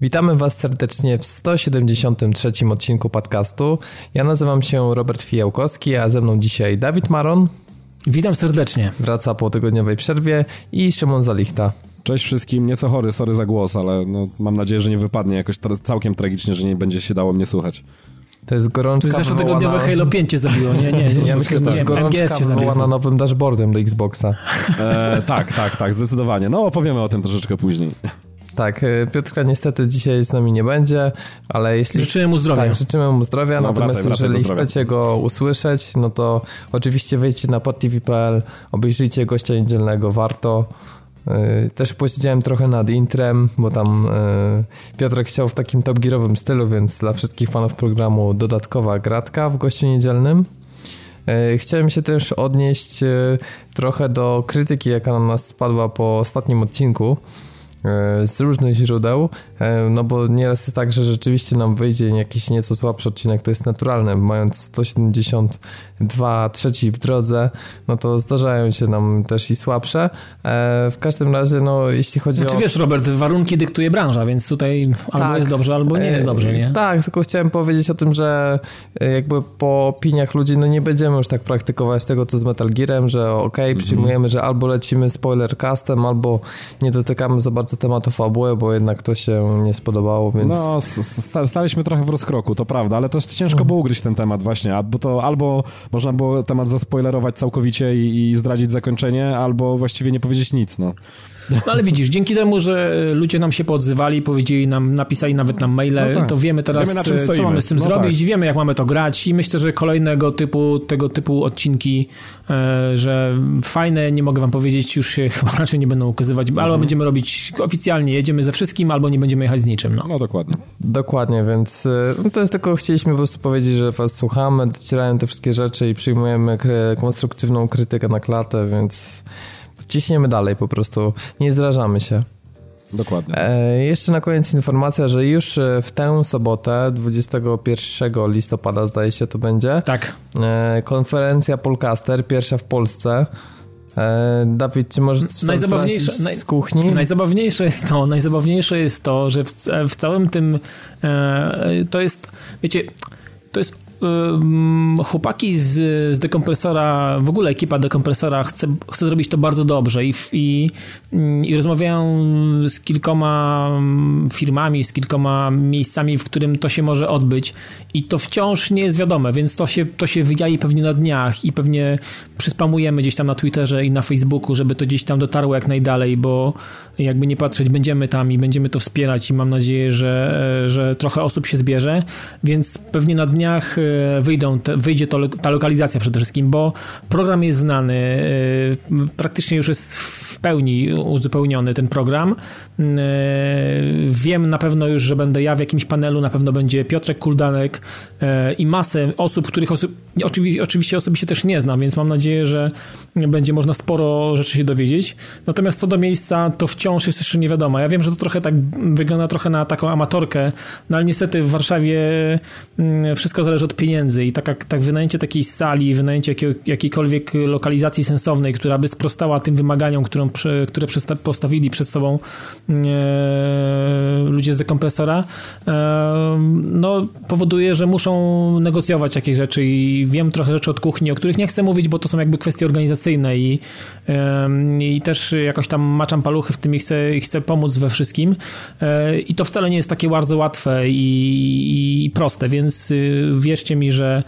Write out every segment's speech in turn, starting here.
Witamy Was serdecznie w 173 odcinku podcastu. Ja nazywam się Robert Fijałkowski, a ze mną dzisiaj Dawid Maron. Witam serdecznie. Wraca po tygodniowej przerwie i Szymon Zalichta. Cześć wszystkim, nieco chory, sorry za głos, ale mam nadzieję, że nie wypadnie jakoś całkiem tragicznie, że nie będzie się dało mnie słuchać. To jest gorączka zeszłotygodniowe Halo 5 cię zabiło, nie. Ja myślę, że to jest gorączka wywołana nowym dashboardem do Xboxa. Tak, zdecydowanie. No opowiemy o tym troszeczkę później. Tak, Piotrka niestety dzisiaj z nami nie będzie, ale jeśli... Życzymy mu zdrowia. Tak, życzymy mu zdrowia, natomiast jeżeli chcecie go usłyszeć, no to oczywiście wejdźcie na podtv.pl, obejrzyjcie gościa niedzielnego, warto. Też posiedziałem trochę nad intrem, bo tam Piotrek chciał w takim Top Gearowym stylu, więc dla wszystkich fanów programu dodatkowa gratka w gościu niedzielnym. Chciałem się też odnieść trochę do krytyki, jaka na nas spadła po ostatnim odcinku z różnych źródeł, no bo nieraz jest tak, że rzeczywiście nam wyjdzie jakiś nieco słabszy odcinek, to jest naturalne, mając 172 trzeci w drodze, no to zdarzają się nam też i słabsze. W każdym razie, no jeśli chodzi o... Wiesz, Robert, warunki dyktuje branża, więc tutaj albo jest dobrze, albo nie jest dobrze, nie? Tak, tylko chciałem powiedzieć o tym, że jakby po opiniach ludzi, no nie będziemy już tak praktykować tego, co z Metal Gearem, że przyjmujemy, że albo lecimy spoilercastem, albo nie dotykamy za bardzo tematu fabuły, bo jednak to się nie spodobało, więc... No, staliśmy trochę w rozkroku, to prawda, ale też ciężko było ugryźć ten temat właśnie, albo można było temat zaspoilerować całkowicie i zdradzić zakończenie, albo właściwie nie powiedzieć nic, no. No ale widzisz, dzięki temu, że ludzie nam się poodzywali, powiedzieli nam, napisali nawet nam maile, no tak. To wiemy teraz, co mamy z tym zrobić, tak. Wiemy, jak mamy to grać i myślę, że kolejnego tego typu odcinki, że fajne, nie mogę wam powiedzieć, już się chyba raczej nie będą ukazywać, albo będziemy robić oficjalnie, jedziemy ze wszystkim, albo nie będziemy jechać z niczym. No dokładnie. Dokładnie, więc to jest tylko, chcieliśmy po prostu powiedzieć, że was słuchamy, docierają te wszystkie rzeczy i przyjmujemy konstruktywną krytykę na klatę, więc... Ciśniemy dalej po prostu, nie zrażamy się. Dokładnie. Jeszcze na koniec informacja, że już w tę sobotę, 21 listopada zdaje się to będzie. Tak. Konferencja Polcaster, pierwsza w Polsce. Dawid, czy możesz z kuchni? Najzabawniejsze jest to, że w całym tym to jest, wiecie, to jest chłopaki z Dekompresora, w ogóle ekipa Dekompresora chce zrobić to bardzo dobrze i rozmawiają z kilkoma firmami, z kilkoma miejscami, w którym to się może odbyć i to wciąż nie jest wiadome, więc to się wyjawi pewnie na dniach i pewnie przyspamujemy gdzieś tam na Twitterze i na Facebooku, żeby to gdzieś tam dotarło jak najdalej, bo jakby nie patrzeć, będziemy tam i będziemy to wspierać i mam nadzieję, że trochę osób się zbierze, więc pewnie na dniach wyjdzie ta lokalizacja przede wszystkim, bo program jest znany, praktycznie już jest w pełni uzupełniony ten program. Wiem na pewno już, że będę ja w jakimś panelu, na pewno będzie Piotrek Kuldanek i masę osób, oczywiście osobiście też nie znam, więc mam nadzieję, że będzie można sporo rzeczy się dowiedzieć. Natomiast co do miejsca, to wciąż jest jeszcze nie wiadomo. Ja wiem, że to trochę tak wygląda trochę na taką amatorkę, no ale niestety w Warszawie wszystko zależy od pieniędzy i tak wynajęcie takiej sali, wynajęcie jakiejkolwiek lokalizacji sensownej, która by sprostała tym wymaganiom, które postawili przed sobą ludzie z Dekompresora, no powoduje, że muszą negocjować jakieś rzeczy i wiem trochę rzeczy od kuchni, o których nie chcę mówić, bo to są jakby kwestie organizacyjne i też jakoś tam maczam paluchy w tym i chcę pomóc we wszystkim i to wcale nie jest takie bardzo łatwe i proste, więc wierzcie mi, że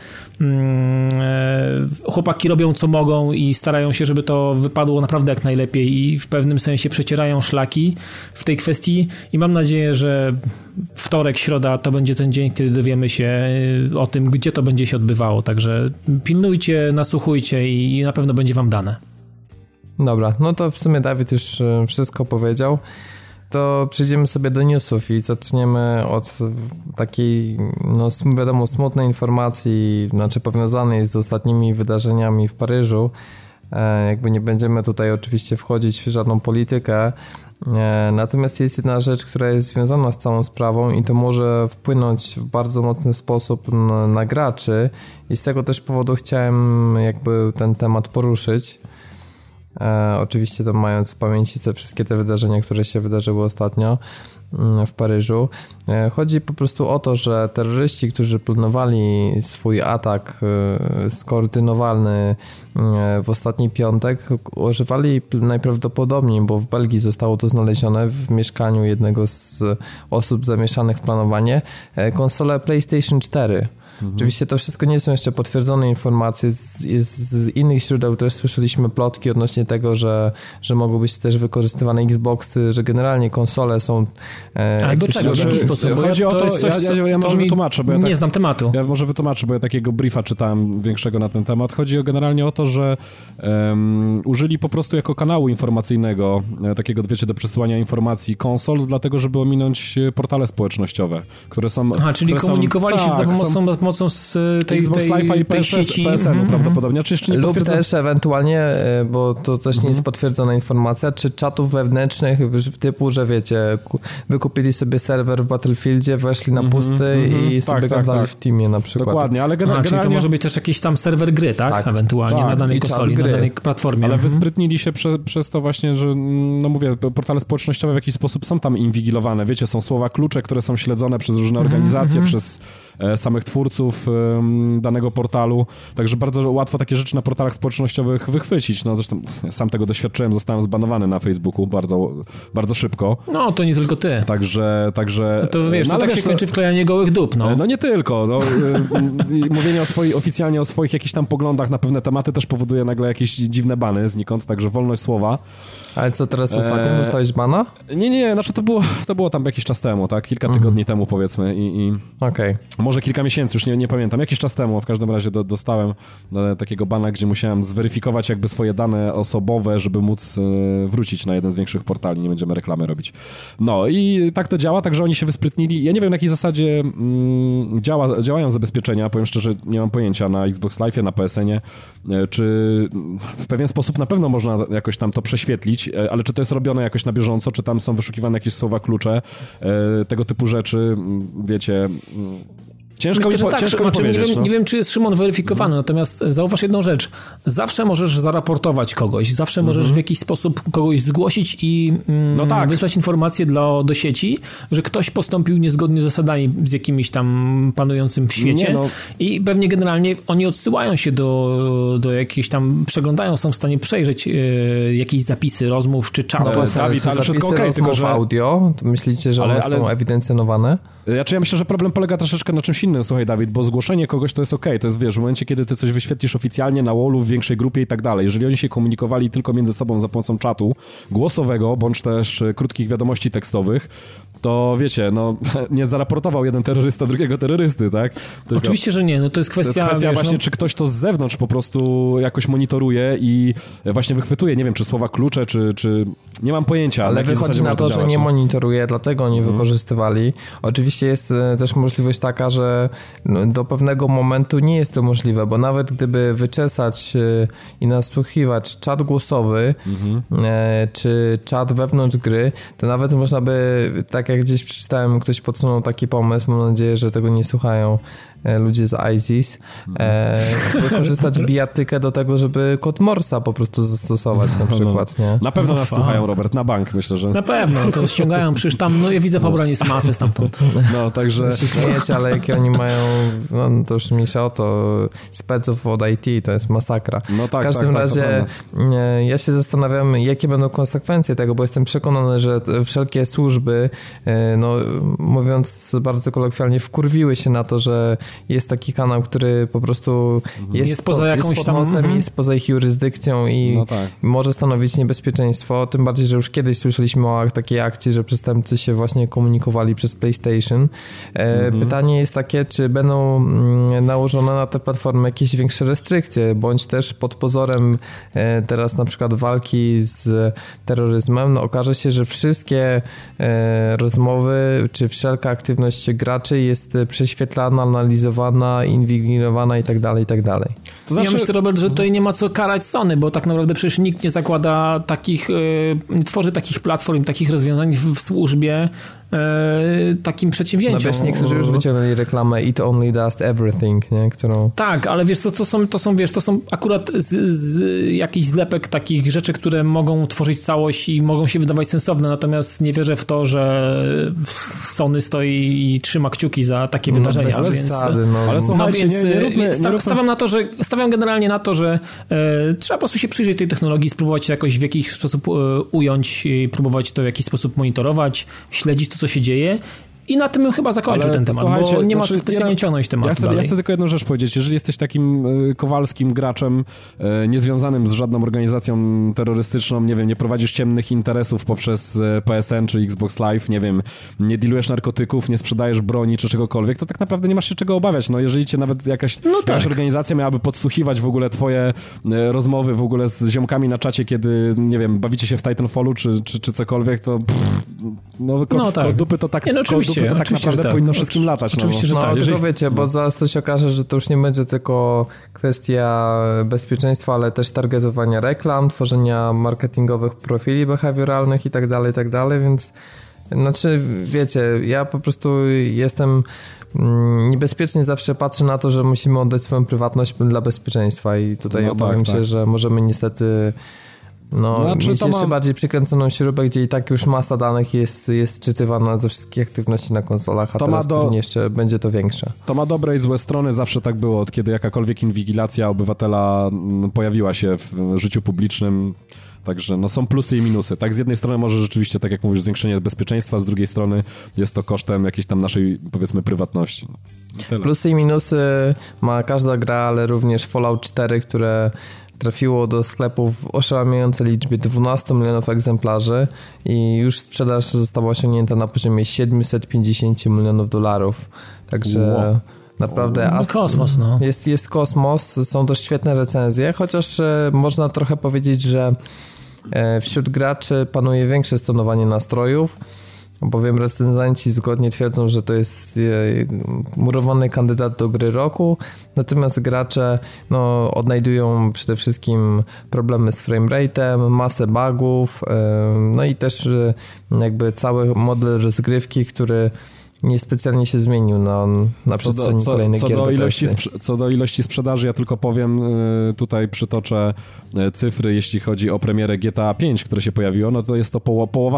chłopaki robią co mogą i starają się, żeby to wypadło naprawdę jak najlepiej i w pewnym sensie przecierają szlaki w tej kwestii i mam nadzieję, że wtorek, środa to będzie ten dzień, kiedy dowiemy się o tym, gdzie to będzie się odbywało, także pilnujcie, nasłuchujcie i na pewno będzie wam dane. Dobra, no to w sumie Dawid już wszystko powiedział. To przejdziemy sobie do newsów i zaczniemy od takiej, no wiadomo, smutnej informacji, znaczy powiązanej z ostatnimi wydarzeniami w Paryżu. Jakby nie będziemy tutaj oczywiście wchodzić w żadną politykę, natomiast jest jedna rzecz, która jest związana z całą sprawą i to może wpłynąć w bardzo mocny sposób na graczy i z tego też powodu chciałem jakby ten temat poruszyć. Oczywiście to mając w pamięci wszystkie te wydarzenia, które się wydarzyły ostatnio. w Paryżu. Chodzi po prostu o to, że terroryści, którzy planowali swój atak skoordynowany w ostatni piątek, używali najprawdopodobniej, bo w Belgii zostało to znalezione w mieszkaniu jednego z osób zamieszanych w planowanie, konsolę PlayStation 4. Oczywiście to wszystko nie są jeszcze potwierdzone informacje. Z innych źródeł też słyszeliśmy plotki odnośnie tego, że mogą być też wykorzystywane Xboxy, że generalnie konsole są... Ale do czego? W jaki sposób? Chodzi o to, ja może wytłumaczę, bo ja nie znam tematu. Ja może wytłumaczę, bo ja takiego briefa czytałem większego na ten temat. Chodzi generalnie o to, że użyli po prostu jako kanału informacyjnego, takiego, wiecie, do przesyłania informacji konsol, dlatego, żeby ominąć portale społecznościowe, które są... czyli komunikowali się za pomocą z tej Xbox Live'a i sieci. PSN-u prawdopodobnie. Czy jeszcze nie lub też ewentualnie, bo to też nie jest potwierdzona informacja, czy czatów wewnętrznych typu, że wiecie, wykupili sobie serwer w Battlefieldzie, weszli na pusty i sobie gadali w Teamie na przykład. Dokładnie, ale generalnie... Czyli to może być też jakiś tam serwer gry, tak? Ewentualnie na danej konsoli, na danej platformie. Ale wysprytnili się przez to właśnie, że no mówię, portale społecznościowe w jakiś sposób są tam inwigilowane. Wiecie, są słowa klucze, które są śledzone przez różne organizacje, przez samych twórców danego portalu, także bardzo łatwo takie rzeczy na portalach społecznościowych wychwycić. No zresztą sam tego doświadczyłem, zostałem zbanowany na Facebooku bardzo, bardzo szybko. No, to nie tylko ty. Także to wiesz, to tak się kończy wklejanie gołych dup, no. No nie tylko. No, mówienie oficjalnie o swoich jakichś tam poglądach na pewne tematy też powoduje nagle jakieś dziwne bany znikąd, także wolność słowa. Ale co teraz ostatnio? Dostałeś bana? Nie, znaczy to było tam jakiś czas temu, tak? Kilka tygodni temu powiedzmy i Okej. Może kilka miesięcy, już nie pamiętam. Jakiś czas temu w każdym razie dostałem takiego bana, gdzie musiałem zweryfikować jakby swoje dane osobowe, żeby móc wrócić na jeden z większych portali. Nie będziemy reklamy robić. No i tak to działa, także oni się wysprytnili. Ja nie wiem, na jakiej zasadzie działają zabezpieczenia. Powiem szczerze, nie mam pojęcia na Xbox Live'ie, na PSN-ie, czy w pewien sposób na pewno można jakoś tam to prześwietlić, ale czy to jest robione jakoś na bieżąco, czy tam są wyszukiwane jakieś słowa klucze, tego typu rzeczy, wiecie... Ciężko mi powiedzieć. Nie wiem, czy jest Szymon weryfikowany, natomiast zauważ jedną rzecz. Zawsze możesz zaraportować kogoś, zawsze możesz w jakiś sposób kogoś zgłosić i wysłać informację do sieci, że ktoś postąpił niezgodnie z zasadami z jakimiś tam panującym w świecie i pewnie generalnie oni odsyłają się do jakichś tam, przeglądają, są w stanie przejrzeć jakieś zapisy rozmów czy czatów. No właśnie, ale wszystko okej, tylko że audio, to myślicie, że one są ewidencjonowane? Ja myślę, że problem polega troszeczkę na czymś innym, słuchaj Dawid, bo zgłoszenie kogoś to jest okej, to jest, wiesz, w momencie, kiedy ty coś wyświetlisz oficjalnie na wallu, w większej grupie i tak dalej. Jeżeli oni się komunikowali tylko między sobą za pomocą czatu głosowego, bądź też krótkich wiadomości tekstowych, to wiecie, no nie zaraportował jeden terrorysta drugiego terrorysty, tak? Tylko oczywiście, że nie, no to jest kwestia właśnie, czy ktoś to z zewnątrz po prostu jakoś monitoruje i właśnie wychwytuje, nie wiem, czy słowa klucze, czy nie mam pojęcia. Ale wychodzi na to, że nie monitoruje, dlatego oni wykorzystywali. Oczywiście jest też możliwość taka, że do pewnego momentu nie jest to możliwe, bo nawet gdyby wyczesać i nasłuchiwać czat głosowy, czy czat wewnątrz gry, to nawet można by, tak jak gdzieś przeczytałem, ktoś podsunął taki pomysł, mam nadzieję, że tego nie słuchają ludzie z ISIS, wykorzystać bijatykę do tego, żeby kod Morsa po prostu zastosować na przykład, nie? Na pewno nas słuchają, Robert, na bank myślę, że... Na pewno, to ściągają, przecież tam, no ja widzę pobranie z masy stamtąd. No, także... się śmiejecie, ale jakie oni mają, no to już mniejsza o to, speców od IT, to jest masakra. No tak, w każdym razie ja się zastanawiam, jakie będą konsekwencje tego, bo jestem przekonany, że wszelkie służby, no mówiąc bardzo kolokwialnie, wkurwiły się na to, że jest taki kanał, który po prostu jest poza jakąś pod nosem, jest poza ich jurysdykcją i może stanowić niebezpieczeństwo, tym bardziej, że już kiedyś słyszeliśmy o takiej akcji, że przestępcy się właśnie komunikowali przez PlayStation. Pytanie jest takie, czy będą nałożone na te platformy jakieś większe restrykcje, bądź też pod pozorem teraz na przykład walki z terroryzmem, no okaże się, że wszystkie rozmowy, czy wszelka aktywność graczy jest prześwietlana, analizowana, inwigilowana i tak dalej, i tak dalej. To znaczy... Ja myślę, Robert, że tutaj nie ma co karać Sony, bo tak naprawdę przecież nikt nie zakłada takich, tworzy takich platform, takich rozwiązań w służbie takim przedsięwzięciom. No wiesz, niektórzy już wyciągnęli reklamę It Only Does Everything, nie? Którą... Tak, ale wiesz, to są akurat jakiś zlepek takich rzeczy, które mogą tworzyć całość i mogą się wydawać sensowne, natomiast nie wierzę w to, że Sony stoi i trzyma kciuki za takie wydarzenia. Bez zasady, ale słuchajcie, stawiam generalnie na to, że trzeba po prostu się przyjrzeć tej technologii, spróbować jakoś w jakiś sposób ująć i próbować to w jakiś sposób monitorować, śledzić to, co się dzieje. I na tym chyba zakończył ten temat, bo nie ma specjalnie ciągnąć tematu ja chcę tylko jedną rzecz powiedzieć. Jeżeli jesteś takim kowalskim graczem, niezwiązanym z żadną organizacją terrorystyczną, nie wiem, nie prowadzisz ciemnych interesów poprzez PSN czy Xbox Live, nie wiem, nie dealujesz narkotyków, nie sprzedajesz broni czy czegokolwiek, to tak naprawdę nie masz się czego obawiać. No jeżeli cię nawet jakaś organizacja miałaby podsłuchiwać w ogóle twoje rozmowy w ogóle z ziomkami na czacie, kiedy, nie wiem, bawicie się w Titanfallu czy cokolwiek, to dupy to tak... To tak naprawdę powinno wszystkim latać. Oczywiście, że tak. Tylko wiecie, bo zaraz to się okaże, że to już nie będzie tylko kwestia bezpieczeństwa, ale też targetowania reklam, tworzenia marketingowych profili behawioralnych i tak dalej, więc znaczy, wiecie, ja po prostu jestem niebezpiecznie zawsze patrzę na to, że musimy oddać swoją prywatność dla bezpieczeństwa i tutaj obawiam się, że możemy niestety mieć jeszcze bardziej przykręconą śrubę, gdzie i tak już masa danych jest czytywana ze wszystkich aktywności na konsolach, a teraz pewnie jeszcze będzie to większe. To ma dobre i złe strony, zawsze tak było, od kiedy jakakolwiek inwigilacja obywatela pojawiła się w życiu publicznym. Także są plusy i minusy. Tak, z jednej strony może rzeczywiście, tak jak mówisz, zwiększenie bezpieczeństwa, z drugiej strony jest to kosztem jakiejś tam naszej, powiedzmy, prywatności. Plusy i minusy ma każda gra, ale również Fallout 4, które trafiło do sklepów w oszałamiającej liczbie 12 milionów egzemplarzy i już sprzedaż została osiągnięta na poziomie $750 milionów. Także naprawdę kosmos, jest kosmos, są to świetne recenzje, chociaż można trochę powiedzieć, że wśród graczy panuje większe stonowanie nastrojów, bowiem recenzenci zgodnie twierdzą, że to jest murowany kandydat do gry roku, natomiast gracze odnajdują przede wszystkim problemy z framerate'em, masę bugów, i też jakby cały model rozgrywki, który niespecjalnie się zmienił na przestrzeni kolejnych gier. Co do ilości sprzedaży, ja tylko powiem, tutaj przytoczę cyfry, jeśli chodzi o premierę GTA 5, które się pojawiło, to jest to połowa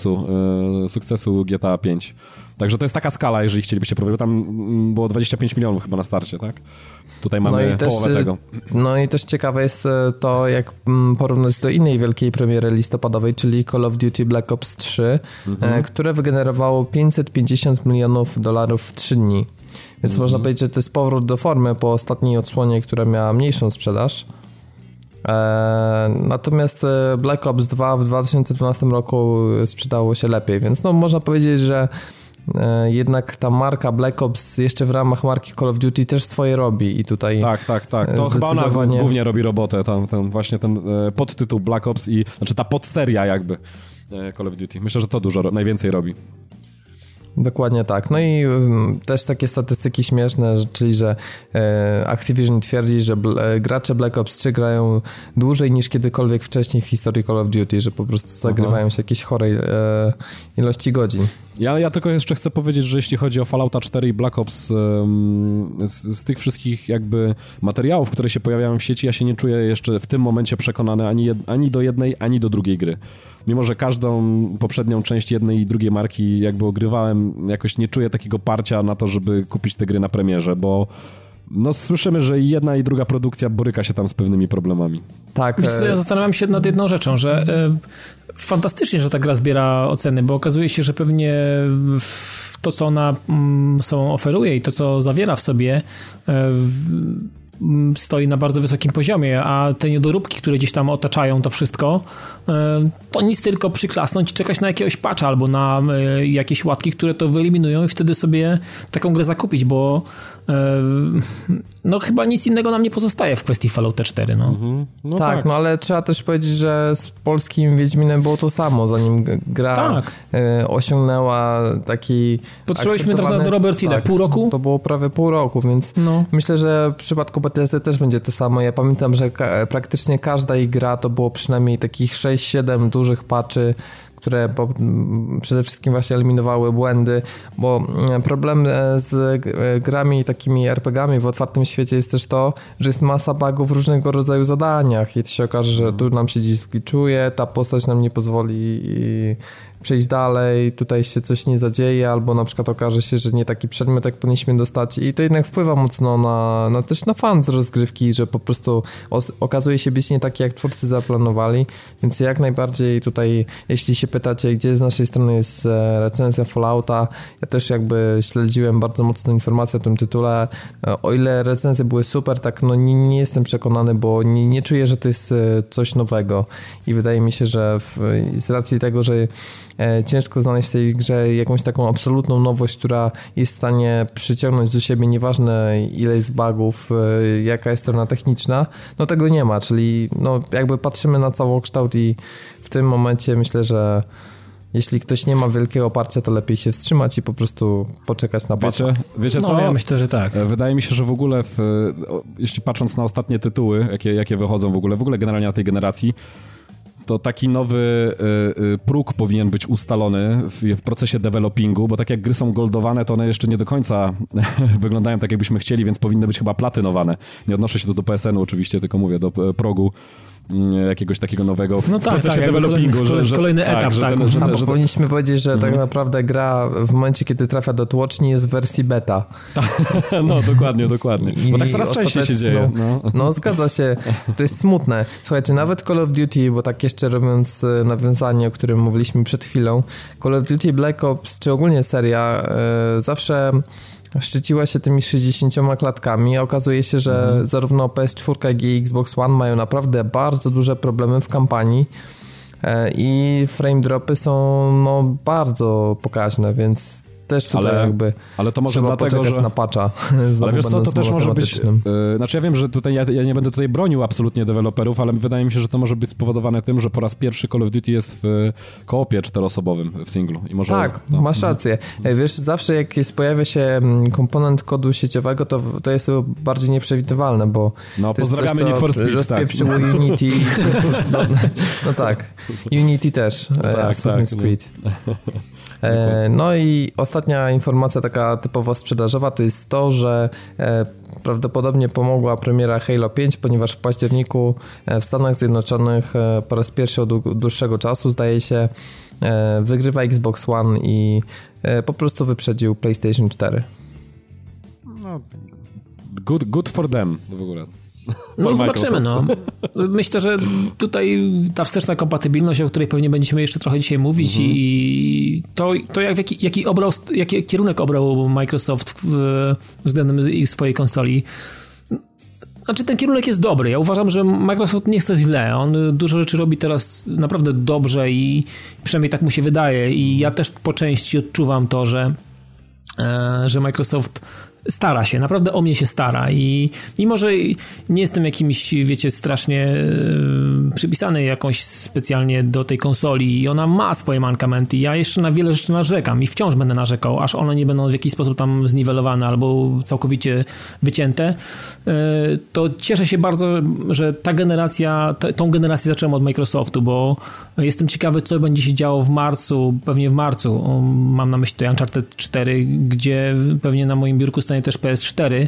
sukcesu GTA 5. Także to jest taka skala, jeżeli chcielibyście próbować. Tam było 25 milionów chyba na starcie, tak? Tutaj mamy połowę tego. No i też ciekawe jest to, jak porównać do innej wielkiej premiery listopadowej, czyli Call of Duty Black Ops 3, które wygenerowało $550 milionów w 3 dni. Więc można powiedzieć, że to jest powrót do formy po ostatniej odsłonie, która miała mniejszą sprzedaż. Natomiast Black Ops 2 w 2012 roku sprzedało się lepiej, więc można powiedzieć, że jednak ta marka Black Ops jeszcze w ramach marki Call of Duty też swoje robi i tutaj tak. To chyba ona głównie robi robotę, właśnie ten podtytuł Black Ops i znaczy ta podseria jakby Call of Duty. Myślę, że to najwięcej robi. Dokładnie tak. No i też takie statystyki śmieszne, czyli że Activision twierdzi, że gracze Black Ops 3 grają dłużej niż kiedykolwiek wcześniej w historii Call of Duty, że po prostu zagrywają się jakieś chorej ilości godzin. Ja tylko jeszcze chcę powiedzieć, że jeśli chodzi o Fallouta 4 i Black Ops, z tych wszystkich jakby materiałów, które się pojawiają w sieci, ja się nie czuję jeszcze w tym momencie przekonany ani do jednej, ani do drugiej gry. Mimo że każdą poprzednią część jednej i drugiej marki jakby ogrywałem, jakoś nie czuję takiego parcia na to, żeby kupić te gry na premierze, bo słyszymy, że i jedna i druga produkcja boryka się tam z pewnymi problemami. Tak. Ja zastanawiam się nad jedną rzeczą, że fantastycznie, że ta gra zbiera oceny, bo okazuje się, że pewnie to, co ona oferuje i to, co zawiera w sobie, stoi na bardzo wysokim poziomie, a te niedoróbki, które gdzieś tam otaczają to wszystko, to nic tylko przyklasnąć i czekać na jakiegoś patcha albo na jakieś łatki, które to wyeliminują i wtedy sobie taką grę zakupić, bo chyba nic innego nam nie pozostaje w kwestii Fallouta 4. Tak, ale trzeba też powiedzieć, że z polskim Wiedźminem było to samo, zanim gra osiągnęła taki potrzebowaliśmy, Robert, ile? Pół roku? To było prawie pół roku, więc myślę, że w przypadku Bethesdy też będzie to samo. Ja pamiętam, że praktycznie każda ich gra to było przynajmniej takich 6-7 dużych patchy, które przede wszystkim właśnie eliminowały błędy, bo problem z grami takimi RPG-ami w otwartym świecie jest też to, że jest masa bugów w różnego rodzaju zadaniach i to się okaże, że tu nam się gdzieś zgliczuje, ta postać nam nie pozwoli przejść dalej, tutaj się coś nie zadzieje, albo na przykład okaże się, że nie taki przedmiot, jak powinniśmy dostać i to jednak wpływa mocno też na fan z rozgrywki, że po prostu okazuje się być nie taki, jak twórcy zaplanowali, więc jak najbardziej tutaj, jeśli się pytacie, gdzie z naszej strony jest recenzja Fallouta, ja też jakby śledziłem bardzo mocno informacje o tym tytule, o ile recenzje były super, tak no nie jestem przekonany, bo nie czuję, że to jest coś nowego i wydaje mi się, że z racji tego, że ciężko znaleźć w tej grze jakąś taką absolutną nowość, która jest w stanie przyciągnąć do siebie, nieważne ile jest bugów, jaka jest strona techniczna, no tego nie ma, czyli no jakby patrzymy na całokształt i w tym momencie myślę, że jeśli ktoś nie ma wielkiego oparcia, to lepiej się wstrzymać i po prostu poczekać na patcha. Wiecie co? No, ja myślę, że tak. Wydaje mi się, że w ogóle, jeśli patrząc na ostatnie tytuły, jakie wychodzą w ogóle generalnie na tej generacji, to taki nowy próg powinien być ustalony w procesie developingu, bo tak jak gry są goldowane, to one jeszcze nie do końca wyglądają tak, jakbyśmy chcieli, więc powinny być chyba platynowane. Nie odnoszę się do PSN-u oczywiście, tylko mówię do progu jakiegoś takiego nowego w procesie developingu. Kolejny etap, tak. Powinniśmy powiedzieć, że tak naprawdę gra w momencie, kiedy trafia do tłoczni, jest w wersji beta. No, dokładnie. Bo tak coraz częściej się dzieje. No, zgadza się. To jest smutne. Słuchajcie, nawet Call of Duty, bo tak jeszcze robiąc nawiązanie, o którym mówiliśmy przed chwilą, Call of Duty Black Ops, czy ogólnie seria, zawsze szczyciła się tymi 60 klatkami, a okazuje się, że zarówno PS4, jak i Xbox One mają naprawdę bardzo duże problemy w kampanii i frame dropy są no bardzo pokaźne, więc też tutaj ale to może trzeba dlatego, poczekać na patcha. Ale wiesz co, to też może być... Znaczy ja wiem, że tutaj ja nie będę tutaj bronił absolutnie deweloperów, ale wydaje mi się, że to może być spowodowane tym, że po raz pierwszy Call of Duty jest w koopie 4-osobowym w singlu. I może, tak, masz rację. Wiesz, zawsze jak pojawia się komponent kodu sieciowego, to jest to bardziej nieprzewidywalne, bo no, pozdrawiamy Need for Speed, rozpieprzyło Unity. No tak, Unity też, Assassin's Creed. No i ostatnia informacja taka typowo sprzedażowa to jest to, że prawdopodobnie pomogła premiera Halo 5, ponieważ w październiku w Stanach Zjednoczonych po raz pierwszy od dłuższego czasu zdaje się wygrywa Xbox One i po prostu wyprzedził PlayStation 4. No, good for them w ogóle. No zobaczymy, no. Myślę, że tutaj ta wsteczna kompatybilność, o której pewnie będziemy jeszcze trochę dzisiaj mówić i to jaki kierunek obrał Microsoft względem swojej konsoli. Znaczy ten kierunek jest dobry. Ja uważam, że Microsoft nie chce źle. On dużo rzeczy robi teraz naprawdę dobrze i przynajmniej tak mu się wydaje i ja też po części odczuwam to, że Microsoft stara się, naprawdę o mnie się stara i mimo, że nie jestem jakimś, wiecie, strasznie przypisany jakoś specjalnie do tej konsoli i ona ma swoje mankamenty, ja jeszcze na wiele rzeczy narzekam i wciąż będę narzekał, aż one nie będą w jakiś sposób tam zniwelowane albo całkowicie wycięte, to cieszę się bardzo, że tą generację zacząłem od Microsoftu, bo jestem ciekawy, co będzie się działo w marcu, pewnie w marcu, mam na myśli to Uncharted 4, gdzie pewnie na moim biurku stanie też PS4.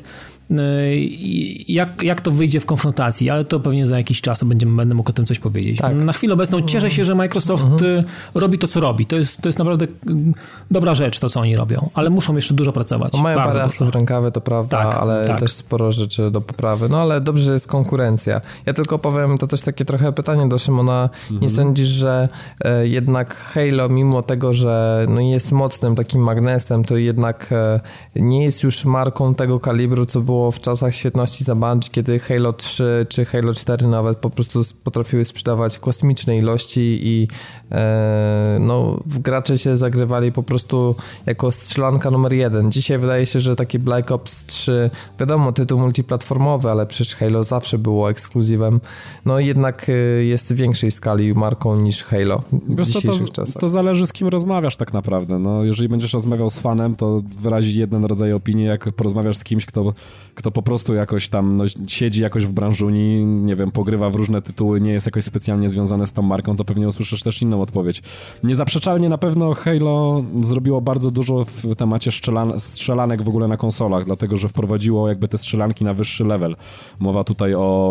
Jak to wyjdzie w konfrontacji, ale to pewnie za jakiś czas będę mógł o tym coś powiedzieć. Tak. Na chwilę obecną cieszę się, że Microsoft robi to, co robi. To jest naprawdę dobra rzecz, to, co oni robią, ale muszą jeszcze dużo pracować. Mają parę asów w rękawie, to prawda, ale też sporo rzeczy do poprawy. No ale dobrze, że jest konkurencja. Ja tylko powiem, to też takie trochę pytanie do Szymona. Nie sądzisz, że jednak Halo, mimo tego, że no jest mocnym takim magnesem, to jednak nie jest już marką tego kalibru, co było w czasach świetności za Bungie, kiedy Halo 3 czy Halo 4 nawet po prostu potrafiły sprzedawać kosmiczne ilości i no, gracze się zagrywali po prostu jako strzelanka numer 1. Dzisiaj wydaje się, że taki Black Ops 3, wiadomo, tytuł multiplatformowy, ale przecież Halo zawsze było ekskluzywem. No jednak jest w większej skali marką niż Halo w dzisiejszych czasach. To zależy, z kim rozmawiasz tak naprawdę. No, jeżeli będziesz rozmawiał z fanem, to wyrazi jeden rodzaj opinii, jak porozmawiasz z kimś, kto kto po prostu jakoś tam siedzi jakoś w branżuni, nie wiem, pogrywa w różne tytuły, nie jest jakoś specjalnie związane z tą marką, to pewnie usłyszysz też inną odpowiedź. Niezaprzeczalnie na pewno Halo zrobiło bardzo dużo w temacie strzelanek w ogóle na konsolach, dlatego, że wprowadziło jakby te strzelanki na wyższy level. Mowa tutaj o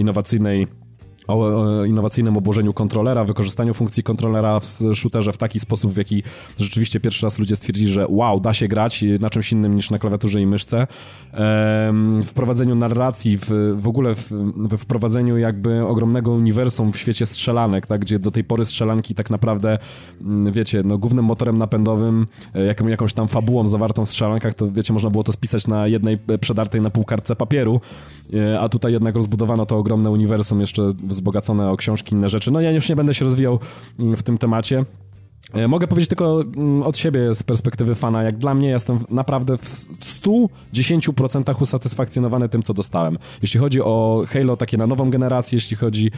innowacyjnym obłożeniu kontrolera, wykorzystaniu funkcji kontrolera w shooterze w taki sposób, w jaki rzeczywiście pierwszy raz ludzie stwierdzili, że wow, da się grać na czymś innym niż na klawiaturze i myszce. Wprowadzeniu narracji, w ogóle we wprowadzeniu jakby ogromnego uniwersum w świecie strzelanek, tak, gdzie do tej pory strzelanki tak naprawdę, wiecie, no głównym motorem napędowym, jakąś tam fabułą zawartą w strzelankach, to wiecie, można było to spisać na jednej przedartej na pół kartce papieru, a tutaj jednak rozbudowano to ogromne uniwersum, jeszcze wzbogacone o książki, inne rzeczy. No ja już nie będę się rozwijał w tym temacie. Mogę powiedzieć tylko od siebie z perspektywy fana, jak dla mnie jestem naprawdę w 110% usatysfakcjonowany tym, co dostałem. Jeśli chodzi o Halo takie na nową generację, jeśli chodzi...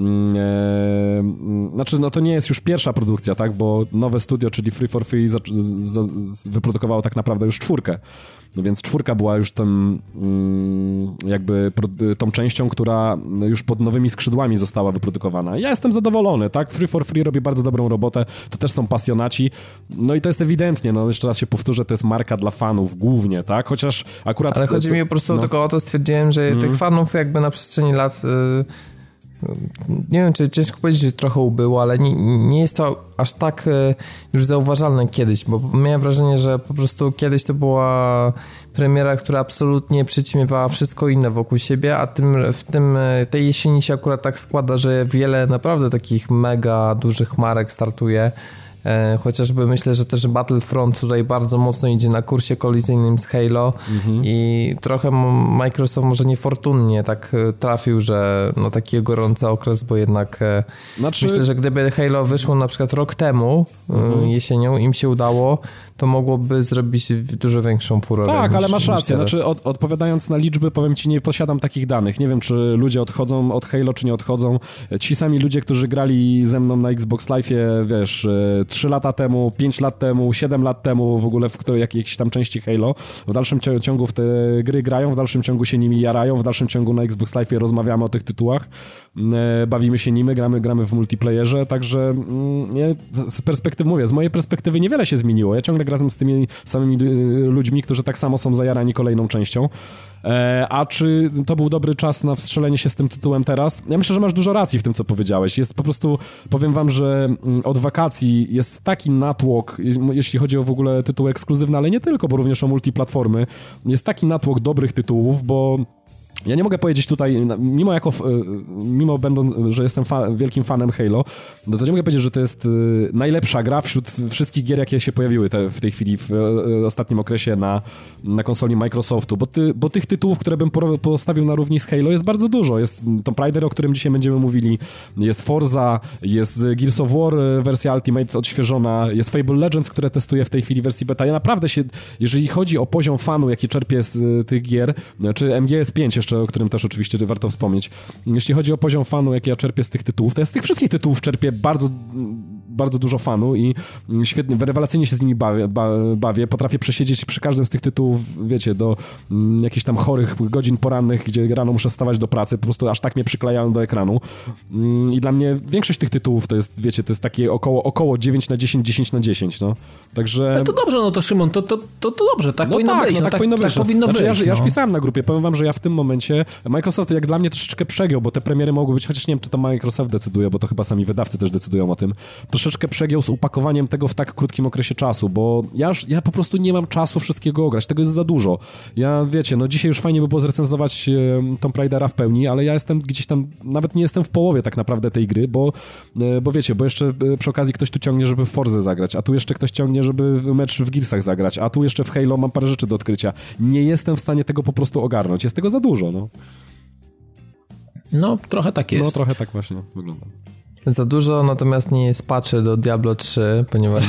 znaczy, no to nie jest już pierwsza produkcja, tak, bo nowe studio, czyli Free for Free wyprodukowało tak naprawdę już 4. No więc 4 była już tym jakby tą częścią, która już pod nowymi skrzydłami została wyprodukowana. Ja jestem zadowolony, tak? Free for Free robi bardzo dobrą robotę, to też są pasjonaci, no i to jest ewidentnie, no jeszcze raz się powtórzę, to jest marka dla fanów głównie, tak? Chociaż akurat... Ale chodzi mi po prostu tylko o to, stwierdziłem, że tych fanów jakby na przestrzeni lat... nie wiem, czy ciężko powiedzieć, że trochę ubyło, ale nie jest to aż tak już zauważalne kiedyś, bo miałem wrażenie, że po prostu kiedyś to była premiera, która absolutnie przyćmiewała wszystko inne wokół siebie, a tej jesieni się akurat tak składa, że wiele naprawdę takich mega dużych marek startuje. Chociażby myślę, że też Battlefront tutaj bardzo mocno idzie na kursie kolizyjnym z Halo i trochę Microsoft może niefortunnie tak trafił, że no taki gorący okres, bo jednak myślę, że gdyby Halo wyszło na przykład rok temu jesienią, im się udało, to mogłoby zrobić dużo większą furorę. Tak, ale masz rację. Znaczy, odpowiadając na liczby, powiem ci, nie posiadam takich danych. Nie wiem, czy ludzie odchodzą od Halo, czy nie odchodzą. Ci sami ludzie, którzy grali ze mną na Xbox Live'ie, wiesz, 3 lata temu, 5 lat temu, 7 lat temu, w ogóle w jakiejś tam części Halo, w dalszym ciągu w te gry grają, w dalszym ciągu się nimi jarają, w dalszym ciągu na Xbox Live'ie rozmawiamy o tych tytułach, bawimy się nimi, gramy w multiplayerze, także z mojej perspektywy niewiele się zmieniło. Ja ciągle gram z tymi samymi ludźmi, którzy tak samo są zajarani kolejną częścią. A czy to był dobry czas na wstrzelenie się z tym tytułem teraz? Ja myślę, że masz dużo racji w tym, co powiedziałeś. Jest po prostu, powiem wam, że od wakacji jest taki natłok, jeśli chodzi o w ogóle tytuły ekskluzywne, ale nie tylko, bo również o multiplatformy. Jest taki natłok dobrych tytułów, bo ja nie mogę powiedzieć tutaj, mimo będąc, że jestem wielkim fanem Halo, no to nie mogę powiedzieć, że to jest najlepsza gra wśród wszystkich gier, jakie się pojawiły w tej chwili w ostatnim okresie na konsoli Microsoftu, bo tych tytułów, które bym postawił na równi z Halo, jest bardzo dużo. Jest Tomb Raider, o którym dzisiaj będziemy mówili, jest Forza, jest Gears of War wersja Ultimate odświeżona, jest Fable Legends, które testuję w tej chwili w wersji beta. Ja naprawdę jeżeli chodzi o poziom fanu, jaki czerpię z tych gier, czy MGS5 jeszcze, o którym też oczywiście warto wspomnieć. Jeśli chodzi o poziom fanu, jaki ja czerpię z tych tytułów, to ja z tych wszystkich tytułów czerpię bardzo, bardzo dużo fanu i świetnie, rewelacyjnie się z nimi bawię. Potrafię przesiedzieć przy każdym z tych tytułów, wiecie, do jakichś tam chorych godzin porannych, gdzie rano muszę wstawać do pracy, po prostu aż tak mnie przyklejają do ekranu. I dla mnie większość tych tytułów to jest, wiecie, to jest takie około 9/10, 10/10, no. Także... No to dobrze, no to Szymon, to dobrze, tak powinno być. Tak powinno być. Znaczy, ja już pisałem na grupie, powiem wam, że ja w tym momencie Microsoft jak dla mnie troszeczkę przegiął, bo te premiery mogły być, chociaż nie wiem, czy to Microsoft decyduje, bo to chyba sami wydawcy też decydują o tym, troszeczkę przegiął z upakowaniem tego w tak krótkim okresie czasu, bo ja po prostu nie mam czasu wszystkiego ograć, tego jest za dużo. Ja, wiecie, no dzisiaj już fajnie by było zrecenzować Tomb Raidera w pełni, ale ja jestem gdzieś tam, nawet nie jestem w połowie tak naprawdę tej gry, bo wiecie, bo jeszcze przy okazji ktoś tu ciągnie, żeby w Forze zagrać, a tu jeszcze ktoś ciągnie, żeby mecz w Gearsach zagrać, a tu jeszcze w Halo mam parę rzeczy do odkrycia. Nie jestem w stanie tego po prostu ogarnąć, jest tego za dużo, no. No, trochę tak jest. No, trochę tak właśnie wygląda. Za dużo, natomiast nie jest patchy do Diablo 3, ponieważ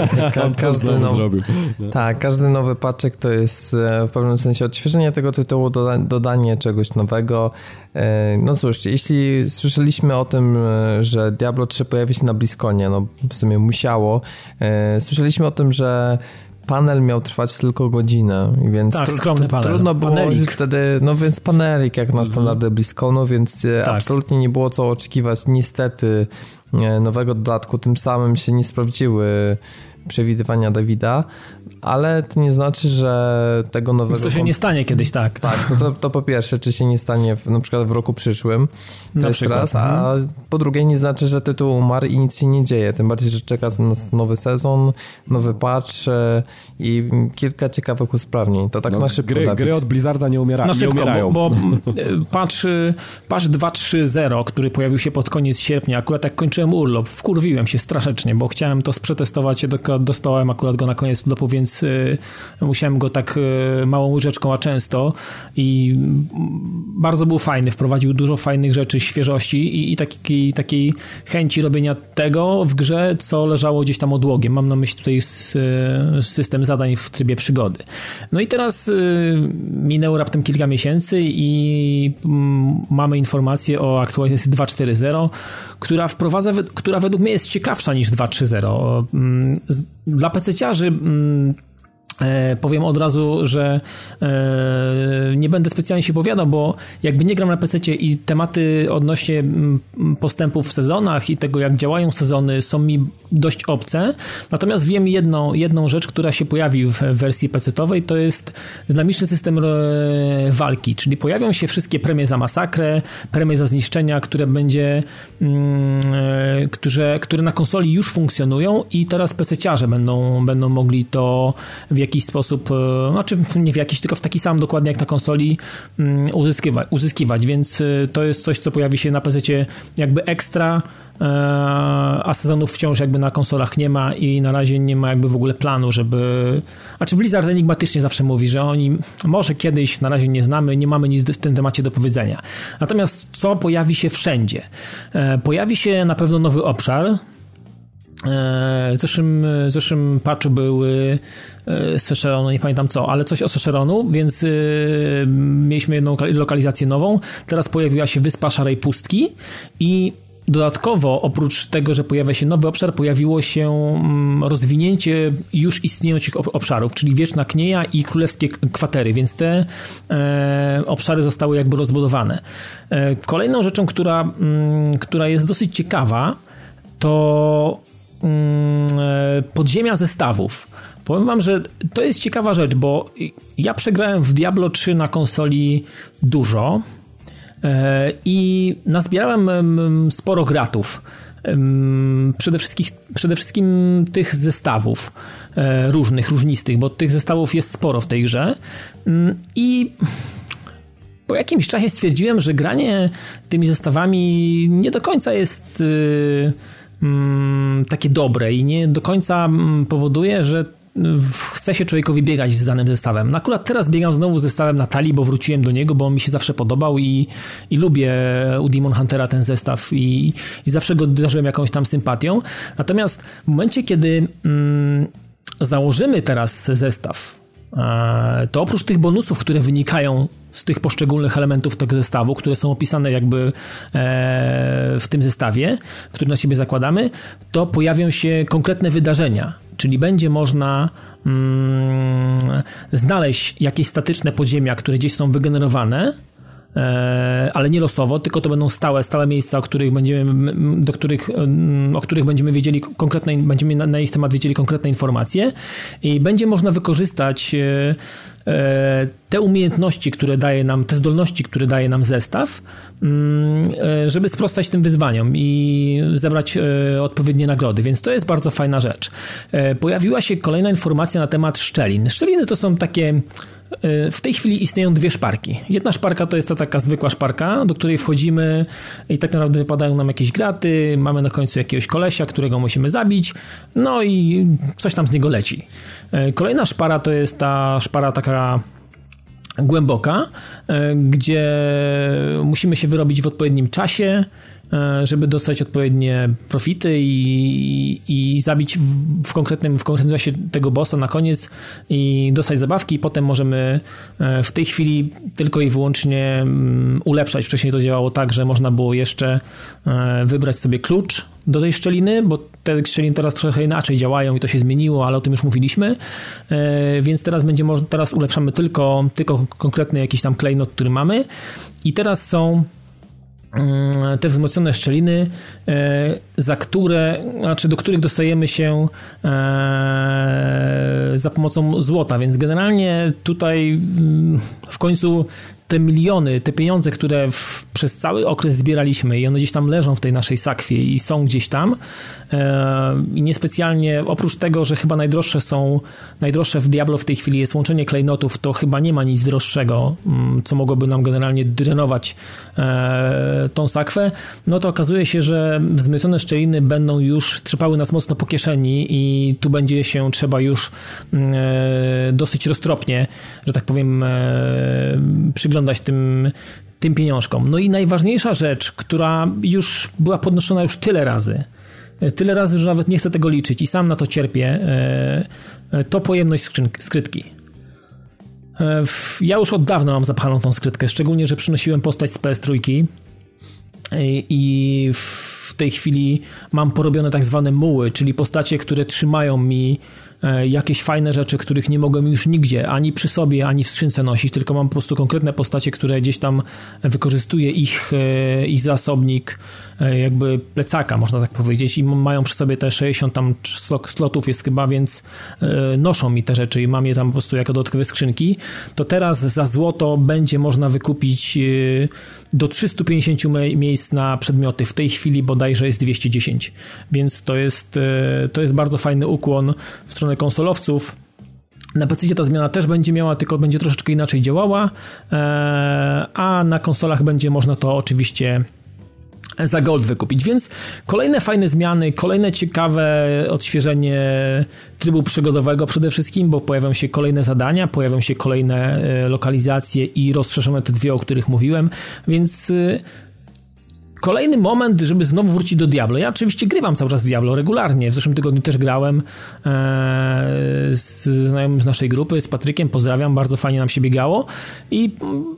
każdy nowy patchek to jest w pewnym sensie odświeżenie tego tytułu, dodanie czegoś nowego. No cóż, jeśli słyszeliśmy o tym, że Diablo 3 pojawi się na BlizzConie, no w sumie musiało. Słyszeliśmy o tym, że panel miał trwać tylko godzinę, więc tak, skromny panel. Trudno było panelik. Wtedy, no więc panelik jak na standardy BlizzConu, więc tak. Absolutnie nie było co oczekiwać. Niestety nowego dodatku, tym samym się nie sprawdziły przewidywania Davida, ale to nie znaczy, że tego nowego... To się nie stanie kiedyś, tak. Tak, to po pierwsze, czy się nie stanie na przykład w roku przyszłym, to jest raz, a po drugie nie znaczy, że tytuł umarł i nic się nie dzieje, tym bardziej, że czeka nas nowy sezon, nowy patch i kilka ciekawych usprawnień. To tak na szybko, gry od Blizzarda nie umierają. Na szybko, bo patch 2.3.0, który pojawił się pod koniec sierpnia, akurat jak kończyłem urlop, wkurwiłem się strasznie, bo chciałem to przetestować, dostałem akurat go na koniec urlopu, więc musiałem go tak małą łyżeczką, a często i bardzo był fajny, wprowadził dużo fajnych rzeczy, świeżości i takiej chęci robienia tego w grze, co leżało gdzieś tam odłogiem. Mam na myśli tutaj system zadań w trybie przygody. No i teraz minęło raptem kilka miesięcy i mamy informację o aktualizacji 2.4.0, która według mnie jest ciekawsza niż 2.3.0. Dla PC-ciarzy powiem od razu, że nie będę specjalnie się powiadał, bo jakby nie gram na PC-cie i tematy odnośnie postępów w sezonach i tego, jak działają sezony, są mi dość obce. Natomiast wiem jedną rzecz, która się pojawi w wersji PC-towej, to jest dynamiczny system walki, czyli pojawią się wszystkie premie za masakrę, premie za zniszczenia, które na konsoli już funkcjonują i teraz PC-ciarze będą mogli to w jakiś sposób, znaczy nie w jakiś, tylko w taki sam dokładnie jak na konsoli uzyskiwać, więc to jest coś, co pojawi się na PC-cie jakby ekstra, a sezonów wciąż jakby na konsolach nie ma i na razie nie ma jakby w ogóle planu, żeby... Znaczy Blizzard enigmatycznie zawsze mówi, że oni może kiedyś, na razie nie znamy, nie mamy nic w tym temacie do powiedzenia. Natomiast co pojawi się wszędzie? Pojawi się na pewno nowy obszar. W zeszłym patchu były Seszeronu, nie pamiętam co, ale coś o Seszeronu, więc mieliśmy jedną lokalizację nową. Teraz pojawiła się wyspa Szarej Pustki i dodatkowo, oprócz tego, że pojawia się nowy obszar, pojawiło się rozwinięcie już istniejących obszarów, czyli Wieczna Knieja i Królewskie Kwatery, więc te obszary zostały jakby rozbudowane. Kolejną rzeczą, która jest dosyć ciekawa, to podziemia zestawów. Powiem wam, że to jest ciekawa rzecz, bo ja przegrałem w Diablo 3 na konsoli dużo i nazbierałem sporo gratów. Przede wszystkim tych zestawów różnistych, bo tych zestawów jest sporo w tej grze i po jakimś czasie stwierdziłem, że granie tymi zestawami nie do końca jest takie dobre i nie do końca powoduje, że chce się człowiekowi biegać z danym zestawem. No akurat teraz biegam znowu z zestawem Natalii, bo wróciłem do niego, bo on mi się zawsze podobał i lubię u Demon Huntera ten zestaw i zawsze go darzyłem jakąś tam sympatią. Natomiast w momencie, kiedy założymy teraz zestaw, to oprócz tych bonusów, które wynikają z tych poszczególnych elementów tego zestawu, które są opisane jakby w tym zestawie, który na siebie zakładamy, to pojawią się konkretne wydarzenia, czyli będzie można znaleźć jakieś statyczne podziemia, które gdzieś są wygenerowane, ale nie losowo, tylko to będą stałe miejsca, o których będziemy wiedzieli konkretne, będziemy na ich temat wiedzieli konkretne informacje i będzie można wykorzystać te umiejętności, które daje nam, te zdolności, które daje nam zestaw, żeby sprostać tym wyzwaniom i zebrać odpowiednie nagrody, więc to jest bardzo fajna rzecz. Pojawiła się kolejna informacja na temat szczelin. Szczeliny to są takie... W tej chwili istnieją dwie szparki. Jedna szparka to jest ta taka zwykła szparka, do której wchodzimy i tak naprawdę wypadają nam jakieś graty, mamy na końcu jakiegoś kolesia, którego musimy zabić, no i coś tam z niego leci. Kolejna szpara to jest ta szpara taka głęboka, gdzie musimy się wyrobić w odpowiednim czasie żeby dostać odpowiednie profity i zabić w konkretnym czasie tego bossa na koniec i dostać zabawki i potem możemy w tej chwili tylko i wyłącznie ulepszać. Wcześniej to działało tak, że można było jeszcze wybrać sobie klucz do tej szczeliny, bo te szczeliny teraz trochę inaczej działają i to się zmieniło, ale o tym już mówiliśmy, więc teraz ulepszamy tylko konkretny jakiś tam klejnot, który mamy i teraz są te wzmocnione szczeliny, do których dostajemy się za pomocą złota, więc generalnie tutaj w końcu te miliony, te pieniądze, które przez cały okres zbieraliśmy i one gdzieś tam leżą w tej naszej sakwie i są gdzieś tam i niespecjalnie, oprócz tego, że chyba najdroższe w Diablo w tej chwili jest łączenie klejnotów, to chyba nie ma nic droższego, co mogłoby nam generalnie drenować tą sakwę, no to okazuje się, że wzmocnione szczeliny będą już trzepały nas mocno po kieszeni i tu będzie się trzeba już dosyć roztropnie, że tak powiem, przyglądać tym pieniążkom. No i najważniejsza rzecz, która już była podnoszona już tyle razy, że nawet nie chcę tego liczyć i sam na to cierpię, to pojemność skrytki. Ja już od dawna mam zapchaną tą skrytkę, szczególnie, że przynosiłem postać z PS3 i w tej chwili mam porobione tak zwane muły, czyli postacie, które trzymają mi jakieś fajne rzeczy, których nie mogłem już nigdzie, ani przy sobie, ani w skrzynce nosić, tylko mam po prostu konkretne postacie, które gdzieś tam wykorzystuję ich zasobnik, jakby plecaka, można tak powiedzieć, i mają przy sobie te 60 tam slotów jest chyba, więc noszą mi te rzeczy i mam je tam po prostu jako dodatkowe skrzynki. To teraz za złoto będzie można wykupić do 350 miejsc na przedmioty. W tej chwili bodajże jest 210, więc to jest bardzo fajny ukłon w stronę konsolowców. Na PC ta zmiana też będzie miała, tylko będzie troszeczkę inaczej działała, a na konsolach będzie można to oczywiście za gold wykupić, więc kolejne fajne zmiany, kolejne ciekawe odświeżenie trybu przygodowego przede wszystkim, bo pojawią się kolejne zadania, pojawią się kolejne lokalizacje i rozszerzone te dwie, o których mówiłem, więc kolejny moment, żeby znowu wrócić do Diablo. Ja oczywiście grywam cały czas w Diablo regularnie. W zeszłym tygodniu też grałem z znajomym z naszej grupy, z Patrykiem. Pozdrawiam, bardzo fajnie nam się biegało i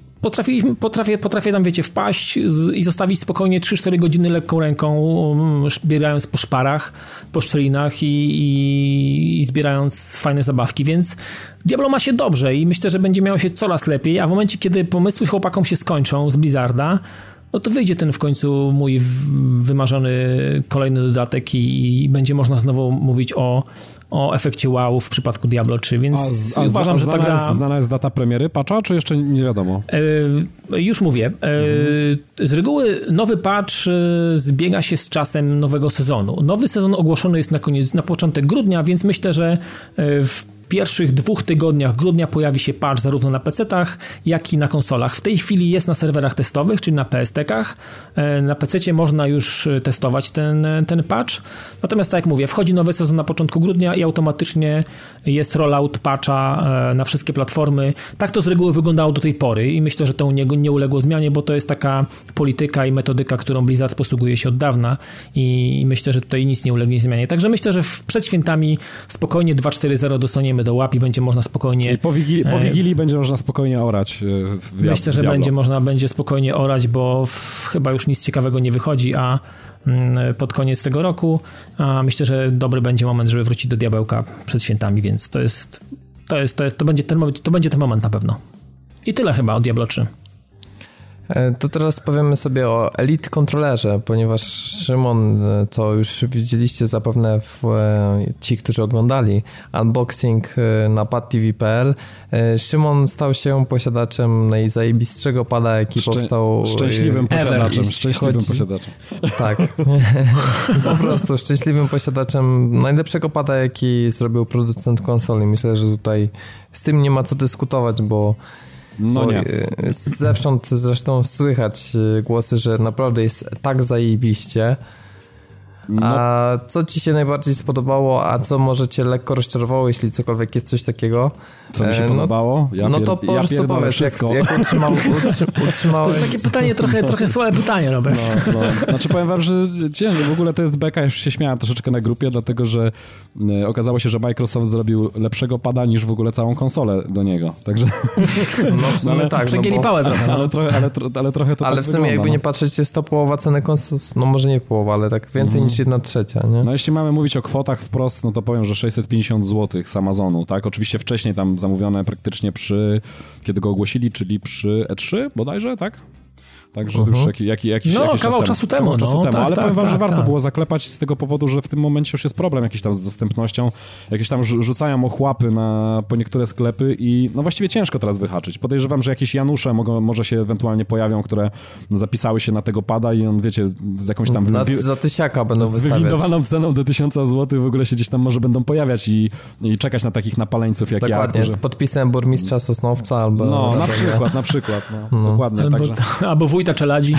potrafię tam, wiecie, wpaść i zostawić spokojnie 3-4 godziny lekką ręką, biegając po szparach, po szczelinach i zbierając fajne zabawki, więc Diablo ma się dobrze i myślę, że będzie miało się coraz lepiej, a w momencie, kiedy pomysły chłopakom się skończą z Blizzarda, no to wyjdzie ten w końcu mój wymarzony kolejny dodatek i będzie można znowu mówić o efekcie wow w przypadku Diablo 3, więc uważam, że ta gra... Znana jest data premiery patcha, czy jeszcze nie wiadomo? Już mówię. Z reguły nowy patch zbiega się z czasem nowego sezonu. Nowy sezon ogłoszony jest na początek grudnia, więc myślę, że w pierwszych 2 tygodniach grudnia pojawi się patch zarówno na PC-tach, jak i na konsolach. W tej chwili jest na serwerach testowych, czyli na PSTech-ach. Na PC-cie można już testować ten patch. Natomiast tak jak mówię, wchodzi nowy sezon na początku grudnia i automatycznie jest rollout patcha na wszystkie platformy. Tak to z reguły wyglądało do tej pory i myślę, że to nie uległo zmianie, bo to jest taka polityka i metodyka, którą Blizzard posługuje się od dawna i myślę, że tutaj nic nie ulegnie zmianie. Także myślę, że przed świętami spokojnie 2.4.0 dostaniemy do łap i będzie można spokojnie... Czyli po Wigilii będzie można spokojnie orać w Myślę, że będzie spokojnie orać, bo chyba już nic ciekawego nie wychodzi, a pod koniec tego roku, a myślę, że dobry będzie moment, żeby wrócić do diabełka przed świętami, więc to będzie ten moment na pewno. I tyle chyba o Diablo 3. To teraz powiemy sobie o Elite Controllerze, ponieważ Szymon, co już widzieliście zapewne ci, którzy oglądali unboxing na padtv.pl, Szymon stał się posiadaczem najzajebistszego pada, jaki powstał... Szczęśliwym posiadaczem. Tak. Po prostu szczęśliwym posiadaczem najlepszego pada, jaki zrobił producent konsoli. Myślę, że tutaj z tym nie ma co dyskutować, bo nie. Zewsząd zresztą słychać głosy, że naprawdę jest tak zajebiście. A co ci się najbardziej spodobało, a co może cię lekko rozczarowało, jeśli cokolwiek jest coś takiego? Co mi się podobało? To po prostu powiedz, jak utrzymałeś... To jest takie pytanie, trochę słabe pytanie, Robert. Znaczy powiem wam, że ciężko, w ogóle to jest beka, już się śmiałem troszeczkę na grupie, dlatego, że okazało się, że Microsoft zrobił lepszego pada niż w ogóle całą konsolę do niego, także... w sumie tak. Przegięli pałę trochę. Ale trochę to ale tak w sumie wygląda, jakby nie patrzeć, jest to połowa ceny konsol, może nie połowa, ale tak więcej niż 1/3, nie? No jeśli mamy mówić o kwotach wprost, no to powiem, że 650 zł z Amazonu, tak? Oczywiście wcześniej tam zamówione praktycznie kiedy go ogłosili, czyli przy E3 bodajże, tak? Także już jakiś kawał czasu temu. Ale powiem wam, że warto było zaklepać z tego powodu, że w tym momencie już jest problem jakiś tam z dostępnością. Jakieś tam rzucają ochłapy po niektóre sklepy i no właściwie ciężko teraz wyhaczyć. Podejrzewam, że jakieś Janusze może się ewentualnie pojawią, które zapisały się na tego pada i on, wiecie, z jakąś tam... za tysiaka będą wystawiać. Z wywindowaną ceną do 1000 zł w ogóle się gdzieś tam może będą pojawiać i czekać na takich napaleńców jak ja. Dokładnie, z podpisem burmistrza Sosnowca albo... No, na przykład. Dokładnie. Albo wójta Czeladzi.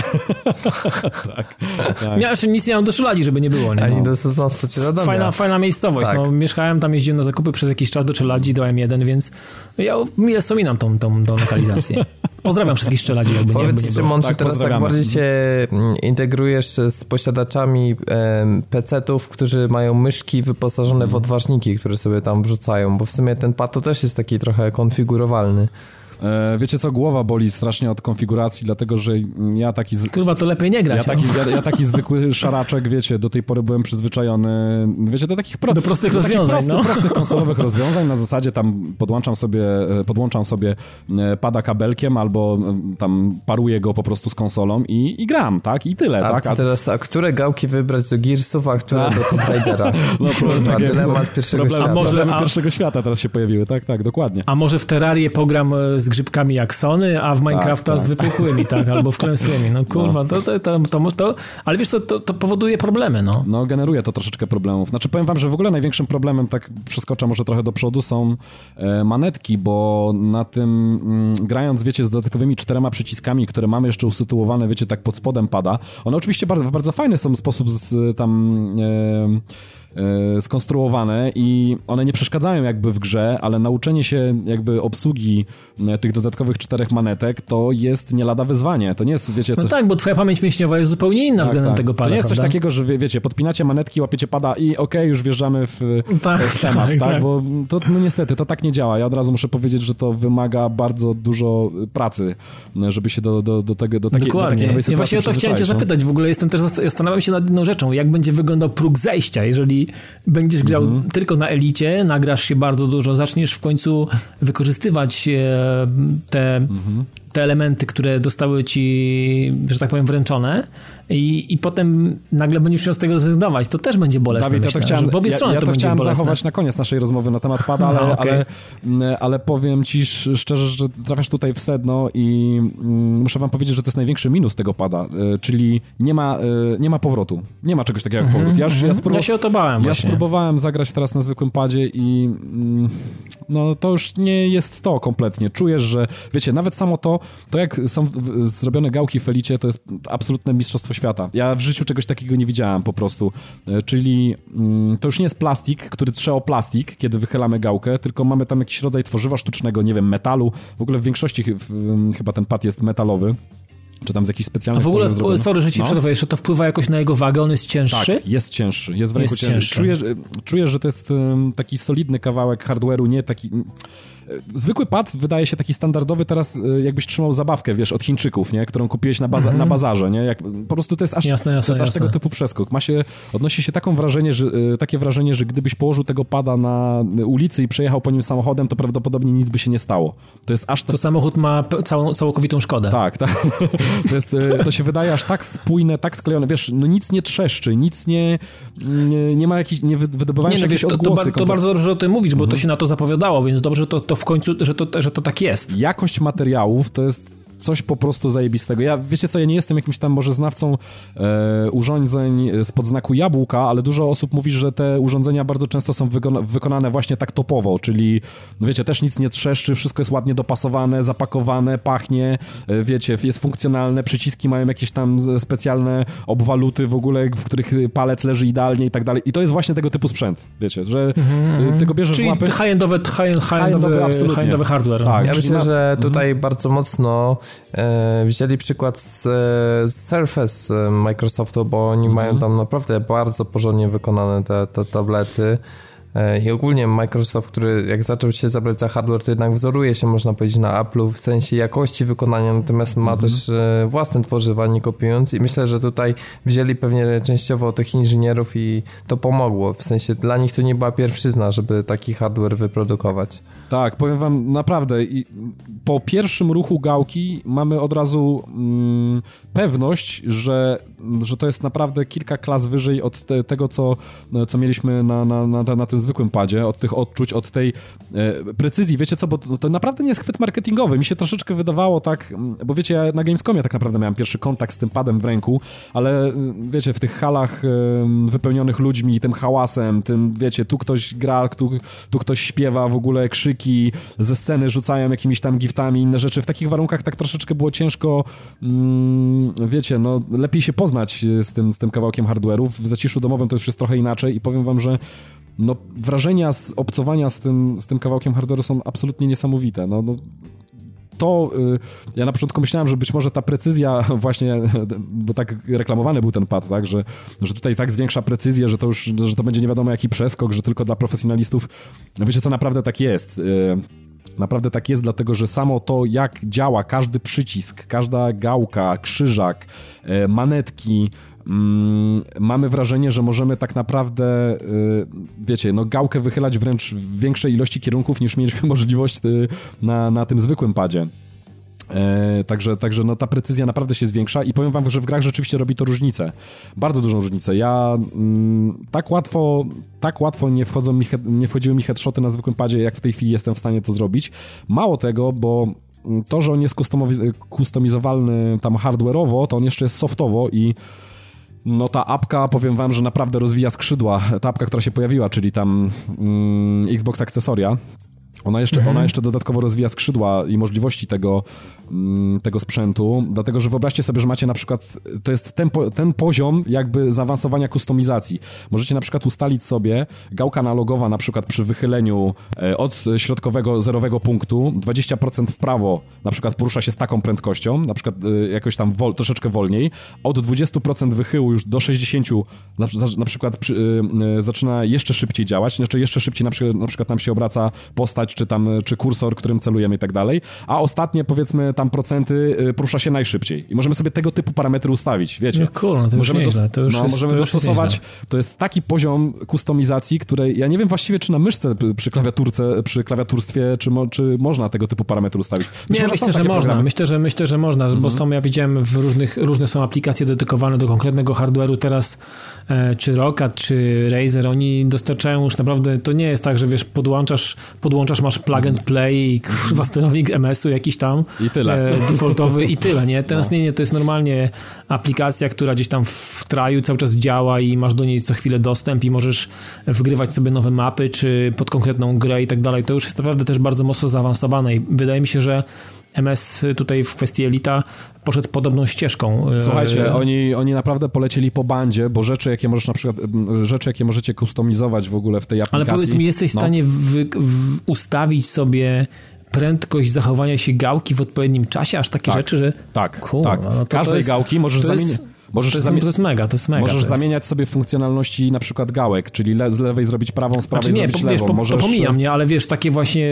tak. Ja jeszcze nic nie mam do Czeladzi, żeby nie było. Nie? Ani do Sosnowca czy Radomia. Fajna miejscowość. Tak. Mieszkałem tam, jeździłem na zakupy przez jakiś czas do Czeladzi, do M1, więc ja mile wspominam tą lokalizację. Pozdrawiam wszystkich z Czeladzi, jakby nie było. Powiedz, Szymon, czy teraz tak bardziej się integrujesz z posiadaczami PC-ów, którzy mają myszki wyposażone w odważniki, które sobie tam wrzucają, bo w sumie ten pad to też jest taki trochę konfigurowalny. Wiecie co, głowa boli strasznie od konfiguracji, dlatego, że ja taki... Kurwa, to lepiej nie grać. Ja taki zwykły szaraczek, wiecie, do tej pory byłem przyzwyczajony, wiecie, do takich do prostych rozwiązań, prostych konsolowych rozwiązań, na zasadzie tam podłączam sobie pada kabelkiem albo tam paruję go po prostu z konsolą i gram, tak? I tyle, tak? A które gałki wybrać do Gearsów, a które do Tomb Raidera? Dylemat pierwszego świata. Problemy pierwszego świata teraz się pojawiły, tak, dokładnie. A może w Terrarię pogram z grzybkami jak Sony, a w Minecrafta z wypukłymi, tak, albo wklęsłymi. No kurwa, to ale wiesz co, to powoduje problemy, no. No, generuje to troszeczkę problemów. Znaczy, powiem wam, że w ogóle największym problemem, tak przeskoczę może trochę do przodu, są manetki, bo na tym, grając, wiecie, z dodatkowymi 4 przyciskami, które mamy jeszcze usytuowane, wiecie, tak pod spodem pada, one oczywiście bardzo, bardzo fajny są sposób skonstruowane i one nie przeszkadzają jakby w grze, ale nauczenie się jakby obsługi tych dodatkowych 4 manetek to jest nie lada wyzwanie. To nie jest, wiecie... No tak, bo twoja pamięć mięśniowa jest zupełnie inna względem tego pada, to nie jest prawda? coś takiego, że wiecie, podpinacie manetki, łapiecie pada i już wjeżdżamy w temat, tak? Bo to no niestety, to tak nie działa. Ja od razu muszę powiedzieć, że to wymaga bardzo dużo pracy, żeby się do takiej nowej sytuacji ja właśnie o to chciałem cię zapytać. W ogóle zastanawiam się nad jedną rzeczą. Jak będzie wyglądał próg zejścia, jeżeli będziesz grał tylko na elicie, nagrasz się bardzo dużo, zaczniesz w końcu wykorzystywać te elementy, które zostały ci, że tak powiem, wręczone i potem nagle będziesz chciał z tego zrezygnować, to też będzie bolesne. Dawid, ja to chciałem zachować na koniec naszej rozmowy na temat pada, ale powiem ci szczerze, że trafiasz tutaj w sedno i muszę wam powiedzieć, że to jest największy minus tego pada, czyli nie ma powrotu. Nie ma czegoś takiego jak powrót. Ja się o to bałem właśnie. Spróbowałem zagrać teraz na zwykłym padzie i no to już nie jest to kompletnie. Czujesz, że wiecie, nawet samo to jak są zrobione gałki w Elicie, to jest absolutne mistrzostwo świata. Ja w życiu czegoś takiego nie widziałem po prostu. Czyli to już nie jest plastik, który trze o plastik, kiedy wychylamy gałkę, tylko mamy tam jakiś rodzaj tworzywa sztucznego, nie wiem, metalu. W ogóle w większości chyba ten pad jest metalowy. Czy tam z jakichś specjalnych... A w ogóle, sorry, że ci przerwę, jeszcze to wpływa jakoś na jego wagę? On jest cięższy? Tak, jest cięższy. Jest w ręku cięższy. Czujesz, że to jest taki solidny kawałek hardware'u, nie taki... Zwykły pad wydaje się taki standardowy teraz, jakbyś trzymał zabawkę, wiesz, od Chińczyków, nie? Którą kupiłeś na bazarze, nie? Po prostu to jest aż, jasne. tego typu przeskok. Odnosi się takie wrażenie, że gdybyś położył tego pada na ulicy i przejechał po nim samochodem, to prawdopodobnie nic by się nie stało. To jest aż... To samochód ma całkowitą szkodę. Tak. To się wydaje aż tak spójne, tak sklejone, wiesz, no nic nie trzeszczy, nic nie ma jakichś, nie wydobywają się jakieś odgłosy. To bardzo dobrze o tym mówić, bo to się na to zapowiadało, więc dobrze to w końcu, że to tak jest. Jakość materiałów to jest coś po prostu zajebistego. Wiecie co, ja nie jestem jakimś tam może znawcą urządzeń spod znaku jabłka, ale dużo osób mówi, że te urządzenia bardzo często są wykonane właśnie tak topowo, czyli wiecie, też nic nie trzeszczy, wszystko jest ładnie dopasowane, zapakowane, pachnie, wiecie, jest funkcjonalne, przyciski mają jakieś tam specjalne obwaluty w ogóle, w których palec leży idealnie i tak dalej. I to jest właśnie tego typu sprzęt, wiecie, że ty go bierzesz czyli w łapy. high-endowy hardware. Tak, ja myślę, że tutaj bardzo mocno wzięli przykład z Surface Microsoftu, bo oni mają tam naprawdę bardzo porządnie wykonane te tablety. I ogólnie Microsoft, który jak zaczął się zabrać za hardware, to jednak wzoruje się, można powiedzieć, na Apple'u w sensie jakości wykonania, natomiast ma też własne tworzywa, nie kopiując, i myślę, że tutaj wzięli pewnie częściowo tych inżynierów i to pomogło, w sensie dla nich to nie była pierwszyzna, żeby taki hardware wyprodukować. Tak, powiem wam naprawdę, po pierwszym ruchu gałki mamy od razu pewność, że to jest naprawdę kilka klas wyżej od tego, co mieliśmy na tym zwykłym padzie, od tych odczuć, od tej precyzji. Wiecie co, bo to naprawdę nie jest chwyt marketingowy. Mi się troszeczkę wydawało tak, bo wiecie, ja na Gamescomie tak naprawdę miałem pierwszy kontakt z tym padem w ręku, ale wiecie, w tych halach wypełnionych ludźmi, tym hałasem, tym, wiecie, tu ktoś gra, tu ktoś śpiewa, w ogóle krzyki, ze sceny rzucają jakimiś tam giftami, inne rzeczy. W takich warunkach tak troszeczkę było ciężko, wiecie, no lepiej się poznać z tym kawałkiem hardware'u. W zaciszu domowym to już jest trochę inaczej i powiem wam, że no, wrażenia z obcowania z tym kawałkiem hardware'u są absolutnie niesamowite. To ja na początku myślałem, że być może ta precyzja właśnie, bo tak reklamowany był ten pad, tak, że tutaj tak zwiększa precyzję, że to będzie nie wiadomo jaki przeskok, że tylko dla profesjonalistów. Wiecie co, naprawdę tak jest. Naprawdę tak jest, dlatego że samo to, jak działa każdy przycisk, każda gałka, krzyżak, manetki, mamy wrażenie, że możemy tak naprawdę, wiecie, no gałkę wychylać wręcz w większej ilości kierunków niż mieliśmy możliwość na tym zwykłym padzie. Także no ta precyzja naprawdę się zwiększa i powiem wam, że w grach rzeczywiście robi to różnicę. Bardzo dużą różnicę. Ja tak łatwo nie wchodziły mi headshoty na zwykłym padzie, jak w tej chwili jestem w stanie to zrobić. Mało tego, bo to, że on jest customizowalny tam hardware'owo, to on jeszcze jest softowo i no ta apka, powiem wam, że naprawdę rozwija skrzydła. Ta apka, która się pojawiła, czyli tam Xbox akcesoria, ona jeszcze dodatkowo rozwija skrzydła i możliwości tego sprzętu, dlatego że wyobraźcie sobie, że macie na przykład, to jest ten poziom jakby zaawansowania kustomizacji. Możecie na przykład ustalić sobie gałka analogowa na przykład przy wychyleniu od środkowego, zerowego punktu 20% w prawo na przykład porusza się z taką prędkością, na przykład jakoś tam troszeczkę wolniej, od 20% wychyłu już do 60% na przykład zaczyna jeszcze szybciej działać, znaczy jeszcze szybciej na przykład nam się obraca postać, czy kursor, którym celujemy i tak dalej, a ostatnie, powiedzmy, tam procenty porusza się najszybciej. I możemy sobie tego typu parametry ustawić, wiecie. No cool, to możemy już nieźle, możemy dostosować, to jest taki poziom kustomizacji, której ja nie wiem właściwie, czy na myszce przy klawiaturstwie, czy można tego typu parametry ustawić. Myślę, że można, bo ja widziałem różne są aplikacje dedykowane do konkretnego hardware'u teraz, czy Roccat, czy Razer, oni dostarczają już naprawdę, to nie jest tak, że wiesz, podłączasz, masz plug and play i kurwa sterownik MS-u jakiś tam i tyle. Defaultowy i tyle, nie? Teraz nie, to jest normalnie aplikacja, która gdzieś tam w traju cały czas działa i masz do niej co chwilę dostęp i możesz wgrywać sobie nowe mapy, czy pod konkretną grę i tak dalej. To już jest naprawdę też bardzo mocno zaawansowane i wydaje mi się, że MS tutaj w kwestii Elita poszedł podobną ścieżką. Słuchajcie, oni naprawdę polecieli po bandzie, bo rzeczy, jakie możecie kustomizować w ogóle w tej aplikacji. Ale powiedz mi, jesteś w stanie ustawić sobie prędkość zachowania się gałki w odpowiednim czasie, aż takie rzeczy, że... Tak. No każdej gałki możesz zamienić... To jest mega. Możesz zamieniać sobie funkcjonalności na przykład gałek, czyli z lewej zrobić prawą, z prawej zrobić lewą. To pomijam, nie, ale wiesz, takie właśnie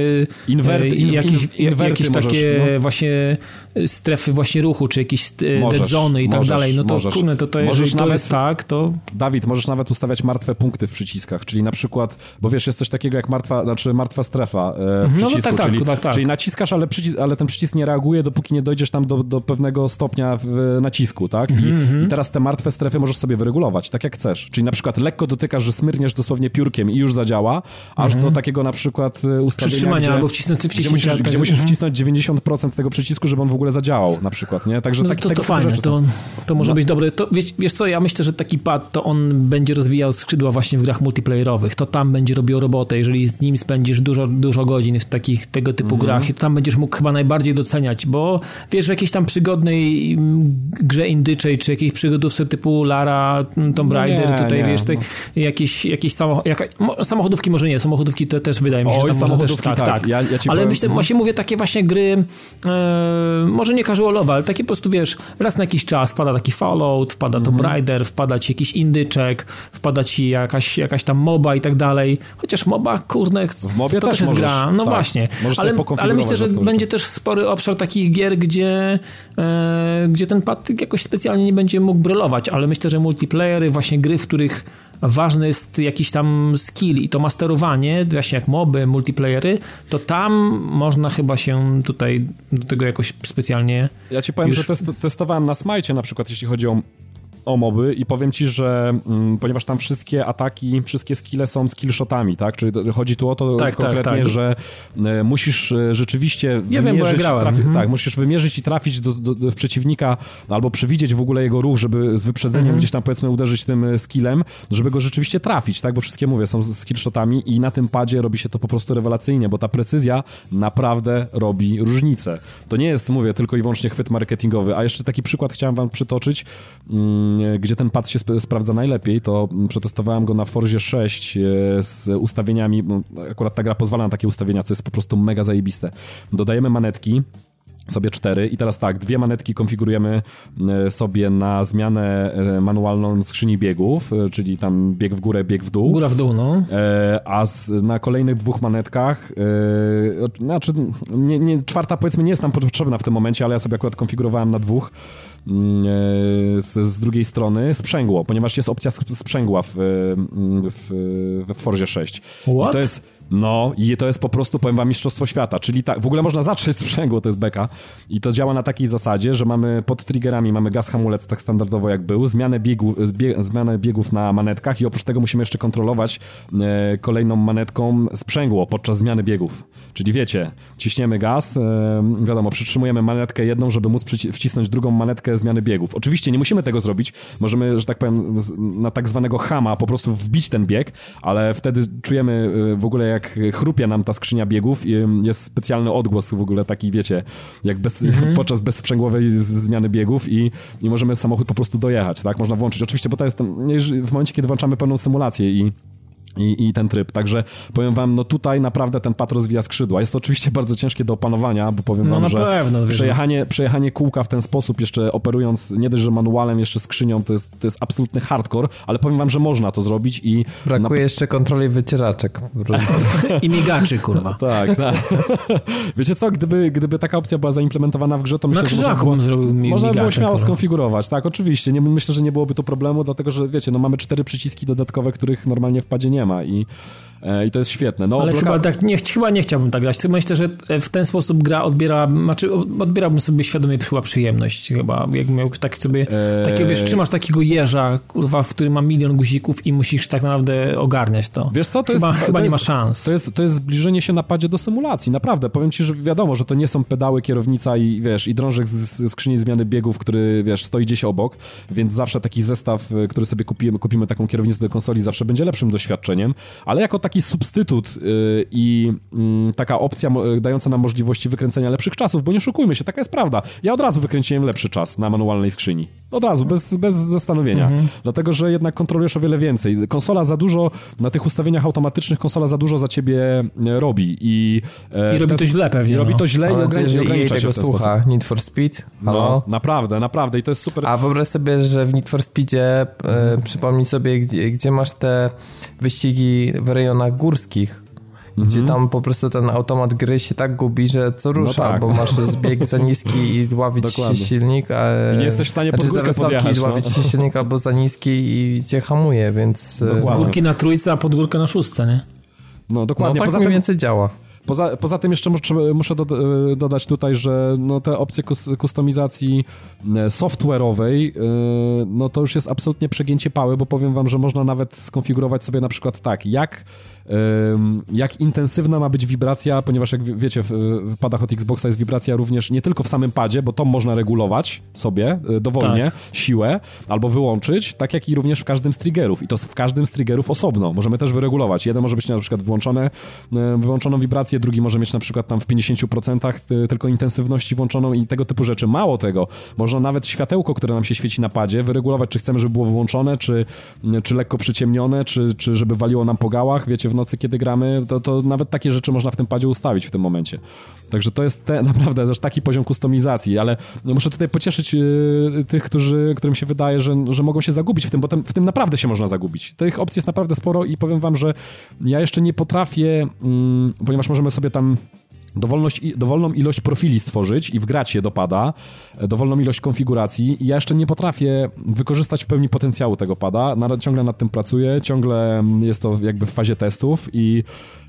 jakieś takie właśnie strefy właśnie ruchu, czy jakieś dead zony i tak dalej, no to kurne, to jeżeli to jest tak, to... Dawid, możesz nawet ustawiać martwe punkty w przyciskach, czyli na przykład, bo wiesz, jest coś takiego jak martwa strefa w przycisku, czyli naciskasz, ale ten przycisk nie reaguje, dopóki nie dojdziesz tam do pewnego stopnia w nacisku, tak? I teraz te martwe strefy możesz sobie wyregulować, tak jak chcesz. Czyli na przykład lekko dotykasz, że smyrniesz dosłownie piórkiem i już zadziała, aż do takiego na przykład ustawienia, gdzie musisz wcisnąć 90% tego przycisku, żeby on w ogóle zadziałał na przykład, nie? Także to fajne, to może być dobre. To, wiesz co, ja myślę, że taki pad, to on będzie rozwijał skrzydła właśnie w grach multiplayerowych. To tam będzie robił robotę, jeżeli z nim spędzisz dużo godzin w takich tego typu grach i to tam będziesz mógł chyba najbardziej doceniać, bo wiesz, w jakiejś tam przygodnej grze indyczej, czy jakiejś przygodówce typu Lara, Tomb Raider, wiesz, jakieś samochodówki może nie, samochodówki to też wydaje mi się, że tam może też tak. Ja ale myślę, właśnie mówię, takie właśnie gry może nie casualowe, ale takie po prostu, wiesz, raz na jakiś czas wpada taki Fallout, wpada Tomb Raider, wpada ci jakiś indyczek, wpada ci jakaś tam MOBA i tak dalej, chociaż MOBA, kurde, w MOBie to też jest gra, no właśnie, ale myślę, że będzie też spory obszar takich gier, gdzie ten pad jakoś specjalnie nie będzie mógł brylować, ale myślę, że multiplayery, właśnie gry, w których ważny jest jakiś tam skill i to masterowanie, właśnie jak moby, multiplayery, to tam można chyba się tutaj do tego jakoś specjalnie... Ja ci powiem, że testowałem na Smite na przykład, jeśli chodzi o moby i powiem ci, że ponieważ tam wszystkie ataki, wszystkie skille są skillshotami, tak? Czyli chodzi tu o to konkretnie, że musisz rzeczywiście wymierzyć, musisz wymierzyć i trafić w przeciwnika albo przewidzieć w ogóle jego ruch, żeby z wyprzedzeniem gdzieś tam powiedzmy uderzyć tym skillem, żeby go rzeczywiście trafić, tak? Bo wszystkie, mówię, są skillshotami i na tym padzie robi się to po prostu rewelacyjnie, bo ta precyzja naprawdę robi różnicę. To nie jest, mówię, tylko i wyłącznie chwyt marketingowy, a jeszcze taki przykład chciałem wam przytoczyć, gdzie ten pad się sprawdza najlepiej, to przetestowałem go na Forzie 6 z ustawieniami, akurat ta gra pozwala na takie ustawienia, co jest po prostu mega zajebiste. Dodajemy manetki, sobie 4 i teraz tak, 2 manetki konfigurujemy sobie na zmianę manualną skrzyni biegów, czyli tam bieg w górę, bieg w dół. Góra w dół, no. A na kolejnych 2 manetkach, znaczy czwarta powiedzmy nie jest nam potrzebna w tym momencie, ale ja sobie akurat konfigurowałem na 2 z drugiej strony sprzęgło, ponieważ jest opcja sprzęgła w Forzie 6. What? I to jest i to jest po prostu, powiem wam, mistrzostwo świata, czyli tak, w ogóle można zatrzeć sprzęgło, to jest beka i to działa na takiej zasadzie, że mamy pod triggerami, mamy gaz, hamulec tak standardowo jak był, zmianę biegów na manetkach i oprócz tego musimy jeszcze kontrolować kolejną manetką sprzęgło podczas zmiany biegów, czyli wiecie, ciśniemy gaz, wiadomo, przytrzymujemy manetkę jedną, żeby móc wcisnąć drugą manetkę zmiany biegów. Oczywiście nie musimy tego zrobić, możemy, że tak powiem, na tak zwanego hama po prostu wbić ten bieg, ale wtedy czujemy w ogóle jak chrupie nam ta skrzynia biegów i jest specjalny odgłos w ogóle taki, wiecie, jak podczas bezsprzęgłowej zmiany biegów i możemy samochód po prostu dojechać, tak? Można włączyć. Oczywiście, bo to jest w momencie, kiedy włączamy pełną symulację i ten tryb. Także powiem wam, tutaj naprawdę ten pad rozwija skrzydła. Jest to oczywiście bardzo ciężkie do opanowania, bo powiem wam, że przejechanie kółka w ten sposób, jeszcze operując nie dość, że manualem, jeszcze skrzynią, to jest absolutny hardcore, ale powiem wam, że można to zrobić i... Brakuje jeszcze kontroli wycieraczek. I migaczy, kurwa. Tak. Wiecie co, gdyby taka opcja była zaimplementowana w grze, to myślę, że można było śmiało skonfigurować. Tak, oczywiście. Myślę, że nie byłoby tu problemu, dlatego, że wiecie, mamy 4 przyciski dodatkowe, których normalnie w padzie nie ma i to jest świetne. Ale chyba nie chciałbym tak grać. Myślę, że w ten sposób gra odbierałbym sobie świadomie przyjemność chyba. Jak miał tak sobie takiego, wiesz, trzymasz takiego jeża, kurwa, w którym ma 1 milion guzików i musisz tak naprawdę ogarniać to. Wiesz co, chyba nie ma szans. To jest zbliżenie się na padzie do symulacji, naprawdę. Powiem ci, że wiadomo, że to nie są pedały, kierownica i wiesz, i drążek z skrzyni zmiany biegów, który, wiesz, stoi gdzieś obok, więc zawsze taki zestaw, który sobie kupimy taką kierownicę do konsoli, zawsze będzie lepszym doświadczeniem, ale jako taki substytut i taka opcja dająca nam możliwości wykręcenia lepszych czasów, bo nie oszukujmy się, taka jest prawda. Ja od razu wykręciłem lepszy czas na manualnej skrzyni. Od razu, bez zastanowienia. Dlatego, że jednak kontrolujesz o wiele więcej. Konsola za dużo, na tych ustawieniach automatycznych konsola za dużo za ciebie robi. I robi to źle pewnie. Robi to źle i ogranicza się w ten słucha. sposób. Need for Speed? Halo? Naprawdę i to jest super. A wyobraź sobie, że w Need for Speedzie przypomnij sobie, gdzie masz te wyścigi w rejonach górskich, gdzie tam po prostu ten automat gry się tak gubi, że co rusza, albo masz zbieg za niski i dławić się silnik, a nie jesteś w stanie pod górkę podjechać. I dławić się silnik albo za niski i cię hamuje, więc... Z górki na trójce, a pod górkę na 6, nie? No dokładnie. No tak mniej więcej działa. Poza tym jeszcze muszę dodać tutaj, że no te opcje kustomizacji software'owej, no to już jest absolutnie przegięcie pały, bo powiem wam, że można nawet skonfigurować sobie na przykład tak, jak intensywna ma być wibracja, ponieważ jak wiecie, w padach od Xboxa jest wibracja również nie tylko w samym padzie, bo to można regulować sobie dowolnie, siłę, albo wyłączyć, tak jak i również w każdym z triggerów. I to w każdym z triggerów osobno. Możemy też wyregulować. Jeden może być na przykład wyłączoną wibrację, drugi może mieć na przykład tam w 50% tylko intensywności włączoną i tego typu rzeczy. Mało tego, można nawet światełko, które nam się świeci na padzie, wyregulować, czy chcemy, żeby było wyłączone, czy lekko przyciemnione, czy żeby waliło nam po gałach, wiecie, w nocy, kiedy gramy, to nawet takie rzeczy można w tym padzie ustawić w tym momencie. Także to jest naprawdę aż taki poziom kustomizacji, ale muszę tutaj pocieszyć tych, którym się wydaje, że mogą się zagubić w tym, bo w tym naprawdę się można zagubić. Tych opcji jest naprawdę sporo i powiem wam, że ja jeszcze nie potrafię, ponieważ możemy sobie tam dowolną ilość profili stworzyć i wgrać je do pada, dowolną ilość konfiguracji i ja jeszcze nie potrafię wykorzystać w pełni potencjału tego pada, ciągle nad tym pracuję, ciągle jest to jakby w fazie testów i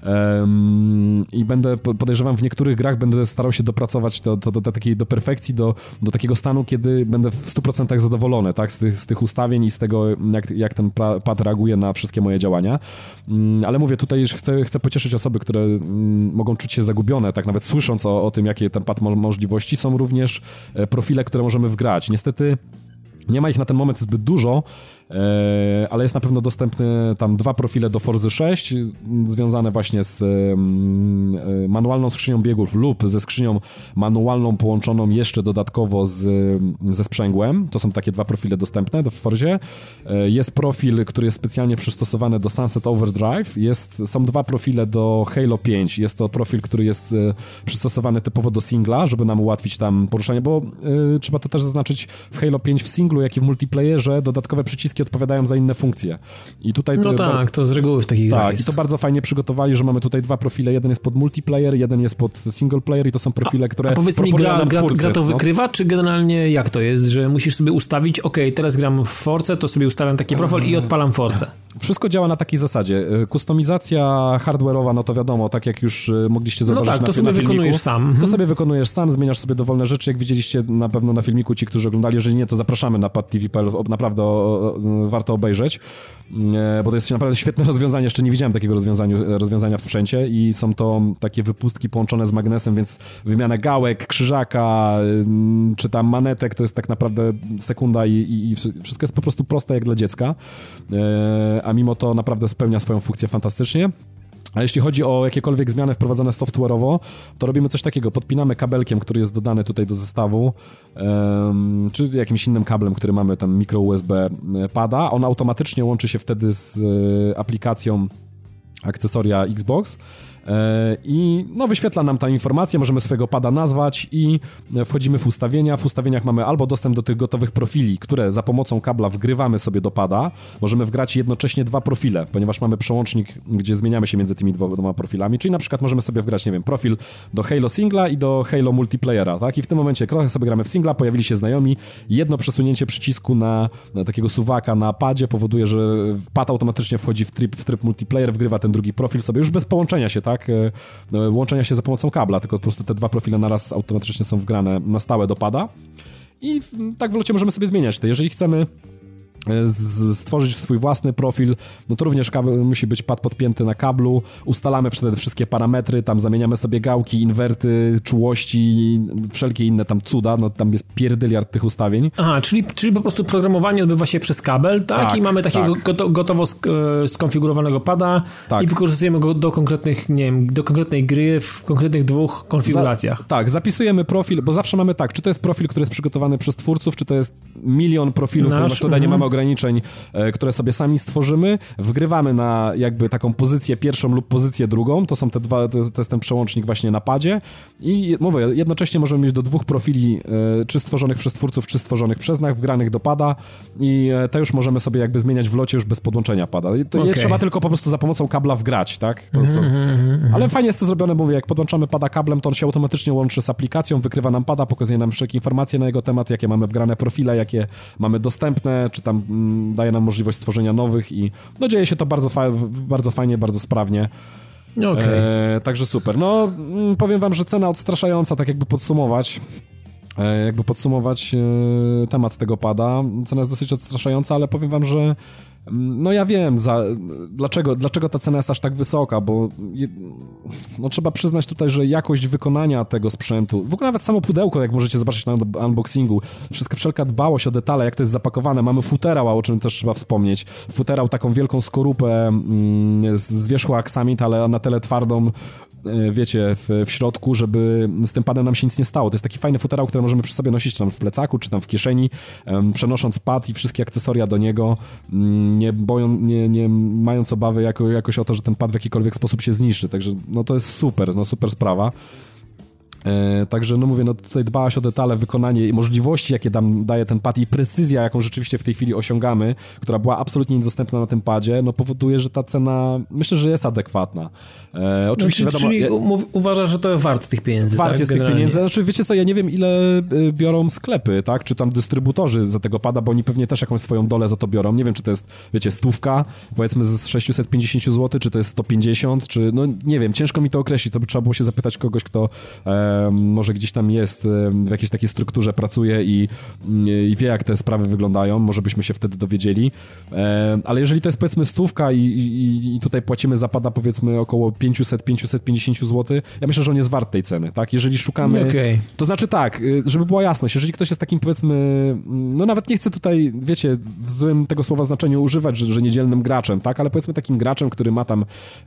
podejrzewam, w niektórych grach będę starał się dopracować do perfekcji, do takiego stanu, kiedy będę w 100% zadowolony, tak, z tych ustawień i z tego, jak ten pad reaguje na wszystkie moje działania. Ale mówię, tutaj chcę pocieszyć osoby, które mogą czuć się zagubione, tak nawet słysząc o tym, jakie ten pad ma możliwości. Są również profile, które możemy wgrać. Niestety nie ma ich na ten moment zbyt dużo, ale jest na pewno dostępne tam 2 profile do Forzy 6 związane właśnie z manualną skrzynią biegów lub ze skrzynią manualną połączoną jeszcze dodatkowo ze sprzęgłem. To są takie 2 profile dostępne w Forzie. Jest profil, który jest specjalnie przystosowany do Sunset Overdrive. Są 2 profile do Halo 5. Jest to profil, który jest przystosowany typowo do singla, żeby nam ułatwić tam poruszanie, bo trzeba to też zaznaczyć, w Halo 5 w singlu, jak i w multiplayerze dodatkowe przyciski odpowiadają za inne funkcje. I tutaj to z reguły w takich grach jest. I to bardzo fajnie przygotowali, że mamy tutaj 2 profile. Jeden jest pod multiplayer, jeden jest pod single player i to są profile, które a powiedz mi, gra to wykrywa, czy generalnie jak to jest, że musisz sobie ustawić, teraz gram w Force, to sobie ustawiam taki profil i odpalam Force. Wszystko działa na takiej zasadzie. Kustomizacja hardware'owa, no to wiadomo, tak jak już mogliście zauważyć to sobie wykonujesz sam. To sobie wykonujesz sam, zmieniasz sobie dowolne rzeczy, jak widzieliście na pewno na filmiku ci, którzy oglądali, jeżeli nie, to zapraszamy na PadTV.pl, naprawdę warto obejrzeć, bo to jest naprawdę świetne rozwiązanie, jeszcze nie widziałem takiego rozwiązania w sprzęcie i są to takie wypustki połączone z magnesem, więc wymiana gałek, krzyżaka, czy tam manetek, to jest tak naprawdę sekunda i wszystko jest po prostu proste jak dla dziecka, a mimo to naprawdę spełnia swoją funkcję fantastycznie. A jeśli chodzi o jakiekolwiek zmiany wprowadzone software'owo, to robimy coś takiego, podpinamy kabelkiem, który jest dodany tutaj do zestawu, czy jakimś innym kablem, który mamy tam mikro USB pada, on automatycznie łączy się wtedy z aplikacją akcesoria Xbox i wyświetla nam ta informacja, możemy swojego pada nazwać i wchodzimy w ustawienia. W ustawieniach mamy albo dostęp do tych gotowych profili, które za pomocą kabla wgrywamy sobie do pada. Możemy wgrać jednocześnie 2 profile, ponieważ mamy przełącznik, gdzie zmieniamy się między tymi 2 profilami, czyli na przykład możemy sobie wgrać, profil do Halo Singla i do Halo Multiplayera, tak? I w tym momencie trochę sobie gramy w Singla, pojawili się znajomi, jedno przesunięcie przycisku na takiego suwaka na padzie powoduje, że pad automatycznie wchodzi w tryb multiplayer, wgrywa ten drugi profil sobie już bez połączenia się, tak? Łączenia się za pomocą kabla, tylko po prostu te 2 profile naraz automatycznie są wgrane na stałe do pada i tak w locie możemy sobie zmieniać te. Jeżeli chcemy stworzyć swój własny profil, no to również musi być pad podpięty na kablu, ustalamy wtedy wszystkie parametry, tam zamieniamy sobie gałki, inwerty, czułości, wszelkie inne tam cuda, no tam jest pierdyliard tych ustawień. Aha, czyli po prostu programowanie odbywa się przez kabel, tak? I mamy takiego gotowo skonfigurowanego pada i wykorzystujemy go do konkretnych, do konkretnej gry w konkretnych 2 konfiguracjach. Zapisujemy profil, bo zawsze mamy czy to jest profil, który jest przygotowany przez twórców, czy to jest milion profilów, ponieważ tutaj nie mamy ograniczeń, które sobie sami stworzymy, wgrywamy na jakby taką pozycję pierwszą lub pozycję drugą, to są te 2, to jest ten przełącznik właśnie na padzie i mówię, jednocześnie możemy mieć do 2 profili, czy stworzonych przez twórców, czy stworzonych przez nas, wgranych do pada i te już możemy sobie jakby zmieniać w locie już bez podłączenia pada. To nie trzeba tylko po prostu za pomocą kabla wgrać, tak? Ale fajnie jest to zrobione, mówię, jak podłączamy pada kablem, to on się automatycznie łączy z aplikacją, wykrywa nam pada, pokazuje nam wszelkie informacje na jego temat, jakie mamy wgrane profile, jakie mamy dostępne, czy tam daje nam możliwość stworzenia nowych i dzieje się to bardzo fajnie, bardzo sprawnie. Także super. No, powiem wam, że cena odstraszająca, tak jakby podsumować temat tego pada. Cena jest dosyć odstraszająca, ale powiem wam, że no ja wiem, dlaczego ta cena jest aż tak wysoka, bo no trzeba przyznać tutaj, że jakość wykonania tego sprzętu, w ogóle nawet samo pudełko, jak możecie zobaczyć na unboxingu, wszelka dbałość o detale, jak to jest zapakowane, mamy futerał, o czym też trzeba wspomnieć, futerał, taką wielką skorupę z wierzchu aksamit, ale na tyle twardą, wiecie, w środku, żeby z tym padem nam się nic nie stało. To jest taki fajny futerał, który możemy przy sobie nosić tam w plecaku, czy tam w kieszeni, przenosząc pad i wszystkie akcesoria do niego, nie mając obawy jakoś o to, że ten pad w jakikolwiek sposób się zniszczy. Także no to jest super sprawa. Także no mówię, no tutaj dbałaś o detale, wykonanie i możliwości, jakie daje ten pad i precyzja, jaką rzeczywiście w tej chwili osiągamy, która była absolutnie niedostępna na tym padzie, no powoduje, że ta cena, myślę, że jest adekwatna. Oczywiście wiadomo... Czyli uważasz, że to jest wart tych pieniędzy, Wart tak? jest Generalnie. tych pieniędzy. Znaczy, wiecie co, ja nie wiem, ile biorą sklepy, tak? Czy tam dystrybutorzy za tego pada, bo oni pewnie też jakąś swoją dolę za to biorą. Nie wiem, czy to jest, wiecie, 100, powiedzmy z 650 zł, czy to jest 150, czy, no nie wiem, ciężko mi to określić, to by trzeba było się zapytać kogoś, kto może gdzieś tam jest, w jakiejś takiej strukturze pracuje i wie, jak te sprawy wyglądają, może byśmy się wtedy dowiedzieli, ale jeżeli to jest, powiedzmy, 100 i tutaj płacimy za pada, powiedzmy, około 500-550 zł, ja myślę, że on jest wart tej ceny, tak? Jeżeli szukamy... To znaczy tak, żeby była jasność, jeżeli ktoś jest takim, powiedzmy, no nawet nie chcę tutaj, wiecie, w złym tego słowa znaczeniu używać, że niedzielnym graczem, tak? Ale powiedzmy takim graczem, który ma tam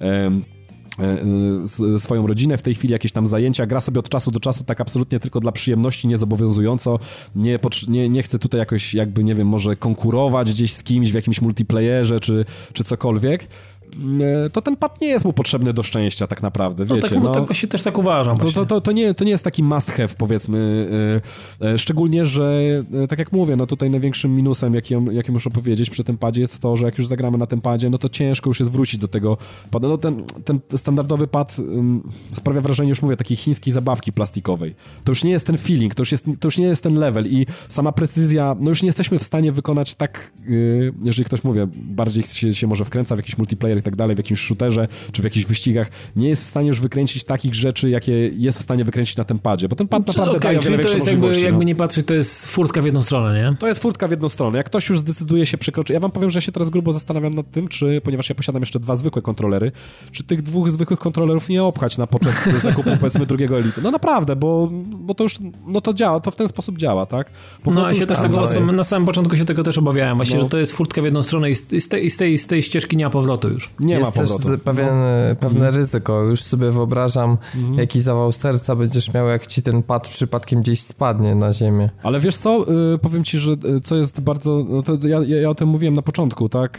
swoją rodzinę, w tej chwili jakieś tam zajęcia, gra sobie od czasu do czasu tak absolutnie tylko dla przyjemności, niezobowiązująco, nie chce tutaj jakoś jakby, nie wiem, może konkurować gdzieś z kimś w jakimś multiplayerze czy cokolwiek, to ten pad nie jest mu potrzebny do szczęścia tak naprawdę, wiecie. Tak właśnie też tak uważam. To nie jest taki must have, powiedzmy, szczególnie, że tak jak mówię, no tutaj największym minusem, jaki muszę powiedzieć przy tym padzie jest to, że jak już zagramy na tym padzie, no to ciężko już jest wrócić do tego pada. No ten standardowy pad sprawia wrażenie, już mówię, takiej chińskiej zabawki plastikowej. To już nie jest ten feeling, to już nie jest ten level i sama precyzja, no już nie jesteśmy w stanie wykonać tak, jeżeli ktoś, mówię, bardziej się może wkręca w jakiś multiplayer i tak dalej, w jakimś shooterze, czy w jakichś wyścigach, nie jest w stanie już wykręcić takich rzeczy, jakie jest w stanie wykręcić na tym padzie, bo ten pad naprawdę daje o wiele większe możliwości. Jakby nie patrzeć, to jest furtka w jedną stronę, nie? To jest furtka w jedną stronę. Jak ktoś już zdecyduje się przekroczyć, ja wam powiem, że ja się teraz grubo zastanawiam nad tym, ponieważ ja posiadam jeszcze 2 zwykłe kontrolery, czy tych 2 zwykłych kontrolerów nie obchać na poczet zakupu, powiedzmy, drugiego Elity. No naprawdę, bo to już, no to działa, to w ten sposób działa, tak? Ja się też na samym początku się tego też obawiałem, właśnie, że to jest furtka w jedną stronę i z tej ścieżki nie ma powrotu już. Nie ma powrotu. Jest też pewne ryzyko. Już sobie wiobrażam, jaki zawał serca będziesz miał, jak ci ten pad przypadkiem gdzieś spadnie na ziemię. Ale wiesz co, powiem ci, że co jest bardzo... No to ja o tym mówiłem na początku, tak?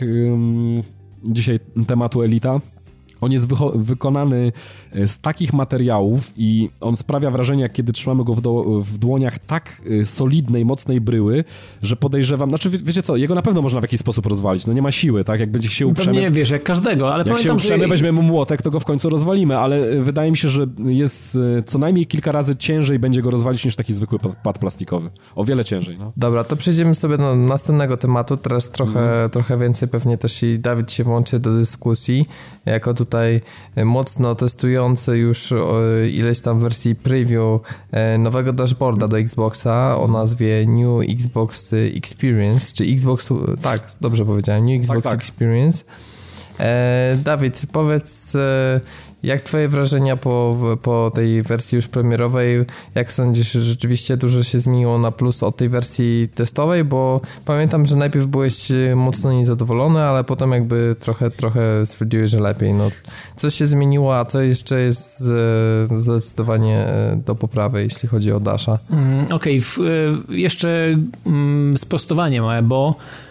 Dzisiaj tematu Elita. On jest wykonany z takich materiałów i on sprawia wrażenie, jak kiedy trzymamy go w dłoniach tak solidnej, mocnej bryły, że podejrzewam, znaczy wiecie co, jego na pewno można w jakiś sposób rozwalić, no nie ma siły, tak, jak będzie się uprzemy. Nie wiesz, jak każdego, ale jak pamiętam, się uprzemy, weźmiemy młotek, to go w końcu rozwalimy, ale wydaje mi się, że jest co najmniej kilka razy ciężej będzie go rozwalić niż taki zwykły pad plastikowy. O wiele ciężej, no. Dobra, to przejdziemy sobie do następnego tematu, teraz trochę więcej pewnie też i Dawid się włączy do dyskusji, jako tutaj mocno testujący już ileś tam wersji preview nowego dashboarda do Xboxa o nazwie New Xbox Experience, czy Xbox, tak, dobrze powiedziałem, New Xbox Experience. Dawid, powiedz, jak twoje wrażenia po tej wersji już premierowej, jak sądzisz, że rzeczywiście dużo się zmieniło na plus od tej wersji testowej, bo pamiętam, że najpierw byłeś mocno niezadowolony, ale potem jakby trochę stwierdziłeś, że lepiej. No, co się zmieniło, a co jeszcze jest zdecydowanie do poprawy, jeśli chodzi o Dasha? Okej, jeszcze sprostowanie małe, bo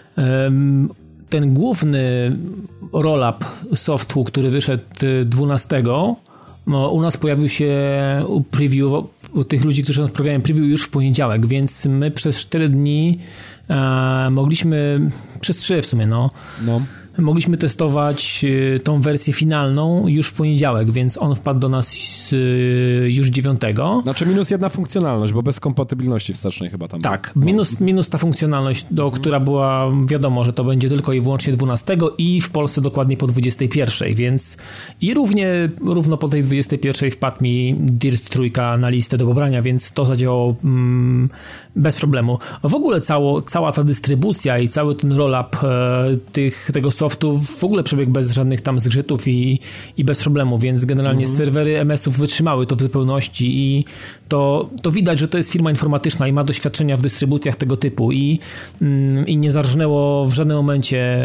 ten główny roll-up softu, który wyszedł 12, u nas pojawił się preview u tych ludzi, którzy są w programie preview już w poniedziałek, więc my przez 4 dni mogliśmy, przez 3 w sumie, mogliśmy testować tą wersję finalną już w poniedziałek, więc on wpadł do nas już 9. Znaczy -1 funkcjonalność, bo bez kompatybilności wstecznej chyba tam. Tak, minus ta funkcjonalność, która była, wiadomo, że to będzie tylko i wyłącznie 12 i w Polsce dokładnie po 21, więc i równo po tej 21 wpadł mi Dirt 3 na listę do pobrania, więc to zadziałało bez problemu. W ogóle cała ta dystrybucja i cały ten roll-up tego softu w ogóle przebiegł bez żadnych tam zgrzytów i bez problemu, więc generalnie serwery MS-ów wytrzymały to w zupełności i to widać, że to jest firma informatyczna i ma doświadczenia w dystrybucjach tego typu i nie zarżnęło w żadnym momencie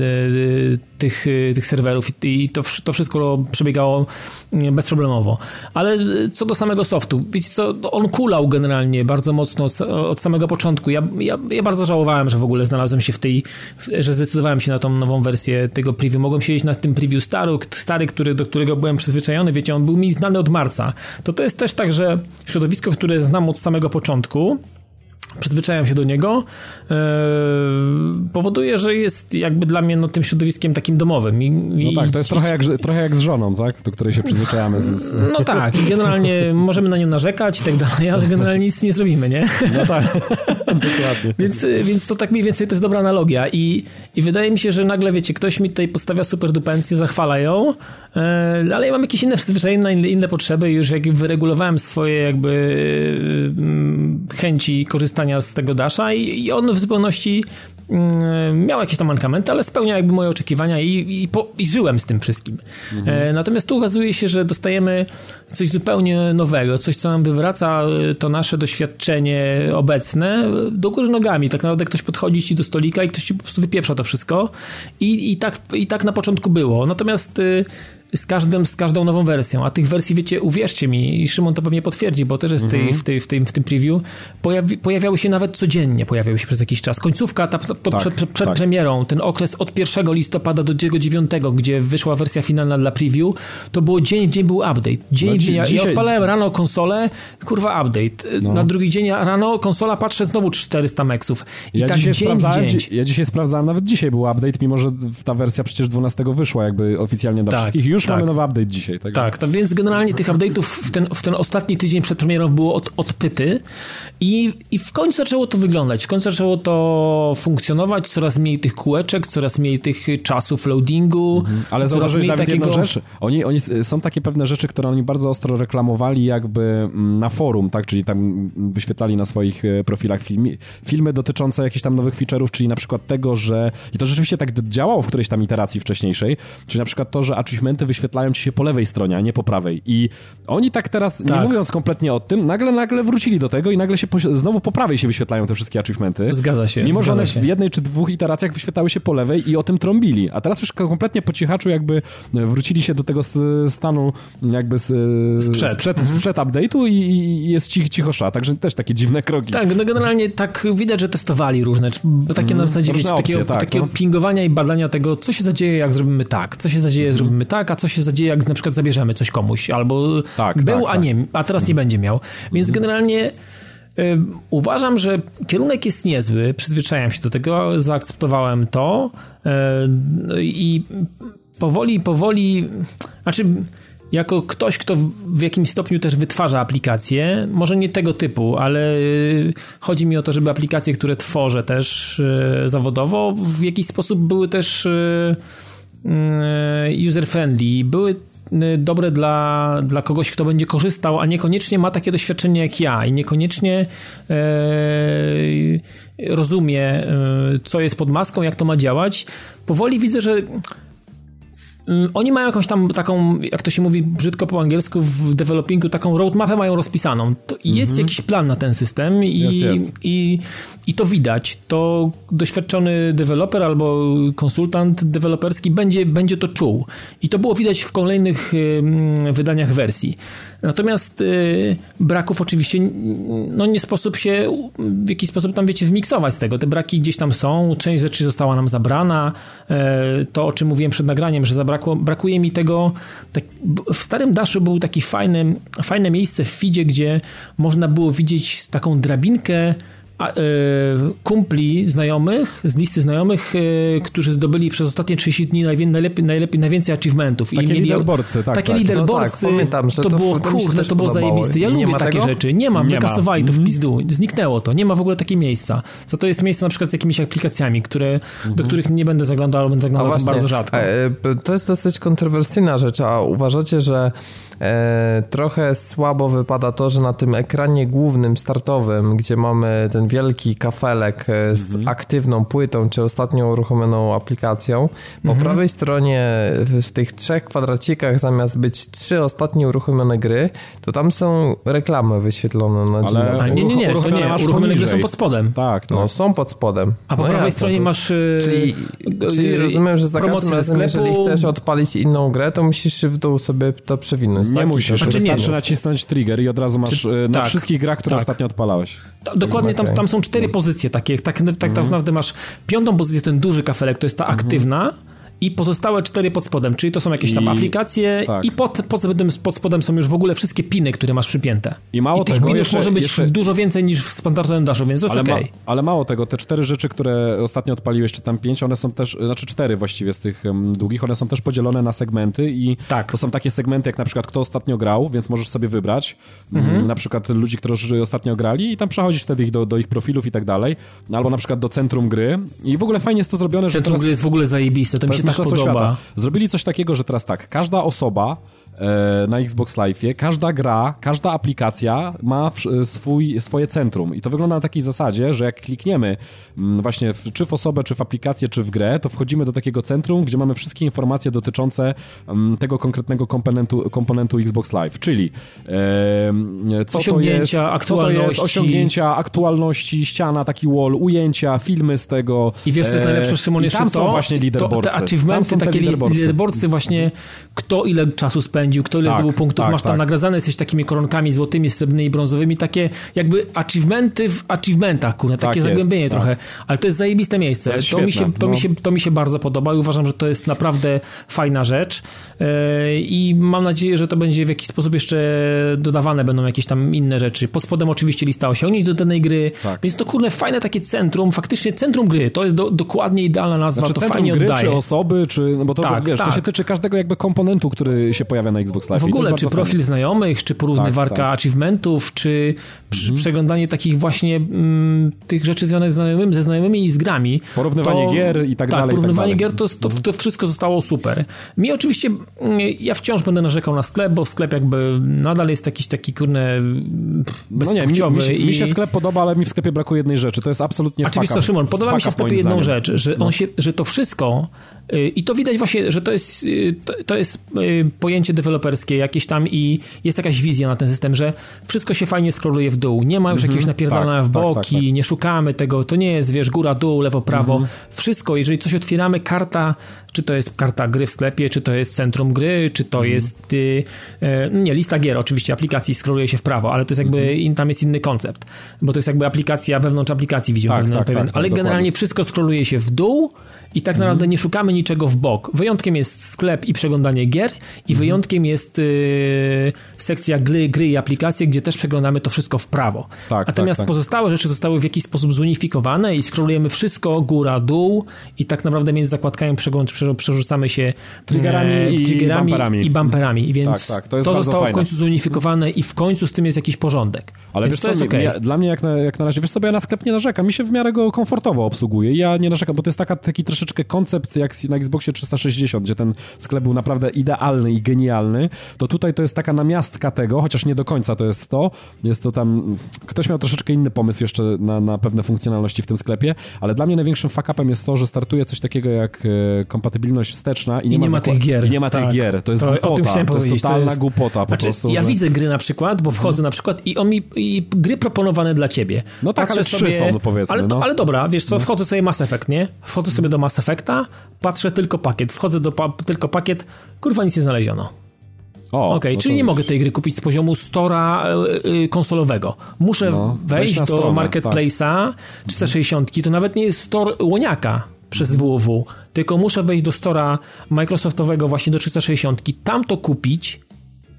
tych serwerów i to wszystko przebiegało bezproblemowo. Ale co do samego softu, wiecie co, on kulał generalnie bardzo mocno od samego początku. Ja bardzo żałowałem, że w ogóle znalazłem się że zdecydowałem się na tą nową wersję tego preview. Mogłem siedzieć na tym preview stary, do którego byłem przyzwyczajony. Wiecie, on był mi znany od marca. To jest też tak, że środowisko, które znam od samego początku, przyzwyczajam się do niego, powoduje, że jest jakby dla mnie tym środowiskiem takim domowym. No tak, to jest trochę jak z żoną, tak? Do której się przyzwyczajamy. No tak, i generalnie możemy na nią narzekać i tak dalej, ale generalnie nic nie zrobimy, nie? No tak, dokładnie. Więc to tak mniej więcej to jest dobra analogia i wydaje mi się, że nagle, wiecie, ktoś mi tutaj postawia super dupencję, zachwala ją, ale ja mam jakieś inne przyzwyczajenia, inne potrzeby i już jak wyregulowałem swoje jakby chęci korzystania z tego Dasha i on w zupełności miał jakieś tam mankamenty, ale spełniał jakby moje oczekiwania i żyłem z tym wszystkim. Natomiast tu okazuje się, że dostajemy coś zupełnie nowego, coś, co nam wywraca to nasze doświadczenie obecne do góry nogami. Tak naprawdę ktoś podchodzi ci do stolika i ktoś ci po prostu wypieprza to wszystko i tak na początku było. Natomiast z każdą nową wersją, a tych wersji, wiecie, uwierzcie mi, i Szymon to pewnie potwierdzi, bo też jest w tym preview, pojawiały się nawet codziennie, przez jakiś czas. Końcówka przed premierą, ten okres od 1 listopada do 9, gdzie wyszła wersja finalna dla preview, to było dzień w dzień był update. Ja odpalałem rano konsolę, kurwa update. Na drugi dzień rano konsola, patrzę, znowu 400 meksów. I tak dzień w dzień. Ja dzisiaj sprawdzałem, nawet dzisiaj był update, mimo że ta wersja przecież 12 wyszła jakby oficjalnie dla wszystkich. Już mamy nowy update dzisiaj. Tak, więc generalnie tych update'ów w ten ostatni tydzień przed premierą było odpyty i w końcu zaczęło to wyglądać, w końcu zaczęło to funkcjonować, coraz mniej tych kółeczek, coraz mniej tych czasów loadingu. Ale zauważyłeś nawet jedną rzecz, oni są takie pewne rzeczy, które oni bardzo ostro reklamowali jakby na forum, tak, czyli tam wyświetlali na swoich profilach filmy dotyczące jakichś tam nowych feature'ów, czyli na przykład tego, że i to rzeczywiście tak działało w którejś tam iteracji wcześniejszej, czyli na przykład to, że achievementy wyświetlają ci się po lewej stronie, a nie po prawej. I oni tak teraz, nie mówiąc kompletnie o tym, nagle wrócili do tego i nagle się znowu po prawej się wyświetlają te wszystkie achievementy. Zgadza się. Mimo, że one w jednej czy dwóch iteracjach wyświetlały się po lewej i o tym trąbili. A teraz już kompletnie po cichaczu jakby wrócili się do tego stanu jakby sprzed update'u i jest cichosza. Także też takie dziwne kroki. Tak, no generalnie tak widać, że testowali różne, takie na zasadzie takiego pingowania i badania tego, co się zadzieje, jak zrobimy tak, co się zadzieje, zrobimy tak, a co się zadzieje, jak na przykład zabierzemy coś komuś, albo a teraz nie będzie miał. Więc generalnie uważam, że kierunek jest niezły, przyzwyczajam się do tego, zaakceptowałem to i powoli, znaczy jako ktoś, kto w jakimś stopniu też wytwarza aplikacje, może nie tego typu, ale chodzi mi o to, żeby aplikacje, które tworzę też zawodowo, w jakiś sposób były też user-friendly, były dobre dla kogoś, kto będzie korzystał, a niekoniecznie ma takie doświadczenie jak ja i niekoniecznie rozumie, co jest pod maską, jak to ma działać. Powoli widzę, że oni mają jakąś tam taką, jak to się mówi brzydko po angielsku w developingu, taką roadmapę mają rozpisaną. Jest jakiś plan na ten system i to widać. To doświadczony deweloper albo konsultant deweloperski będzie to czuł. I to było widać w kolejnych wydaniach wersji. Natomiast braków oczywiście nie sposób się w jakiś sposób tam, wiecie, zmiksować z tego. Te braki gdzieś tam są, część rzeczy została nam zabrana. To, o czym mówiłem przed nagraniem, że brakuje mi tego. W starym Dashu był taki fajne miejsce w feedzie, gdzie można było widzieć taką drabinkę kumpli znajomych, z listy znajomych, którzy zdobyli przez ostatnie 30 dni najwięcej achievementów. Takie leaderboardsy, tak. Takie leaderboardsy, pamiętam, że to było zajebiste. Ja lubię takie rzeczy. Nie mam, wykasowali to w pizdu. Zniknęło to. Nie ma w ogóle takiego miejsca. Za to jest miejsce na przykład z jakimiś aplikacjami, do których nie będę zaglądał, będę zaglądał tam bardzo rzadko. To jest dosyć kontrowersyjna rzecz, a uważacie, że trochę słabo wypada to, że na tym ekranie głównym, startowym, gdzie mamy ten wielki kafelek z aktywną płytą, czy ostatnio uruchomioną aplikacją, po prawej stronie w tych 3 kwadracikach zamiast być 3 ostatnie uruchomione gry, to tam są reklamy wyświetlone na drzwiach. Ale nie, to nie, uruchomione gry są pod spodem. Tak. No, są pod spodem. A po prawej stronie masz... Czyli rozumiem, że za każdym razem, jeżeli chcesz odpalić inną grę, to musisz w dół sobie to przewinąć. Nie musisz, wystarczy nacisnąć trigger i od razu masz na wszystkich grach, które ostatnio odpalałeś. Dokładnie, tam są 4 pozycje takie. Tak naprawdę masz 5. pozycję, ten duży kafelek, to jest ta aktywna, i pozostałe 4 pod spodem, czyli to są jakieś tam aplikacje i pod spodem są już w ogóle wszystkie piny, które masz przypięte. I mało tych pinów może być dużo więcej niż w standardowym daszu, więc to jest okej. Ale mało tego, te 4 rzeczy, które ostatnio odpaliłeś, czy tam 5, one są też, znaczy 4 właściwie z tych długich, one są też podzielone na segmenty i to są takie segmenty, jak na przykład kto ostatnio grał, więc możesz sobie wybrać na przykład ludzi, którzy ostatnio grali i tam przechodzisz wtedy do ich profilów i tak dalej, albo na przykład do centrum gry i w ogóle fajnie jest to zrobione, że centrum gry jest w ogóle zajebiste, to mi się tak podoba. Świata. Zrobili coś takiego, że teraz tak, każda osoba na Xbox Live'ie, każda gra, każda aplikacja ma swoje centrum i to wygląda na takiej zasadzie, że jak klikniemy właśnie czy w osobę, czy w aplikację, czy w grę, to wchodzimy do takiego centrum, gdzie mamy wszystkie informacje dotyczące tego konkretnego komponentu Xbox Live, czyli co to jest, osiągnięcia, aktualności, ściana, taki wall, ujęcia, filmy z tego. I wiesz, co jest najlepsze, Szymon, jeszcze tam są właśnie leaderboardsy. Te achievementy, takie leaderboardsy właśnie, kto ile czasu spędził, kto ile zdobył punktów, masz tam nagradzane, jesteś takimi koronkami złotymi, srebrnymi i brązowymi, takie jakby achievementy w achievementach, takie zagłębienie trochę, ale to jest zajebiste miejsce. To mi się bardzo podoba i uważam, że to jest naprawdę fajna rzecz i mam nadzieję, że to będzie w jakiś sposób jeszcze dodawane będą jakieś tam inne rzeczy. Pod spodem oczywiście lista osiągnięć do danej gry, więc to fajne takie centrum, faktycznie centrum gry, to jest dokładnie idealna nazwa, to fajnie gry, oddaje. Czy osoby, bo to to się tyczy każdego jakby komponentu, który się pojawia na Xbox Live. W ogóle, czy profil fajnie znajomych, czy porównywarka achievementów, czy przeglądanie takich właśnie tych rzeczy związanych ze znajomymi i z grami. Porównywanie gier i tak dalej. Porównywanie gier, to wszystko zostało super. Mi oczywiście, ja wciąż będę narzekał na sklep, bo sklep jakby nadal jest jakiś taki bezpłciowy. Mi się sklep podoba, ale mi w sklepie brakuje jednej rzeczy. To jest absolutnie Oczywiście, Szymon, podoba mi się w sklepie jedną rzecz, że to wszystko i to widać właśnie, że to jest pojęcie deweloperskie jakieś tam i jest jakaś wizja na ten system, że wszystko się fajnie scrolluje w dół. Nie ma już jakiegoś napierdalania w boki, nie szukamy tego, to nie jest, góra, dół, lewo, prawo. Wszystko, jeżeli coś otwieramy, karta, czy to jest karta gry w sklepie, czy to jest centrum gry, czy to jest lista gier, oczywiście aplikacji scrolluje się w prawo, ale to jest jakby, tam jest inny koncept, bo to jest jakby aplikacja, wewnątrz aplikacji widzimy ale generalnie wszystko scrolluje się w dół i tak naprawdę nie szukamy niczego w bok. Wyjątkiem jest sklep i przeglądanie gier i wyjątkiem jest sekcja gry i aplikacje, gdzie też przeglądamy to wszystko w prawo. Natomiast pozostałe rzeczy zostały w jakiś sposób zunifikowane i scrollujemy wszystko góra, dół i tak naprawdę między zakładkami przerzucamy się triggerami i bumperami. Więc to zostało w końcu zunifikowane i w końcu z tym jest jakiś porządek. Ale wiesz, to jest dla mnie jak na razie, wiesz sobie, ja na sklep nie narzekam, mi się w miarę go komfortowo obsługuje. Ja nie narzekam, bo to jest taki troszeczkę koncept jak na Xboxie 360, gdzie ten sklep był naprawdę idealny i genialny, to tutaj to jest taka namiastka tego, chociaż nie do końca to jest to tam, ktoś miał troszeczkę inny pomysł jeszcze na pewne funkcjonalności w tym sklepie, ale dla mnie największym fuck-upem jest to, że startuje coś takiego jak kompatybilność wsteczna i nie ma tych gier. Nie ma tych gier. To jest głupota. To jest totalna głupota po prostu. Ja widzę gry na przykład, bo wchodzę na przykład i gry proponowane dla ciebie. No tak, ale 3 są, powiedzmy. Ale dobra, wiesz co, wchodzę sobie Mass Effect, nie? Wchodzę sobie do Mass Effecta, patrzę tylko pakiet, wchodzę tylko pakiet, kurwa nic nie znaleziono. Czyli nie mogę tej gry kupić z poziomu stora konsolowego. Muszę wejść do stronę, Marketplace'a 360, to nawet nie jest store łoniaka przez WWW, tylko muszę wejść do stora Microsoftowego właśnie do 360, tam to kupić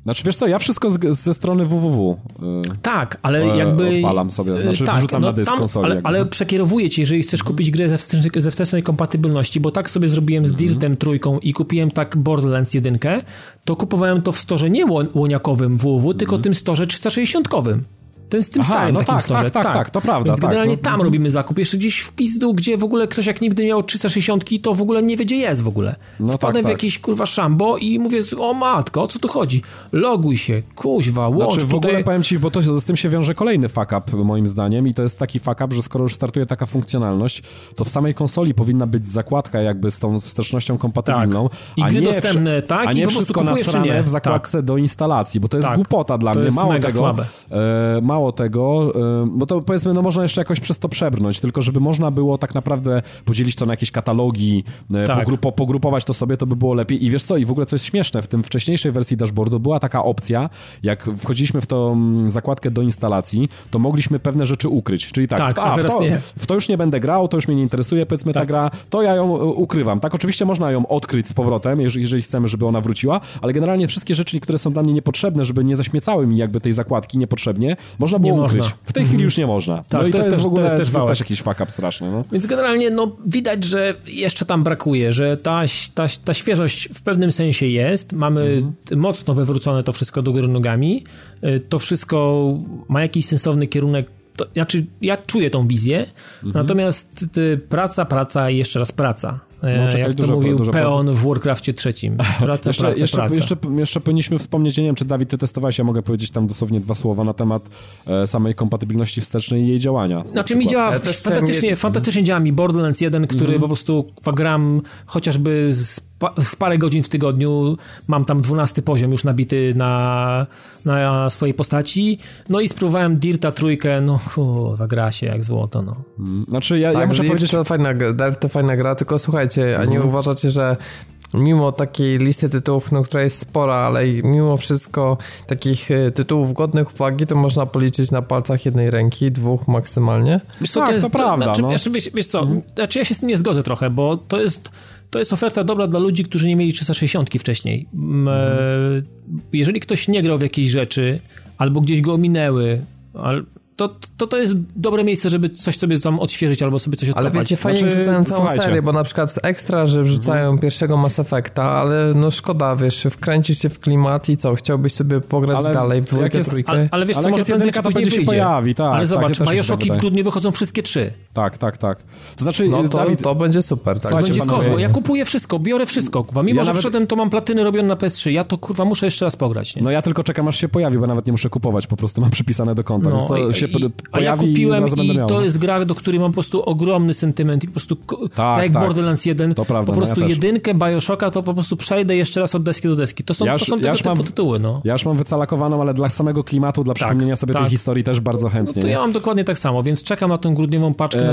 Znaczy wiesz co, ja wszystko ze strony www. Tak, ale jakby... Odpalam sobie, znaczy tak, wrzucam na dysk konsoli. Ale przekierowuję ci, jeżeli chcesz kupić grę ze wstecznej kompatybilności, bo tak sobie zrobiłem z Dirtem trójką i kupiłem tak Borderlands 1, to kupowałem to w storze nie łoniakowym www, tylko tym storze 360-kowym. Ten z tym starym takim storze. Tak, to prawda. Więc generalnie tam robimy zakup. Jeszcze gdzieś w pizdu, gdzie w ogóle ktoś jak nigdy miał 360, to w ogóle nie wie, gdzie jest w ogóle. Wpadłem w jakieś kurwa szambo i mówię, o matko, o co tu chodzi? Loguj się, kuźwa, łącz. Znaczy w ogóle powiem ci, bo to z tym się wiąże kolejny fuck up moim zdaniem i to jest taki fuck up, że skoro już startuje taka funkcjonalność, to w samej konsoli powinna być zakładka jakby z tą wstecznością kompatybilną, i gry dostępne, a nie wszystko nasrane w zakładce do instalacji, bo to jest głupota dla mnie. Mało tego, słabe. Mało tego, bo to powiedzmy, no można jeszcze jakoś przez to przebrnąć, tylko żeby można było tak naprawdę podzielić to na jakieś katalogi, pogrupować to sobie, to by było lepiej. I wiesz co, i w ogóle co jest śmieszne, w tym wcześniejszej wersji dashboardu była taka opcja, jak wchodziliśmy w tą zakładkę do instalacji, to mogliśmy pewne rzeczy ukryć, czyli w to już nie będę grał, to już mnie nie interesuje, powiedzmy ta gra, to ja ją ukrywam. Tak, oczywiście można ją odkryć z powrotem, jeżeli chcemy, żeby ona wróciła, ale generalnie wszystkie rzeczy, które są dla mnie niepotrzebne, żeby nie zaśmiecały mi jakby tej zakładki niepotrzebnie, można było ukryć. W tej chwili już nie można. Tak, no i to jest w ogóle też jakiś fuck up straszny. No. Więc generalnie widać, że jeszcze tam brakuje, że ta świeżość w pewnym sensie jest. Mamy mocno wywrócone to wszystko do góry nogami. To wszystko ma jakiś sensowny kierunek. Znaczy, ja czuję tą wizję, natomiast praca i jeszcze raz praca. Jak to mówił Peon w Warcraftie 3. Praca. Jeszcze powinniśmy wspomnieć, nie wiem, czy Dawid, ty testowałeś, ja mogę powiedzieć tam dosłownie 2 słowa na temat samej kompatybilności wstecznej i jej działania. Znaczy mi działa fantastycznie działa mi Borderlands 1, który po prostu gram chociażby z parę godzin w tygodniu, mam tam 12 poziom już nabity na swojej postaci, no i spróbowałem Dirta trójkę, no kurwa, gra się jak złoto, no. Znaczy ja muszę powiedzieć... Dirt to fajna gra, tylko słuchajcie, a nie uważacie, że mimo takiej listy tytułów, która jest spora, ale mimo wszystko takich tytułów godnych uwagi, to można policzyć na palcach jednej ręki, 2 maksymalnie? To prawda. Wiesz co, znaczy ja się z tym nie zgodzę trochę, bo to jest oferta dobra dla ludzi, którzy nie mieli 360 wcześniej. Jeżeli ktoś nie grał w jakieś rzeczy, albo gdzieś go ominęły, to jest dobre miejsce, żeby coś sobie tam odświeżyć albo sobie coś odkopać. Ale wiecie, fajnie wrzucają całą serię, bo na przykład ekstra, że wrzucają pierwszego Mass Effecta, ale no szkoda, wiesz, wkręcisz się w klimat i co, chciałbyś sobie pograć dalej w 2, 3. Ale wiesz co, może prędzej czy później się pojawi, tak. Ale zobacz, Bioshocki w grudniu wychodzą wszystkie 3. Tak. To znaczy, no to będzie super, tak. Będzie kozło, ja kupuję wszystko, biorę wszystko, kurwa. Mimo, że wszedłem, to mam platyny robione na PS3, ja to kurwa muszę jeszcze raz pograć, nie? No ja tylko czekam, aż się pojawi, bo nawet nie muszę kupować, po prostu mam przypisane do konta, więc to się pojawi. Kupiłem i to jest gra, do której mam po prostu ogromny sentyment i po prostu tak jak Borderlands 1, to prawda, po prostu jedynkę Bioshocka to po prostu przejdę jeszcze raz od deski do deski. To są tego typu tytuły, no. Ja już mam wycalakowaną, ale dla samego klimatu, dla przypomnienia sobie tej historii też bardzo chętnie. No to ja mam dokładnie tak samo, więc czekam na tę grudniową paczkę,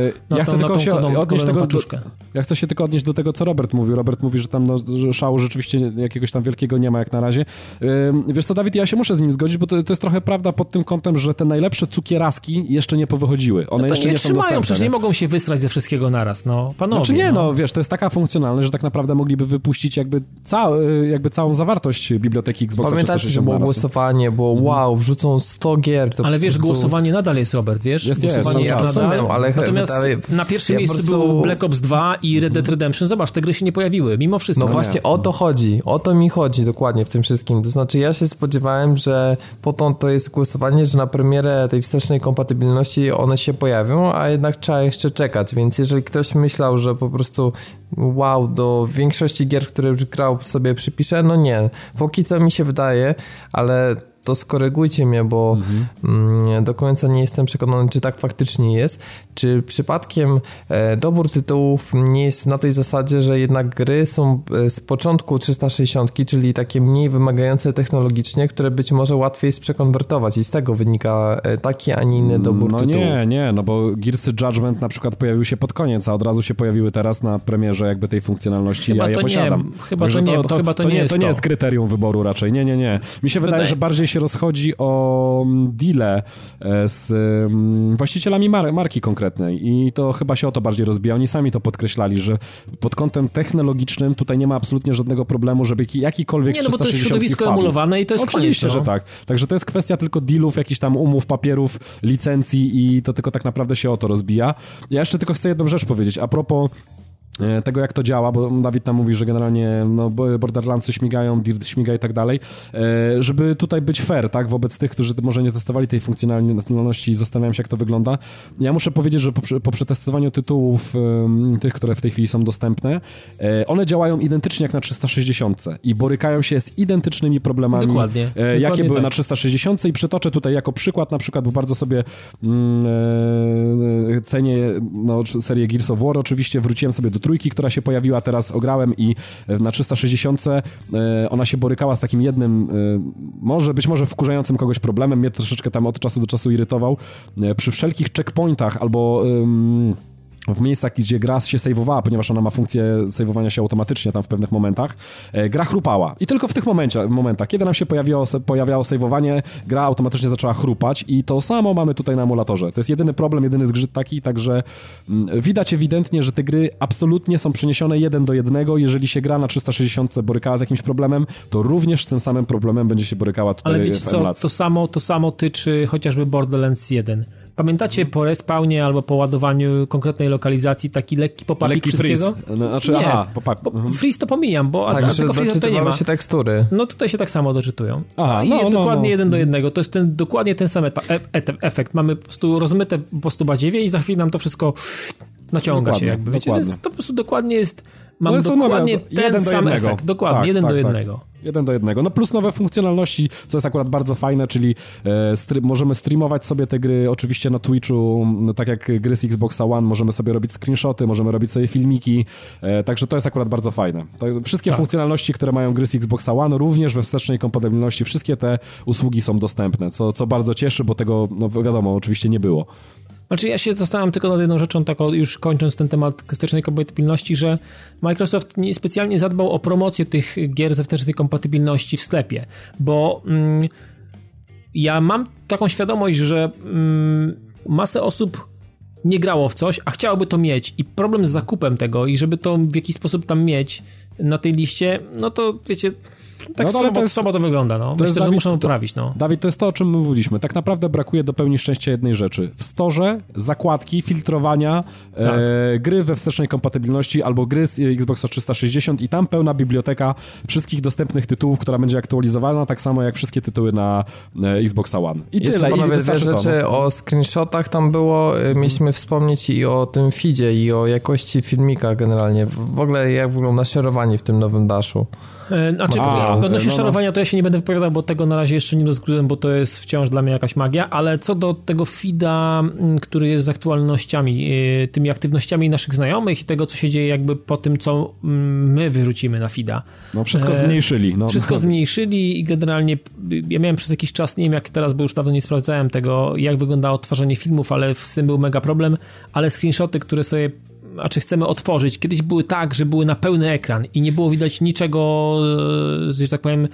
Ja chcę się tylko odnieść do tego, co Robert mówił. Robert mówi, że tam że szału rzeczywiście jakiegoś tam wielkiego nie ma jak na razie. Wiesz co, Dawid, ja się muszę z nim zgodzić, bo to jest trochę prawda pod tym kątem, że te najlepsze cukieraski jeszcze nie powychodziły. One jeszcze nie są dostępne. Przecież nie mogą się wysrać ze wszystkiego naraz, no. Panowie. Znaczy wiesz, to jest taka funkcjonalność, że tak naprawdę mogliby wypuścić jakby całą zawartość biblioteki Xboxa 360. Pamiętacie, że było głosowanie, było wrzucą 100 gier. Ale wiesz, głosowanie nadal jest, Robert, wiesz? Głosowanie jest nadal. Ale natomiast na pierwszym miejscu był Black Ops 2 i Red Dead Redemption. Zobacz, te gry się nie pojawiły, mimo wszystko. No właśnie o to chodzi. O to mi chodzi dokładnie w tym wszystkim. To znaczy ja się spodziewałem, że potem to jest głosowanie, że na premierę tej wstecznej kompatybilności one się pojawią, a jednak trzeba jeszcze czekać, więc jeżeli ktoś myślał, że po prostu do większości gier, które już grał, sobie przypisze, no nie. Póki co mi się wydaje, ale to skorygujcie mnie, bo do końca nie jestem przekonany, czy tak faktycznie jest. Czy przypadkiem dobór tytułów nie jest na tej zasadzie, że jednak gry są z początku 360, czyli takie mniej wymagające technologicznie, które być może łatwiej jest przekonwertować i z tego wynika taki, a nie inny dobór tytułów. Nie, bo Gearsy Judgment na przykład pojawiły się pod koniec, a od razu się pojawiły teraz na premierze jakby tej funkcjonalności. Chyba ja je posiadam. To nie jest kryterium wyboru raczej. Nie. Mi się wydaje, że bardziej się rozchodzi o deale z właścicielami marki konkretnej i to chyba się o to bardziej rozbija. Oni sami to podkreślali, że pod kątem technologicznym tutaj nie ma absolutnie żadnego problemu, żeby jakikolwiek 360 no bo to jest środowisko emulowane i to jest oczywiście, koniec, no. że tak. Także to jest kwestia tylko dealów, jakichś tam umów, papierów, licencji i to tylko tak naprawdę się o to rozbija. Ja jeszcze tylko chcę jedną rzecz powiedzieć. A propos tego, jak to działa, bo Dawid tam mówi, że generalnie Borderlandsy śmigają, Dirt śmiga i tak dalej, żeby tutaj być fair, tak, wobec tych, którzy może nie testowali tej funkcjonalności i zastanawiam się, jak to wygląda. Ja muszę powiedzieć, że po przetestowaniu tytułów tych, które w tej chwili są dostępne, one działają identycznie jak na 360 i borykają się z identycznymi problemami, dokładnie jakie były tak. na 360 i przytoczę tutaj jako przykład, na przykład, bo bardzo sobie cenię serię Gears of War, oczywiście wróciłem sobie do trójki, która się pojawiła, teraz ograłem i na 360 ona się borykała z takim jednym, być może wkurzającym kogoś problemem, mnie troszeczkę tam od czasu do czasu irytował. Przy wszelkich checkpointach albo w miejscach, gdzie gra się sejwowała, ponieważ ona ma funkcję sejwowania się automatycznie tam w pewnych momentach, gra chrupała. I tylko w tych momentach, kiedy nam się pojawiało sejwowanie, gra automatycznie zaczęła chrupać i to samo mamy tutaj na emulatorze. To jest jedyny problem, jedyny zgrzyt taki, także widać ewidentnie, że te gry absolutnie są przeniesione 1:1. Jeżeli się gra na 360 borykała z jakimś problemem, to również z tym samym problemem będzie się borykała tutaj w emulacji. Ale wiecie co, to samo tyczy chociażby Borderlands 1. Pamiętacie po respawnie albo po ładowaniu konkretnej lokalizacji taki lekki pop-upik wszystkiego? Znaczy, nie, aha, pop-up. Freeze to pomijam, bo tylko freeze tutaj nie ma. Się tekstury. No tutaj się tak samo doczytują. Aha, dokładnie 1:1. To jest dokładnie ten sam efekt. Mamy po prostu rozmyte po prostu badziewie i za chwilę nam to wszystko naciąga dokładnie, się jakby. Wiecie, więc to po prostu dokładnie jest... Mam dokładnie ten sam efekt. Dokładnie, 1:1. 1:1. No plus nowe funkcjonalności, co jest akurat bardzo fajne, czyli możemy streamować sobie te gry oczywiście na Twitchu, tak jak gry z Xboxa One, możemy sobie robić screenshoty, możemy robić sobie filmiki, także to jest akurat bardzo fajne. Wszystkie funkcjonalności, które mają gry z Xboxa One, również we wstecznej kompatybilności, wszystkie te usługi są dostępne, co bardzo cieszy, bo tego, wiadomo, oczywiście nie było. Znaczy ja się zastanawiam tylko nad jedną rzeczą, tak już kończąc ten temat wstecznej kompatybilności, że Microsoft specjalnie zadbał o promocję tych gier ze wstecznej kompatybilności w sklepie, bo ja mam taką świadomość, że masę osób nie grało w coś, a chciałoby to mieć i problem z zakupem tego i żeby to w jakiś sposób tam mieć na tej liście, no to wiecie... Tak słabo to wygląda, no. Myślę, że muszą poprawić, no. Dawid, to jest to, o czym mówiliśmy. Tak naprawdę brakuje do pełni szczęścia jednej rzeczy. W storze zakładki, filtrowania, gry we wstecznej kompatybilności albo gry z Xboxa 360 i tam pełna biblioteka wszystkich dostępnych tytułów, która będzie aktualizowana, tak samo jak wszystkie tytuły na Xboxa One. I jeszcze tyle. Panowie, dwie rzeczy o screenshotach tam było. Mieliśmy wspomnieć i o tym feedzie i o jakości filmika generalnie. W ogóle jak wygląda szerowanie w tym nowym Dashu. Odnośnie szarowania to ja się nie będę wypowiadał, bo tego na razie jeszcze nie rozgryzłem, bo to jest wciąż dla mnie jakaś magia, ale co do tego feeda, który jest z aktualnościami, tymi aktywnościami naszych znajomych i tego, co się dzieje jakby po tym, co my wyrzucimy na feeda. No wszystko zmniejszyli. Wszystko zmniejszyli i generalnie ja miałem przez jakiś czas, nie wiem jak teraz, bo już dawno nie sprawdzałem tego, jak wyglądało odtwarzanie filmów, ale z tym był mega problem, ale screenshoty, które sobie chcemy otworzyć. Kiedyś były tak, że były na pełny ekran i nie było widać niczego, że tak powiem,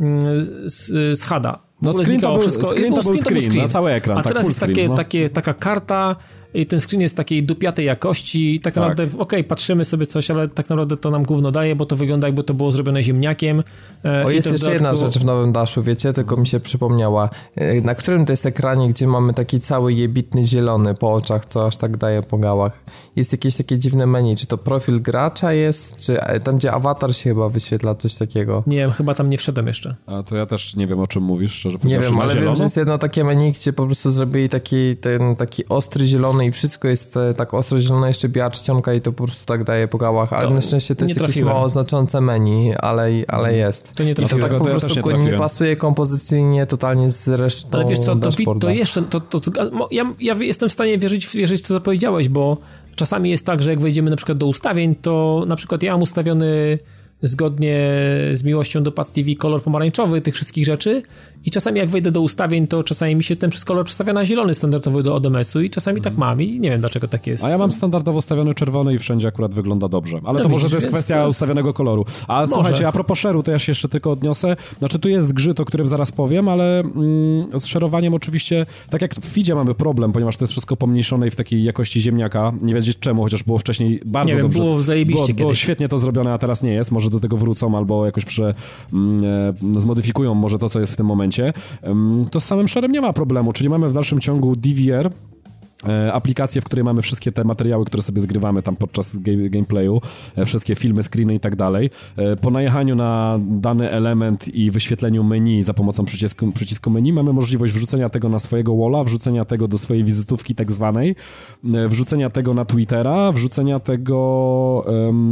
z HUD-a. No screen to był screen, na cały ekran. A teraz full jest taka karta i ten screen jest takiej dupiatej jakości i tak naprawdę, patrzymy sobie coś, ale tak naprawdę to nam gówno daje, bo to wygląda jakby to było zrobione ziemniakiem. Jest jeszcze jedna rzecz w nowym Dashu, wiecie, tylko mi się przypomniała. Na którym to jest ekranie, gdzie mamy taki cały jebitny zielony po oczach, co aż tak daje po gałach. Jest jakieś takie dziwne menu, czy to profil gracza jest, czy tam, gdzie awatar się chyba wyświetla, coś takiego. Nie wiem, chyba tam nie wszedłem jeszcze. A to ja też nie wiem, o czym mówisz, szczerze powiedziawszy. Nie wiem, ale wiem, że jest jedno takie menu, gdzie po prostu zrobili taki ostry zielony i wszystko jest tak ostro zielone, jeszcze biała czcionka i to po prostu tak daje po gałach, ale na szczęście to jest jakieś mało znaczące menu, ale jest. To nie trafiłem. I to tak po prostu nie pasuje kompozycyjnie totalnie z resztą. Ale wiesz co, to jeszcze, ja jestem w stanie wierzyć w to, co powiedziałeś, bo czasami jest tak, że jak wejdziemy na przykład do ustawień, to na przykład ja mam ustawiony zgodnie z miłością do Pad TV kolor pomarańczowy, tych wszystkich rzeczy i czasami jak wejdę do ustawień, to czasami mi się ten kolor przestawia na zielony standardowy do ODMS-u i czasami tak mam i nie wiem dlaczego tak jest. A ja mam standardowo ustawiony czerwony i wszędzie akurat wygląda dobrze, ale no to może to jest kwestia ustawionego koloru. A słuchajcie, a propos share'u, to ja się jeszcze tylko odniosę, znaczy tu jest zgrzyt, o którym zaraz powiem, ale z share'owaniem oczywiście, tak jak w feedzie mamy problem, ponieważ to jest wszystko pomniejszone i w takiej jakości ziemniaka, nie wiedzieć czemu, chociaż było wcześniej bardzo dobrze. Było zajebiście było świetnie to zrobione, a teraz nie jest, może do tego wrócą albo jakoś zmodyfikują może to, co jest w tym momencie, to z samym share'em nie ma problemu, czyli mamy w dalszym ciągu DVR, aplikację, w której mamy wszystkie te materiały, które sobie zgrywamy tam podczas gameplayu, wszystkie filmy, screeny i tak dalej. Po najechaniu na dany element i wyświetleniu menu za pomocą przycisku menu mamy możliwość wrzucenia tego na swojego walla, wrzucenia tego do swojej wizytówki tak zwanej, wrzucenia tego na Twittera, wrzucenia tego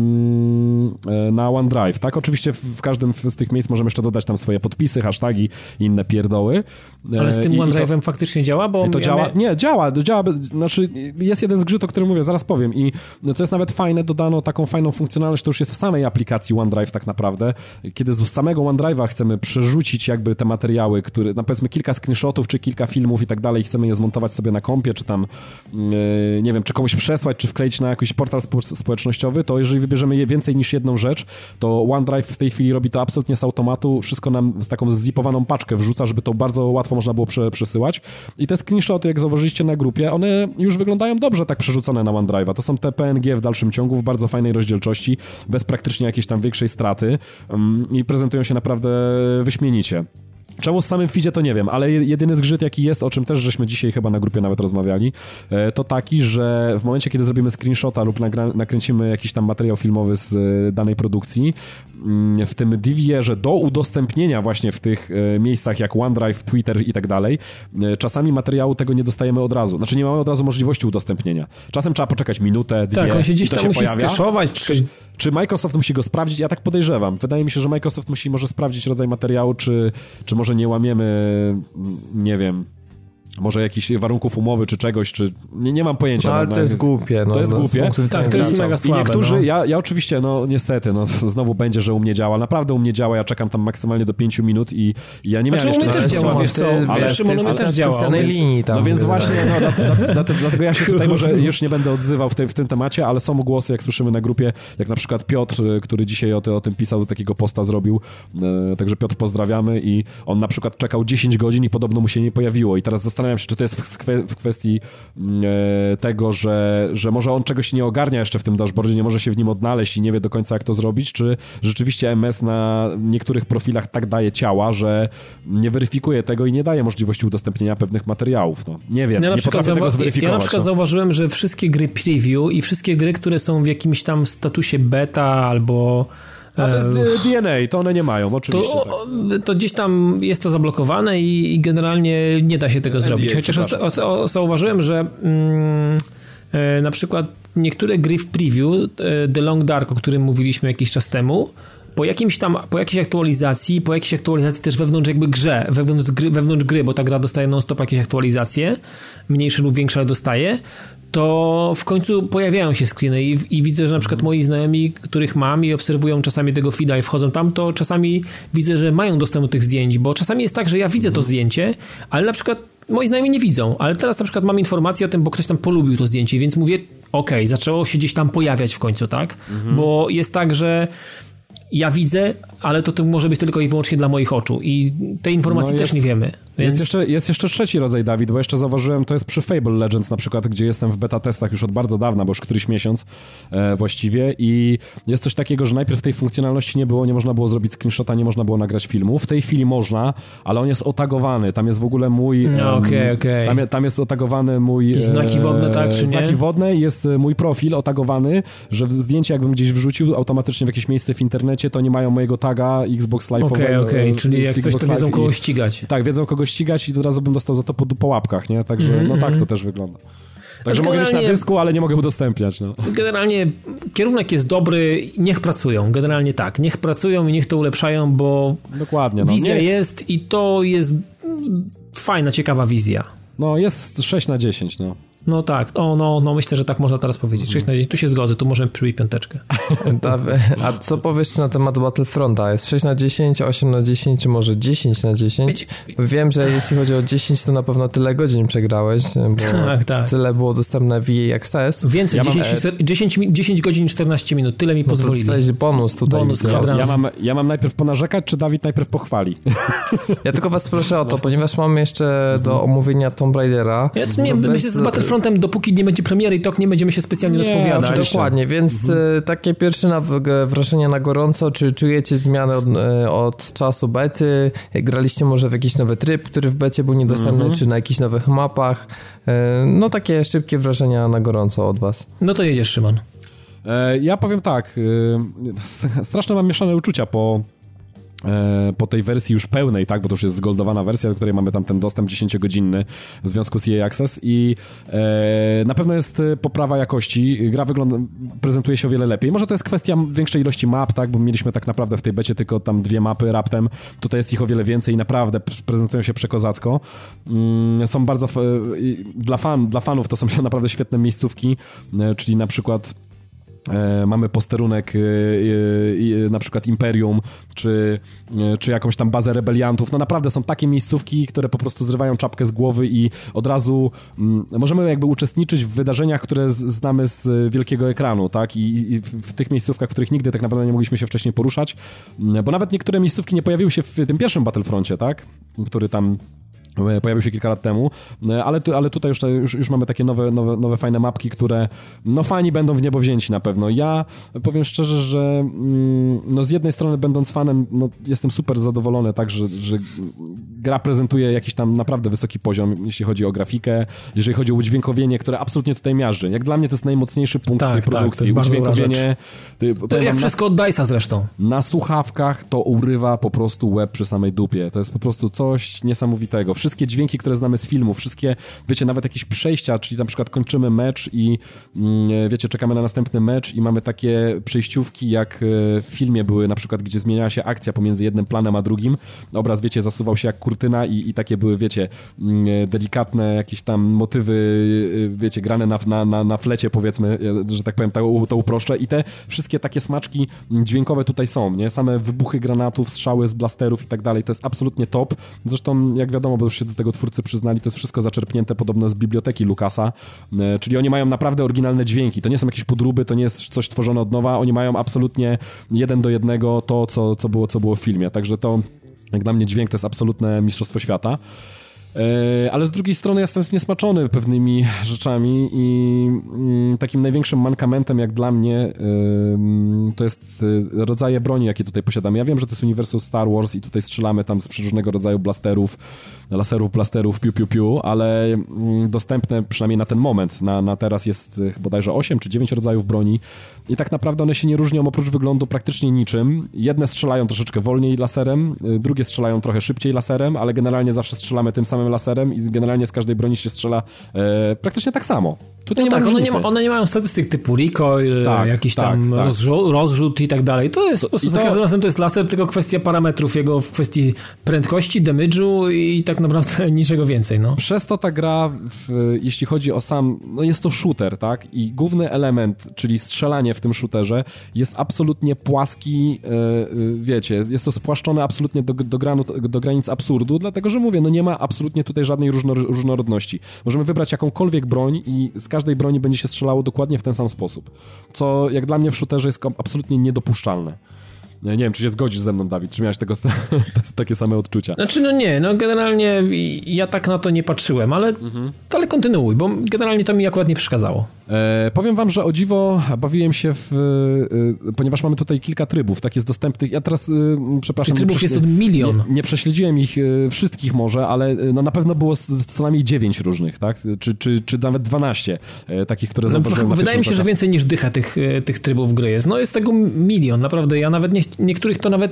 na OneDrive, tak? Oczywiście w każdym z tych miejsc możemy jeszcze dodać tam swoje podpisy, hasztagi i inne pierdoły. Ale z tym OneDrive'em faktycznie działa? Bo to działa? Nie, działa. Znaczy jest jeden zgrzyt, o którym mówię, zaraz powiem i co jest nawet fajne, dodano taką fajną funkcjonalność, to już jest w samej aplikacji OneDrive tak naprawdę, kiedy z samego OneDrive'a chcemy przerzucić jakby te materiały, które, no powiedzmy kilka screenshotów, czy kilka filmów i tak dalej, chcemy je zmontować sobie na kompie, czy tam nie wiem, czy komuś przesłać, czy wkleić na jakiś portal społecznościowy, to jeżeli wybierzemy je więcej niż jedną rzecz, to OneDrive w tej chwili robi to absolutnie z automatu, wszystko nam z taką zzipowaną paczkę wrzuca, żeby to bardzo łatwo można było przesyłać i te screenshoty, jak zauważyliście na grupie, one już wyglądają dobrze tak przerzucone na OneDrive'a. To są te PNG w dalszym ciągu, w bardzo fajnej rozdzielczości, bez praktycznie jakiejś tam większej straty i prezentują się naprawdę wyśmienicie. Czemu z samym feedzie to nie wiem, ale jedyny zgrzyt jaki jest, o czym też żeśmy dzisiaj chyba na grupie nawet rozmawiali, to taki, że w momencie, kiedy zrobimy screenshota lub nakręcimy jakiś tam materiał filmowy z danej produkcji, w tym DVR-ze do udostępnienia właśnie w tych miejscach jak OneDrive, Twitter i tak dalej, czasami materiału tego nie dostajemy od razu. Znaczy nie mamy od razu możliwości udostępnienia. Czasem trzeba poczekać minutę, dwie, tak, on się gdzieś tam musi skeszować. Czy Microsoft musi go sprawdzić? Ja tak podejrzewam. Wydaje mi się, że Microsoft musi może sprawdzić rodzaj materiału, czy może nie łamiemy, nie wiem, może jakichś warunków umowy, czy czegoś, czy... Nie mam pojęcia. No, ale to jest głupie. To jest głupie. Tak, to jest mega słabe. I niektórzy, ja oczywiście, no niestety, no znowu będzie, że u mnie działa. Naprawdę u mnie działa, ja czekam tam maksymalnie do 5 minut i ja nie miałem jeszcze... u mnie też działa, wiesz co, ale Szymon też działa. No więc właśnie, dlatego ja się tutaj może już nie będę odzywał w tym temacie, ale są głosy, jak słyszymy na grupie, jak na przykład Piotr, który dzisiaj o tym pisał, takiego posta zrobił, także Piotr pozdrawiamy i on na przykład czekał 10 godzin i podobno mu się nie pojawiło i teraz zastanawiam się, czy to jest w kwestii tego, że może on czegoś nie ogarnia jeszcze w tym dashboardzie, nie może się w nim odnaleźć i nie wie do końca, jak to zrobić, czy rzeczywiście MS na niektórych profilach tak daje ciała, że nie weryfikuje tego i nie daje możliwości udostępnienia pewnych materiałów. No, nie wiem, nie potrafię tego zweryfikować. Ja na przykład zauważyłem, że wszystkie gry preview i wszystkie gry, które są w jakimś tam statusie beta albo... A to jest DNA, to one nie mają, oczywiście. To gdzieś tam jest to zablokowane i generalnie nie da się tego zrobić. Chociaż zauważyłem, że na przykład niektóre gry w preview, The Long Dark, o którym mówiliśmy jakiś czas temu, po jakiejś aktualizacji też wewnątrz jakby wewnątrz gry, bo ta gra dostaje non-stop jakieś aktualizacje, mniejsze lub większe, ale dostaje, to w końcu pojawiają się screeny i widzę, że na przykład moi znajomi, których mam i obserwują czasami tego feeda i wchodzą tam, to czasami widzę, że mają dostęp do tych zdjęć, bo czasami jest tak, że ja widzę to zdjęcie, ale na przykład moi znajomi nie widzą, ale teraz na przykład mam informację o tym, bo ktoś tam polubił to zdjęcie, więc mówię, okej, zaczęło się gdzieś tam pojawiać w końcu, tak? Bo jest tak, że ja widzę, ale to może być tylko i wyłącznie dla moich oczu i tej informacji też nie wiemy. Więc... Jest jeszcze trzeci rodzaj, Dawid, bo jeszcze zauważyłem, to jest przy Fable Legends na przykład, gdzie jestem w beta testach już od bardzo dawna, bo już któryś miesiąc właściwie i jest coś takiego, że najpierw tej funkcjonalności nie można było zrobić screenshota, nie można było nagrać filmu. W tej chwili można, ale on jest otagowany, tam jest w ogóle mój... Tam jest otagowany mój... I znaki wodne, tak, czy nie? Znaki wodne, jest mój profil otagowany, że zdjęcie jakbym gdzieś wrzucił automatycznie w jakieś miejsce w internecie, to nie mają mojego taga Xbox Live'owego. Okej, czyli jak coś, to wiedzą kogo ścigać. Tak, wiedzą kogo ścigać i od razu bym dostał za to po łapkach, nie? Także tak to też wygląda. Także mogę mieć na dysku, ale nie mogę udostępniać. No. Generalnie kierunek jest dobry, niech pracują. Generalnie tak, niech pracują i niech to ulepszają, bo dokładnie, wizja jest i to jest fajna, ciekawa wizja. No jest 6/10, no. No tak, no myślę, że tak można teraz powiedzieć. 6/10, tu się zgodzę, tu możemy przybić 5. A co powiesz na temat Battlefronta? Jest 6/10, 8/10, czy może 10/10? Wiem, że jeśli chodzi o 10, to na pewno tyle godzin przegrałeś, bo tak. tyle było dostępne w EA Access. Więcej, 10 godzin 14 minut, tyle mi pozwolili. To jest bonus tutaj. Ja mam najpierw ponarzekać, czy Dawid najpierw pochwali? Ja tylko was proszę o to, ponieważ mamy jeszcze do omówienia Tomb Raidera. Myślę, że z Battlefrontem, dopóki nie będzie premiery i tak nie będziemy się specjalnie rozpowiadać. Dokładnie, więc takie pierwsze wrażenia na gorąco, czy czujecie zmianę od czasu bety? Graliście może w jakiś nowy tryb, który w becie był niedostępny, czy na jakichś nowych mapach? No takie szybkie wrażenia na gorąco od was. No to jedziesz, Szymon. Ja powiem tak, straszne mam mieszane uczucia po tej wersji już pełnej, tak, bo to już jest zgoldowana wersja, do której mamy tam ten dostęp 10-godzinny w związku z EA Access i na pewno jest poprawa jakości, gra prezentuje się o wiele lepiej. Może to jest kwestia większej ilości map, tak, bo mieliśmy tak naprawdę w tej becie tylko tam 2 mapy raptem, tutaj jest ich o wiele więcej i naprawdę prezentują się przekozacko. Są bardzo, dla fanów to są naprawdę świetne miejscówki, czyli na przykład mamy posterunek na przykład Imperium, czy jakąś tam bazę rebeliantów. No naprawdę są takie miejscówki, które po prostu zrywają czapkę z głowy i od razu możemy jakby uczestniczyć w wydarzeniach, które znamy z wielkiego ekranu, tak? I w tych miejscówkach, w których nigdy tak naprawdę nie mogliśmy się wcześniej poruszać, bo nawet niektóre miejscówki nie pojawiły się w tym pierwszym Battlefroncie, tak? Który tam pojawił się kilka lat temu, ale tutaj już mamy takie nowe fajne mapki, które no fani będą w niebo wzięci na pewno. Ja powiem szczerze, że no z jednej strony będąc fanem, no jestem super zadowolony, tak, że gra prezentuje jakiś tam naprawdę wysoki poziom, jeśli chodzi o grafikę, jeżeli chodzi o udźwiękowienie, które absolutnie tutaj miażdży. Jak dla mnie to jest najmocniejszy punkt tej produkcji. To jest udźwiękowienie. To jak wszystko od Dice'a zresztą. Na słuchawkach to urywa po prostu łeb przy samej dupie. To jest po prostu coś niesamowitego. Wszystkie dźwięki, które znamy z filmu, wszystkie, wiecie, nawet jakieś przejścia, czyli na przykład kończymy mecz i wiecie, czekamy na następny mecz i mamy takie przejściówki, jak w filmie były na przykład, gdzie zmieniała się akcja pomiędzy jednym planem a drugim. Obraz, wiecie, zasuwał się jak kurtyna i takie były, wiecie, delikatne jakieś tam motywy, wiecie, grane na flecie, powiedzmy, że tak powiem, to uproszczę i te wszystkie takie smaczki dźwiękowe tutaj są, nie? Same wybuchy granatów, strzały z blasterów i tak dalej, to jest absolutnie top. Zresztą, jak wiadomo, bo już się do tego twórcy przyznali, to jest wszystko zaczerpnięte podobno z biblioteki Lucasa, czyli oni mają naprawdę oryginalne dźwięki, to nie są jakieś podróby, to nie jest coś tworzone od nowa, oni mają absolutnie 1:1 to, co było w filmie, także to jak dla mnie dźwięk to jest absolutne mistrzostwo świata. Ale z drugiej strony jestem zniesmaczony pewnymi rzeczami i takim największym mankamentem jak dla mnie to jest rodzaje broni, jakie tutaj posiadamy. Ja wiem, że to jest uniwersum Star Wars i tutaj strzelamy tam z przeróżnego rodzaju blasterów, laserów, blasterów, piu, ale dostępne przynajmniej na ten moment, na teraz jest bodajże 8 czy 9 rodzajów broni i tak naprawdę one się nie różnią oprócz wyglądu praktycznie niczym. Jedne strzelają troszeczkę wolniej laserem, drugie strzelają trochę szybciej laserem, ale generalnie zawsze strzelamy tym samym laserem i generalnie z każdej broni się strzela praktycznie tak samo. Tutaj nie ma różnicy. One nie mają statystyk typu recoil, jakiś tam rozrzut i tak dalej. To jest po prostu za każdym razem to jest laser, tylko kwestia parametrów jego w kwestii prędkości, damage'u i tak naprawdę niczego więcej. No. Przez to ta gra, jeśli chodzi o sam, no jest to shooter, tak? I główny element, czyli strzelanie w tym shooterze jest absolutnie płaski, wiecie, jest to spłaszczone absolutnie do granic absurdu, dlatego, że mówię, no nie ma absolutnie tutaj żadnej różnorodności. Możemy wybrać jakąkolwiek broń i z każdej broni będzie się strzelało dokładnie w ten sam sposób. Co jak dla mnie w shooterze jest absolutnie niedopuszczalne. Nie wiem, czy się zgodzisz ze mną, Dawid, czy miałeś takie same odczucia? Znaczy, generalnie ja tak na to nie patrzyłem, ale kontynuuj, bo generalnie to mi akurat nie przeszkadzało. Powiem wam, że o dziwo bawiłem się ponieważ mamy tutaj kilka trybów, tak jest dostępnych, ja teraz, przepraszam... Tych trybów jest 1 milion. Nie prześledziłem ich wszystkich może, ale no na pewno było co najmniej 9 różnych, tak? Czy nawet 12 takich, które zauważyłem. Wydaje mi się, że więcej niż dycha tych trybów gry jest. No jest tego milion, naprawdę. Ja nawet niektórych to nawet...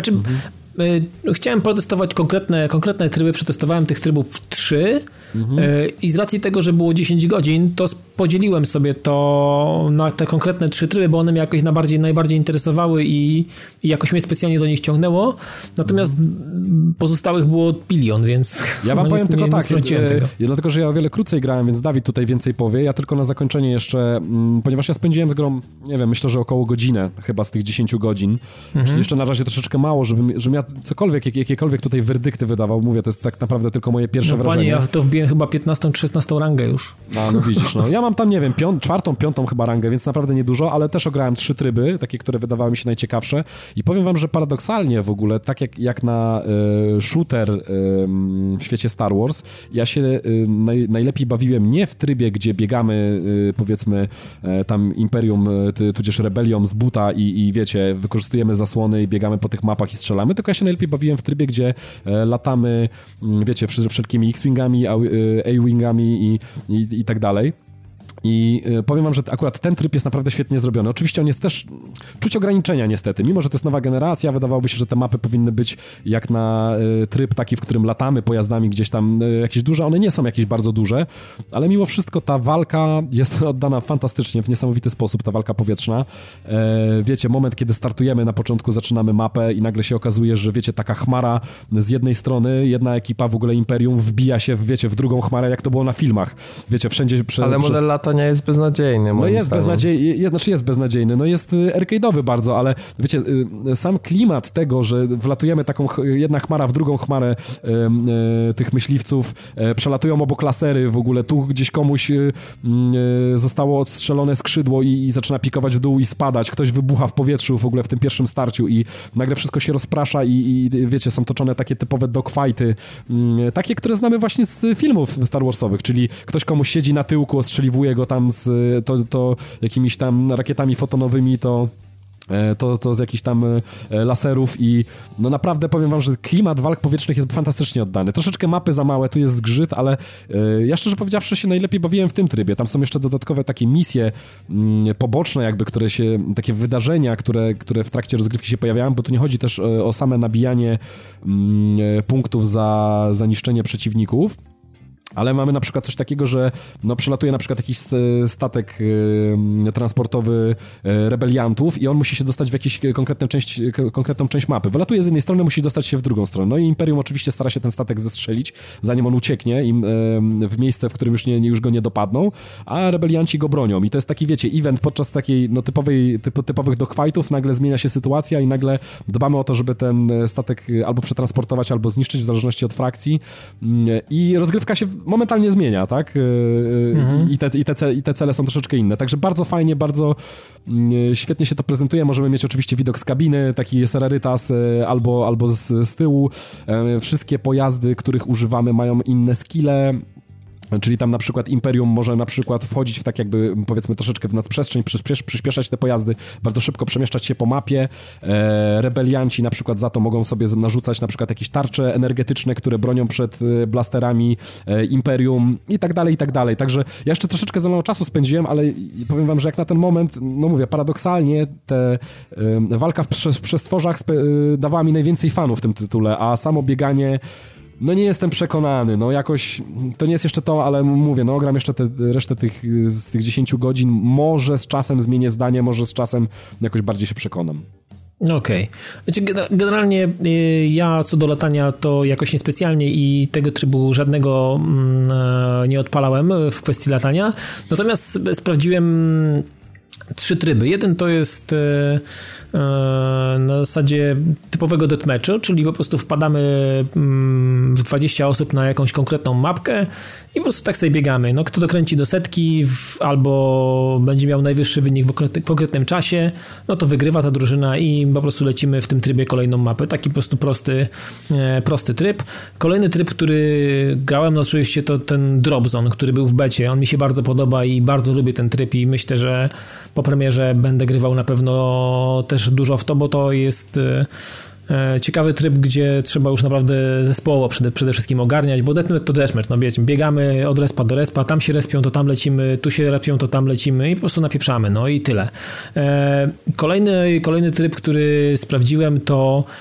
Chciałem protestować konkretne tryby, przetestowałem tych trybów 3 i z racji tego, że było 10 godzin, to podzieliłem sobie to na te konkretne 3 tryby, bo one mnie jakoś najbardziej interesowały i jakoś mnie specjalnie do nich ciągnęło. Natomiast pozostałych było bilion, więc ja wam powiem tylko tak, dlatego, że ja o wiele krócej grałem, więc Dawid tutaj więcej powie. Ja tylko na zakończenie jeszcze, ponieważ ja spędziłem z grą, nie wiem, myślę, że około godzinę chyba z tych 10 godzin, czyli jeszcze na razie troszeczkę mało, żebym ja jakiekolwiek tutaj werdykty wydawał. Mówię, to jest tak naprawdę tylko moje pierwsze wrażenie. Panie, ja to wbiłem chyba 15 czy 16 rangę już. No widzisz, no. Ja mam tam, nie wiem, 4., 5. chyba rangę, więc naprawdę niedużo, ale też ograłem 3 tryby, takie, które wydawały mi się najciekawsze i powiem wam, że paradoksalnie w ogóle, tak jak na shooter w świecie Star Wars, ja się najlepiej bawiłem nie w trybie, gdzie biegamy, powiedzmy, tam Imperium, tudzież Rebelią z buta i wiecie, wykorzystujemy zasłony i biegamy po tych mapach i strzelamy, tylko ja się najlepiej bawiłem w trybie, gdzie latamy, wiecie, wszelkimi X-Wingami, A-Wingami i tak dalej. I powiem wam, że akurat ten tryb jest naprawdę świetnie zrobiony. Oczywiście on jest też... Czuć ograniczenia niestety. Mimo że to jest nowa generacja, wydawałoby się, że te mapy powinny być jak na tryb taki, w którym latamy pojazdami gdzieś tam jakieś duże. One nie są jakieś bardzo duże, ale mimo wszystko ta walka jest oddana fantastycznie, w niesamowity sposób, ta walka powietrzna. Wiecie, moment, kiedy startujemy, na początku zaczynamy mapę i nagle się okazuje, że wiecie, taka chmara z jednej strony, jedna ekipa w ogóle Imperium wbija się, wiecie, w drugą chmarę, jak to było na filmach. Wiecie, wszędzie... Ale model latania jest beznadziejny, no jest beznadziejny, jest beznadziejny, no jest arcade'owy bardzo, ale wiecie, sam klimat tego, że wlatujemy taką jedna chmara w drugą chmarę tych myśliwców, przelatują obok lasery w ogóle, tu gdzieś komuś zostało odstrzelone skrzydło i zaczyna pikować w dół i spadać, ktoś wybucha w powietrzu w ogóle w tym pierwszym starciu i nagle wszystko się rozprasza i wiecie, są toczone takie typowe dogfighty, takie, które znamy właśnie z filmów Star Warsowych, czyli ktoś komuś siedzi na tyłku, ostrzeliwuje go tam z to jakimiś tam rakietami fotonowymi, to z jakichś tam laserów i no naprawdę powiem wam, że klimat walk powietrznych jest fantastycznie oddany. Troszeczkę mapy za małe, tu jest zgrzyt, ale ja szczerze powiedziawszy się najlepiej bawiłem w tym trybie. Tam są jeszcze dodatkowe takie misje poboczne jakby, takie wydarzenia, które w trakcie rozgrywki się pojawiają, bo tu nie chodzi też o same nabijanie punktów za niszczenie przeciwników. Ale mamy na przykład coś takiego, że przelatuje na przykład jakiś statek transportowy rebeliantów i on musi się dostać w jakąś konkretną część mapy. Wylatuje z jednej strony, musi dostać się w drugą stronę. No i Imperium oczywiście stara się ten statek zestrzelić, zanim on ucieknie w miejsce, w którym już go nie dopadną, a rebelianci go bronią. I to jest taki, wiecie, event podczas takiej typowych dogfightów, nagle zmienia się sytuacja i nagle dbamy o to, żeby ten statek albo przetransportować, albo zniszczyć, w zależności od frakcji. I rozgrywka się momentalnie zmienia, tak? I te cele są troszeczkę inne. Także bardzo fajnie, bardzo świetnie się to prezentuje. Możemy mieć oczywiście widok z kabiny, taki jest rarytas, albo z tyłu. Wszystkie pojazdy, których używamy, mają inne skille. Czyli tam na przykład Imperium może na przykład wchodzić w tak jakby, powiedzmy, troszeczkę w nadprzestrzeń, przyspieszać te pojazdy, bardzo szybko przemieszczać się po mapie. Rebelianci na przykład za to mogą sobie narzucać na przykład jakieś tarcze energetyczne, które bronią przed blasterami Imperium i tak dalej, i tak dalej. Także ja jeszcze troszeczkę za mało czasu spędziłem, ale powiem wam, że jak na ten moment, no mówię, paradoksalnie walka w przestworzach dawała mi najwięcej fanów w tym tytule, a samo bieganie no nie jestem przekonany, no jakoś to nie jest jeszcze to, ale mówię, no gram jeszcze resztę z tych 10 godzin, może z czasem zmienię zdanie, może z czasem jakoś bardziej się przekonam. Okej. Generalnie ja co do latania to jakoś niespecjalnie i tego trybu żadnego nie odpalałem w kwestii latania, natomiast sprawdziłem 3 tryby. Jeden to jest na zasadzie typowego deathmatchu, czyli po prostu wpadamy w 20 osób na jakąś konkretną mapkę i po prostu tak sobie biegamy. No, kto dokręci do setki albo będzie miał najwyższy wynik w konkretnym czasie, no to wygrywa ta drużyna i po prostu lecimy w tym trybie kolejną mapę. Taki po prostu prosty tryb. Kolejny tryb, który grałem, no oczywiście to ten Drop Zone, który był w becie. On mi się bardzo podoba i bardzo lubię ten tryb i myślę, że po premierze będę grywał na pewno też dużo w to, bo to jest ciekawy tryb, gdzie trzeba już naprawdę zespołowo przede wszystkim ogarniać, bo deathmatch to deathmatch, no wiecie, biegamy od respa do respa, tam się respią, to tam lecimy, tu się respią, to tam lecimy i po prostu napieprzamy, no i tyle. Kolejny tryb, który sprawdziłem, to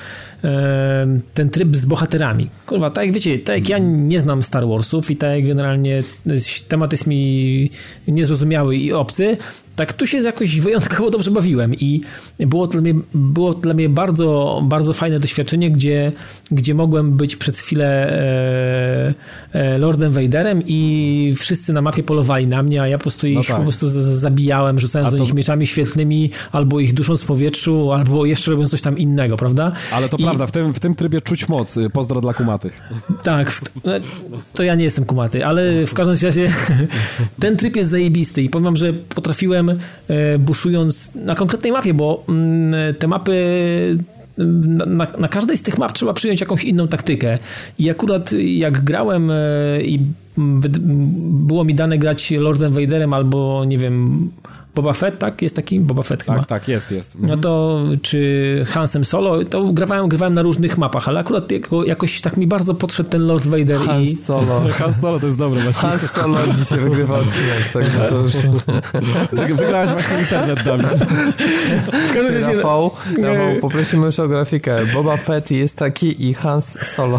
ten tryb z bohaterami. Kurwa, tak jak wiecie, tak jak ja nie znam Star Warsów i tak jak generalnie temat jest mi niezrozumiały i obcy, tak tu się jakoś wyjątkowo dobrze bawiłem i było dla mnie bardzo, bardzo fajne doświadczenie, gdzie mogłem być przez chwilę Lordem Vaderem i wszyscy na mapie polowali na mnie, a ja po prostu ich po prostu zabijałem, rzucając do nich mieczami świetlnymi, albo ich dusząc w powietrzu, albo jeszcze robiąc coś tam innego, prawda? Ale to prawda, w tym trybie czuć moc. Pozdro dla kumatych. Tak, to ja nie jestem kumaty, ale w każdym razie ten tryb jest zajebisty i powiem wam, że potrafiłem buszując na konkretnej mapie, bo te mapy na każdej z tych map trzeba przyjąć jakąś inną taktykę i akurat jak grałem i było mi dane grać Lordem Vaderem albo nie wiem Boba Fett, tak? Jest taki Boba Fett chyba. Tak, jest. No to czy Hansem Solo, to grywałem na różnych mapach, ale akurat jakoś tak mi bardzo podszedł ten Lord Vader Hans Solo. Hans Solo to jest dobre właśnie. Hans Solo dzisiaj wygrywa odcinek, także to już... Wygrałeś właśnie internet, Dawid. Rafał, poprosimy już o grafikę. Boba Fett jest taki i Hans Solo.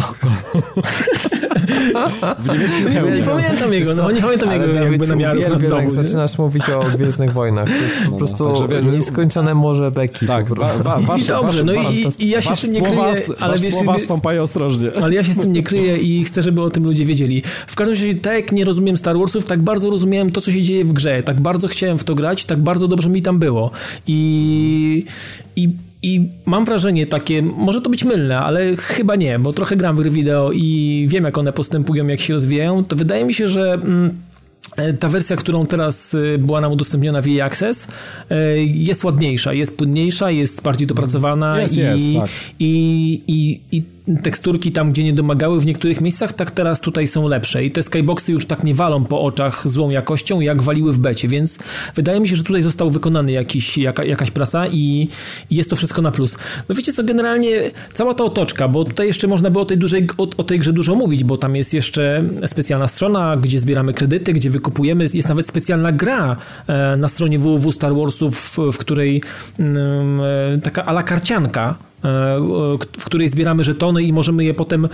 Nie pamiętam jego, nie pamiętam jego jakby namiaru. Jak zaczynasz mówić o Gwiezdnych Wojnach. To jest po prostu nieskończone morze beki. Tak, dobrze, no i ja się z tym nie kryję, ale wiesz, słowa stąpają ostrożnie. Ale ja się z tym nie kryję i chcę, żeby o tym ludzie wiedzieli. W każdym razie, tak jak nie rozumiem Star Warsów, tak bardzo rozumiałem to, co się dzieje w grze. Tak bardzo chciałem w to grać, tak bardzo dobrze mi tam było. I mam wrażenie takie, może to być mylne, ale chyba nie, bo trochę gram w gry wideo i wiem, jak one postępują, jak się rozwijają, to wydaje mi się, że ta wersja, którą teraz była nam udostępniona w EA Access, jest ładniejsza, jest płynniejsza, jest bardziej dopracowana i teksturki tam, gdzie nie domagały w niektórych miejscach, tak teraz tutaj są lepsze i te skyboxy już tak nie walą po oczach złą jakością, jak waliły w becie, więc wydaje mi się, że tutaj został wykonany jakaś praca i jest to wszystko na plus. No wiecie co, generalnie cała ta otoczka, bo tutaj jeszcze można było o tej grze dużo mówić, bo tam jest jeszcze specjalna strona, gdzie zbieramy kredyty, gdzie wykupujemy, jest nawet specjalna gra na stronie www Star Warsów, w której taka a la karcianka, w której zbieramy żetony i możemy je potem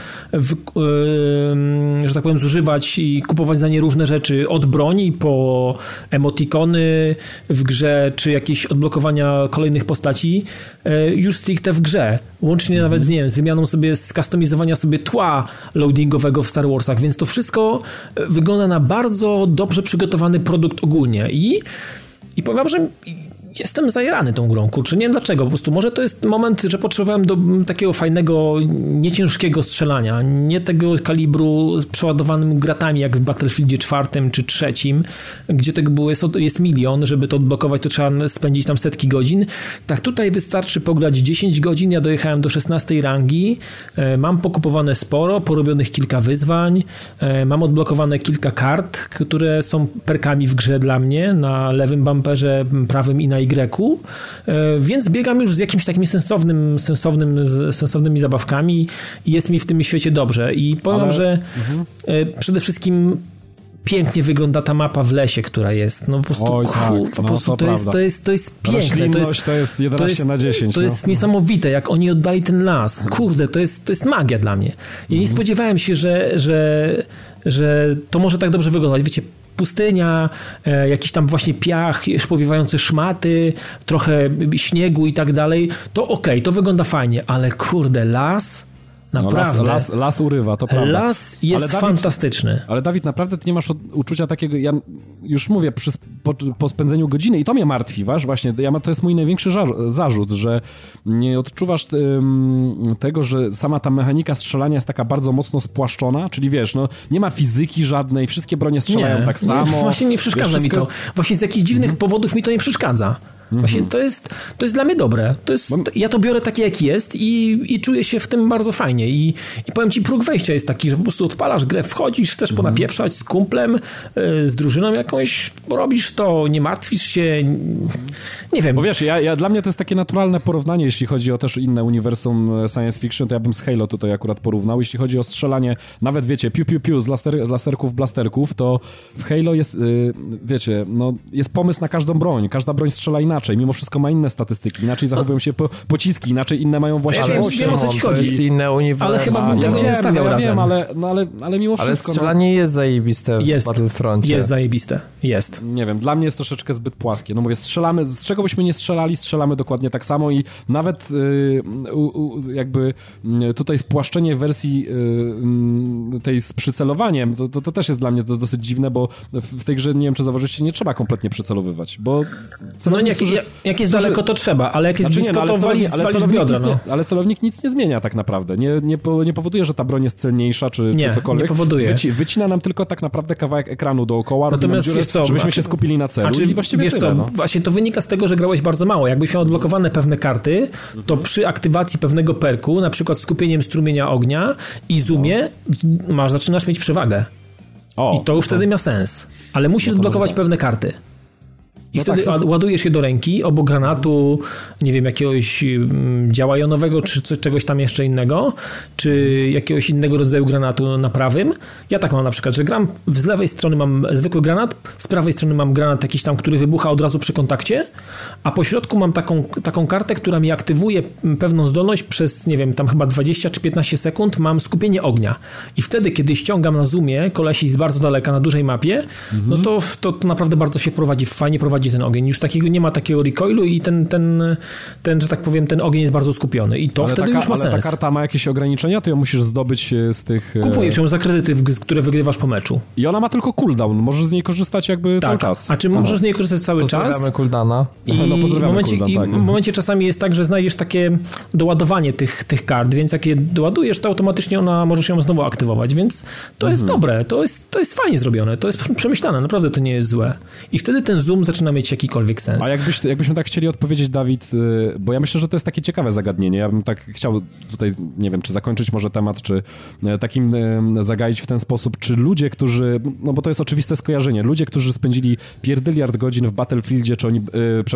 że tak powiem zużywać i kupować za nie różne rzeczy, od broni po emotikony w grze, czy jakieś odblokowania kolejnych postaci już stricte w grze. Łącznie nawet z wymianą sobie, z customizowania sobie tła loadingowego w Star Warsach, więc to wszystko wygląda na bardzo dobrze przygotowany produkt ogólnie i powiem, że jestem zajarany tą grą, kurczę, nie wiem dlaczego, po prostu może to jest moment, że potrzebowałem do takiego fajnego, nieciężkiego strzelania, nie tego kalibru z przeładowanym gratami jak w Battlefieldzie 4 czy 3, gdzie tego było, jest milion, żeby to odblokować, to trzeba spędzić tam setki godzin. Tak tutaj wystarczy pograć 10 godzin, ja dojechałem do 16 rangi, mam pokupowane sporo, porobionych kilka wyzwań, mam odblokowane kilka kart, które są perkami w grze dla mnie, na lewym bumperze, prawym i na Y, więc biegam już z jakimś takim sensownymi zabawkami i jest mi w tym świecie dobrze. I powiem, że przede wszystkim pięknie wygląda ta mapa w lesie, która jest. No po prostu, po prostu to jest piękne. To jest 11 na 10. To jest niesamowite, jak oni oddali ten las. Kurde, to jest magia dla mnie. I nie spodziewałem się, że to może tak dobrze wyglądać. Wiecie, pustynia, jakiś tam właśnie piach, szpowiewające szmaty, trochę śniegu i tak dalej, to okej, to wygląda fajnie, ale kurde, las... Naprawdę. Las urywa, to prawda. Las jest fantastyczny. Ale Dawid, naprawdę ty nie masz uczucia takiego, ja już mówię, po spędzeniu godziny i to mnie martwi, właśnie, to jest mój największy zarzut, że nie odczuwasz tego, że sama ta mechanika strzelania jest taka bardzo mocno spłaszczona, czyli wiesz, no nie ma fizyki żadnej, wszystkie bronie strzelają tak samo. Właśnie nie przeszkadza mi to. Właśnie z jakichś dziwnych powodów mi to nie przeszkadza. Właśnie to jest dla mnie dobre. Ja to biorę takie, jak jest i czuję się w tym bardzo fajnie. I powiem ci, próg wejścia jest taki, że po prostu odpalasz grę, wchodzisz, chcesz ponapieprzać z kumplem, z drużyną jakąś, robisz to, nie martwisz się, nie wiem. Bo wiesz, dla mnie to jest takie naturalne porównanie, jeśli chodzi o też inne uniwersum science fiction, to ja bym z Halo tutaj akurat porównał. Jeśli chodzi o strzelanie, nawet wiecie, piu z laserków, blasterków, to w Halo jest, wiecie, no jest pomysł na każdą broń. Każda broń strzela inaczej. inaczej. Mimo wszystko ma inne statystyki, inaczej zachowują się pociski, inaczej inne mają właściwości. Wiem, o co ci chodzi. To jest inne uniwersum. Ale chyba bym tego nie stawiał razem. Wiem, ale mimo wszystko... Ale strzelanie jest zajebiste w Battlefroncie. Jest zajebiste. Jest. Nie wiem, dla mnie jest troszeczkę zbyt płaskie. No mówię, strzelamy, z czego byśmy nie strzelali, strzelamy dokładnie tak samo i nawet jakby tutaj spłaszczenie wersji tej z przycelowaniem, to też jest dla mnie dosyć dziwne, bo w tej grze, nie wiem, czy zauważyliście, nie trzeba kompletnie przycelowywać, bo... Jak jest daleko, to trzeba, ale jak jest blisko, to wali z biodra. Ale celownik nic nie zmienia tak naprawdę. Nie powoduje, że ta broń jest celniejsza, czy cokolwiek. Nie powoduje. Wycina nam tylko tak naprawdę kawałek ekranu dookoła, natomiast dziurę, żebyśmy się skupili na celu i właściwie tyle. Właśnie to wynika z tego, że grałeś bardzo mało. Jakbyś miał odblokowane pewne karty, to przy aktywacji pewnego perku, na przykład skupieniem strumienia ognia i zoomie, zaczynasz mieć przewagę. I to już wtedy ma sens. Ale musisz odblokować pewne karty. I wtedy ładujesz je do ręki, obok granatu, nie wiem, jakiegoś działa jonowego, czy czegoś tam jeszcze innego, czy jakiegoś innego rodzaju granatu na prawym. Ja tak mam na przykład, że gram, z lewej strony mam zwykły granat, z prawej strony mam granat jakiś tam, który wybucha od razu przy kontakcie, a po środku mam taką kartę, która mi aktywuje pewną zdolność przez, nie wiem, tam chyba 20 czy 15 sekund, mam skupienie ognia. I wtedy, kiedy ściągam na zoomie kolesi z bardzo daleka, na dużej mapie, no to naprawdę bardzo się fajnie prowadzi ten ogień. Już nie ma takiego recoilu i ten, że tak powiem, ten ogień jest bardzo skupiony. I to wtedy już ma sens. Ale ta karta ma jakieś ograniczenia? To ją musisz zdobyć z tych... Kupujesz ją za kredyty, które wygrywasz po meczu. I ona ma tylko cooldown. Możesz z niej korzystać jakby cały czas. A czy możesz z niej korzystać cały czas? Pozdrawiamy Cooldowna. W momencie czasami jest tak, że znajdziesz takie doładowanie tych kart, więc jak je doładujesz, to automatycznie możesz ją znowu aktywować, więc to jest dobre. To jest fajnie zrobione. To jest przemyślane. Naprawdę to nie jest złe. I wtedy ten zoom zaczyna mieć jakikolwiek sens. A jakbyśmy tak chcieli odpowiedzieć, Dawid, bo ja myślę, że to jest takie ciekawe zagadnienie. Ja bym tak chciał tutaj, nie wiem, czy zakończyć może temat, czy takim zagaić w ten sposób, czy ludzie, którzy, no bo to jest oczywiste skojarzenie, ludzie, którzy spędzili pierdyliard godzin w Battlefieldzie, czy oni,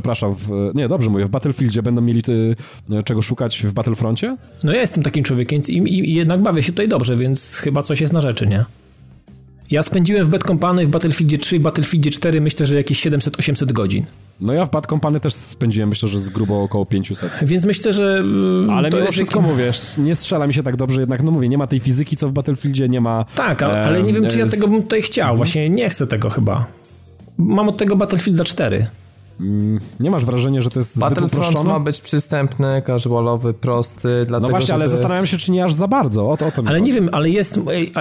w Battlefieldzie będą mieli czego szukać w Battlefroncie? No ja jestem takim człowiekiem i jednak bawię się tutaj dobrze, więc chyba coś jest na rzeczy, nie? Ja spędziłem w Bad Company, w Battlefieldzie 3, w Battlefieldzie 4 myślę, że jakieś 700-800 godzin. No ja w Bad Company też spędziłem, myślę, że z grubo około 500. Więc myślę, że... Ale mimo wszystko mówię, nie strzela mi się tak dobrze, jednak no mówię, nie ma tej fizyki, co w Battlefieldzie, nie ma... Tak, ale nie wiem, czy ja tego bym tutaj chciał. Właśnie nie chcę tego chyba. Mam od tego Battlefielda 4. Nie masz wrażenia, że to jest zbyt uproszczone? Battlefront ma być przystępny, casualowy, prosty, dlatego, no właśnie, ale zastanawiam się, czy nie aż za bardzo. O to ale nie wiem, ale jest...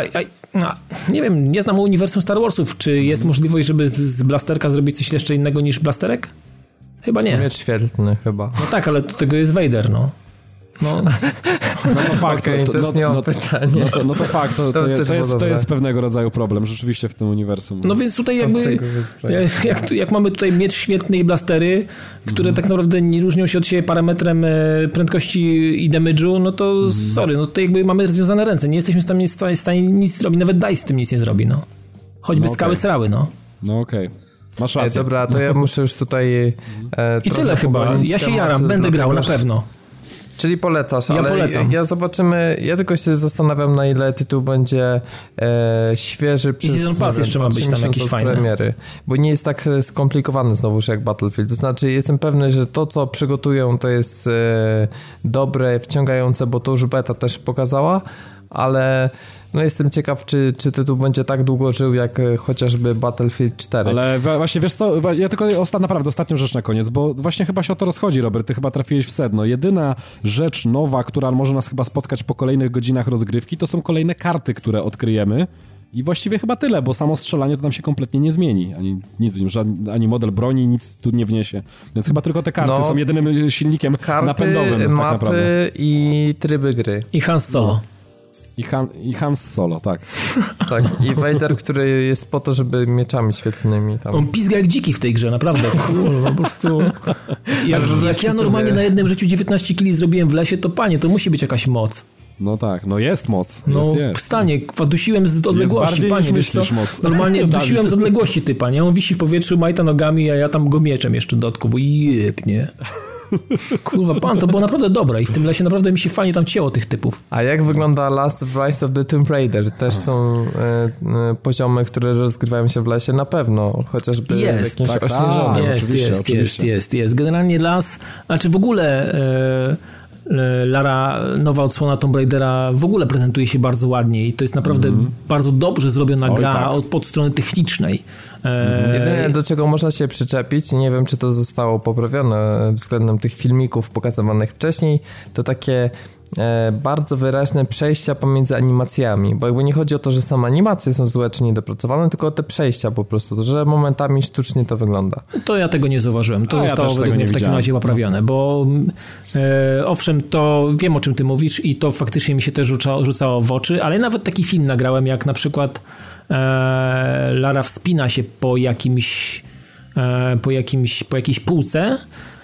nie wiem, nie znam uniwersum Star Warsów. Czy jest możliwość, żeby z blasterka zrobić coś jeszcze innego niż blasterek? Chyba nie. Miecz świetlny chyba. No tak, ale do tego jest Vader, no. No to fakt. Okay, to jest pytanie. No to fakt, to jest pewnego rodzaju problem rzeczywiście w tym uniwersum. No więc tutaj jakby, jak mamy tutaj miecz świetny i blastery, które tak naprawdę nie różnią się od siebie parametrem prędkości i damage'u, no to sorry, no to jakby mamy rozwiązane ręce. Nie jesteśmy w stanie nic zrobić, nawet DICE z tym nic nie zrobi, no. Choćby skały srały, no. No okej. Masz rację. Dobra, to ja muszę już tutaj i tyle chyba. Ja się jaram, będę grał na pewno. Czyli polecasz, ja ale polecam. Ja zobaczymy, ja tylko się zastanawiam, na ile tytuł będzie świeży przez Season Pass jeszcze ma być tam jakiś fajny. Premiery, bo nie jest tak skomplikowany znowuż jak Battlefield. To znaczy jestem pewny, że to, co przygotują, to jest dobre, wciągające, bo to już beta też pokazała, ale no jestem ciekaw, czy tytuł będzie tak długo żył, jak chociażby Battlefield 4. Ale właśnie, wiesz co, ja tylko naprawdę ostatnią rzecz na koniec, bo właśnie chyba się o to rozchodzi, Robert, ty chyba trafiłeś w sedno. Jedyna rzecz nowa, która może nas chyba spotkać po kolejnych godzinach rozgrywki, to są kolejne karty, które odkryjemy. I właściwie chyba tyle, bo samo strzelanie to nam się kompletnie nie zmieni. Ani model broni, nic tu nie wniesie. Więc chyba tylko te karty są jedynym silnikiem napędowym. Mapy, tak naprawdę. I tryby gry. I Han Solo. No. I Han Solo, tak. Tak, i Vader, który jest po to, żeby mieczami świetlnymi tam. On pizga jak dziki w tej grze, naprawdę. Kurwa, po prostu... Jak ja normalnie na jednym życiu 19 kili zrobiłem w lesie, to panie, to musi być jakaś moc. No tak, no jest moc. No jest. Wstanie, dusiłem z odległości, panie, wiesz co? Moc. Normalnie dusiłem z odległości typa, nie? On wisi w powietrzu, majta nogami, a ja tam go mieczem jeszcze dodatkowo. Jeb, nie? Kurwa, pan, to było naprawdę dobre i w tym lesie naprawdę mi się fajnie tam cięło tych typów. A jak wygląda Last of Rise of the Tomb Raider? Też są poziomy, które rozgrywają się w lesie? Na pewno, chociażby jest, jakimś ośnieżonym. Jest. Generalnie las, znaczy w ogóle nowa odsłona Tomb Raidera w ogóle prezentuje się bardzo ładnie i to jest naprawdę bardzo dobrze zrobiona gra od strony technicznej. Jedyne, do czego można się przyczepić, nie wiem, czy to zostało poprawione względem tych filmików pokazywanych wcześniej, to takie bardzo wyraźne przejścia pomiędzy animacjami, bo jakby nie chodzi o to, że same animacje są złe czy niedopracowane, tylko o te przejścia po prostu, że momentami sztucznie to wygląda. To ja tego nie zauważyłem. To zostało według mnie w takim razie poprawione, bo owszem, to wiem, o czym ty mówisz i to faktycznie mi się też rzucało w oczy, ale nawet taki film nagrałem, jak na przykład Lara wspina się po jakiejś półce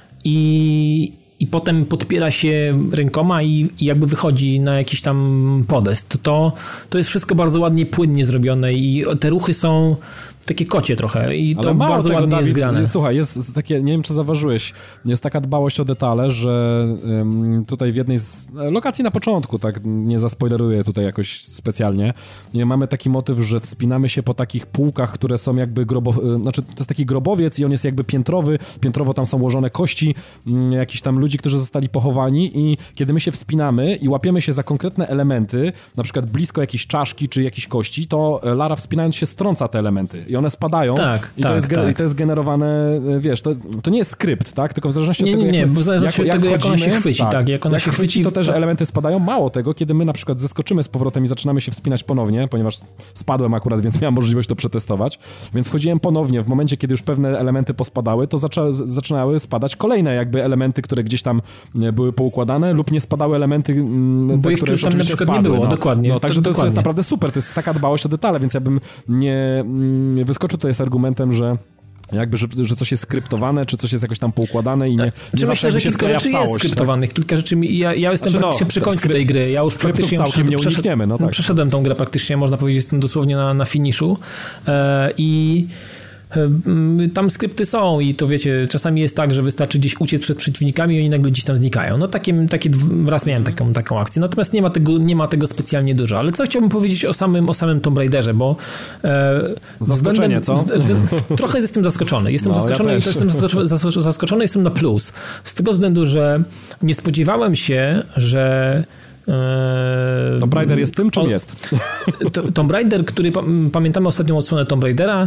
i potem podpiera się rękoma i jakby wychodzi na jakiś tam podest. To jest wszystko bardzo ładnie, płynnie zrobione i te ruchy są takie kocie trochę i to bardzo tego, ładnie jest grane. Słuchaj, jest takie, nie wiem czy zauważyłeś, jest taka dbałość o detale, że tutaj w jednej z lokacji na początku, tak nie zaspoileruję tutaj jakoś specjalnie, mamy taki motyw, że wspinamy się po takich półkach, które są jakby znaczy to jest taki grobowiec i on jest jakby piętrowy, piętrowo tam są ułożone kości jakichś tam ludzi, którzy zostali pochowani i kiedy my się wspinamy i łapiemy się za konkretne elementy, na przykład blisko jakiejś czaszki czy jakiejś kości, to Lara wspinając się strąca te elementy i one spadają i to jest generowane, wiesz, to nie jest skrypt, tak? Tylko w zależności od tego, bo w zależności od tego, jak ona się chwyci, tak? Jak ona się chwyci, to też elementy spadają. Mało tego, kiedy my na przykład zeskoczymy z powrotem i zaczynamy się wspinać ponownie, ponieważ spadłem akurat, więc miałem możliwość to przetestować, więc wchodziłem ponownie, w momencie, kiedy już pewne elementy pospadały, to zaczynały spadać kolejne jakby elementy, które gdzieś tam były poukładane lub nie spadały elementy, bo które już tam na przykład spadły, nie było, dokładnie. Także to jest naprawdę super, to jest taka dbałość o detale, więc ja bym nie wyskoczył tutaj z argumentem, że jakby, że coś jest skryptowane, czy coś jest jakoś tam poukładane i nie myślę, że kilka rzeczy jest skryptowanych, kilka rzeczy ja jestem praktycznie przy końcu tej gry, ja już praktycznie przeszedłem tą grę praktycznie, można powiedzieć, jestem dosłownie na finiszu i tam skrypty są i to wiecie, czasami jest tak, że wystarczy gdzieś uciec przed przeciwnikami i oni nagle gdzieś tam znikają. No raz miałem taką akcję, natomiast nie ma tego specjalnie dużo. Ale co chciałbym powiedzieć o samym Tomb Raiderze, bo zaskoczenie, co? Trochę jestem zaskoczony. Jestem zaskoczony, jestem na plus. Z tego względu, że nie spodziewałem się, że Tomb Raider jest tym, czym jest? Tomb Raider, który pamiętamy ostatnią odsłonę Tomb Raidera,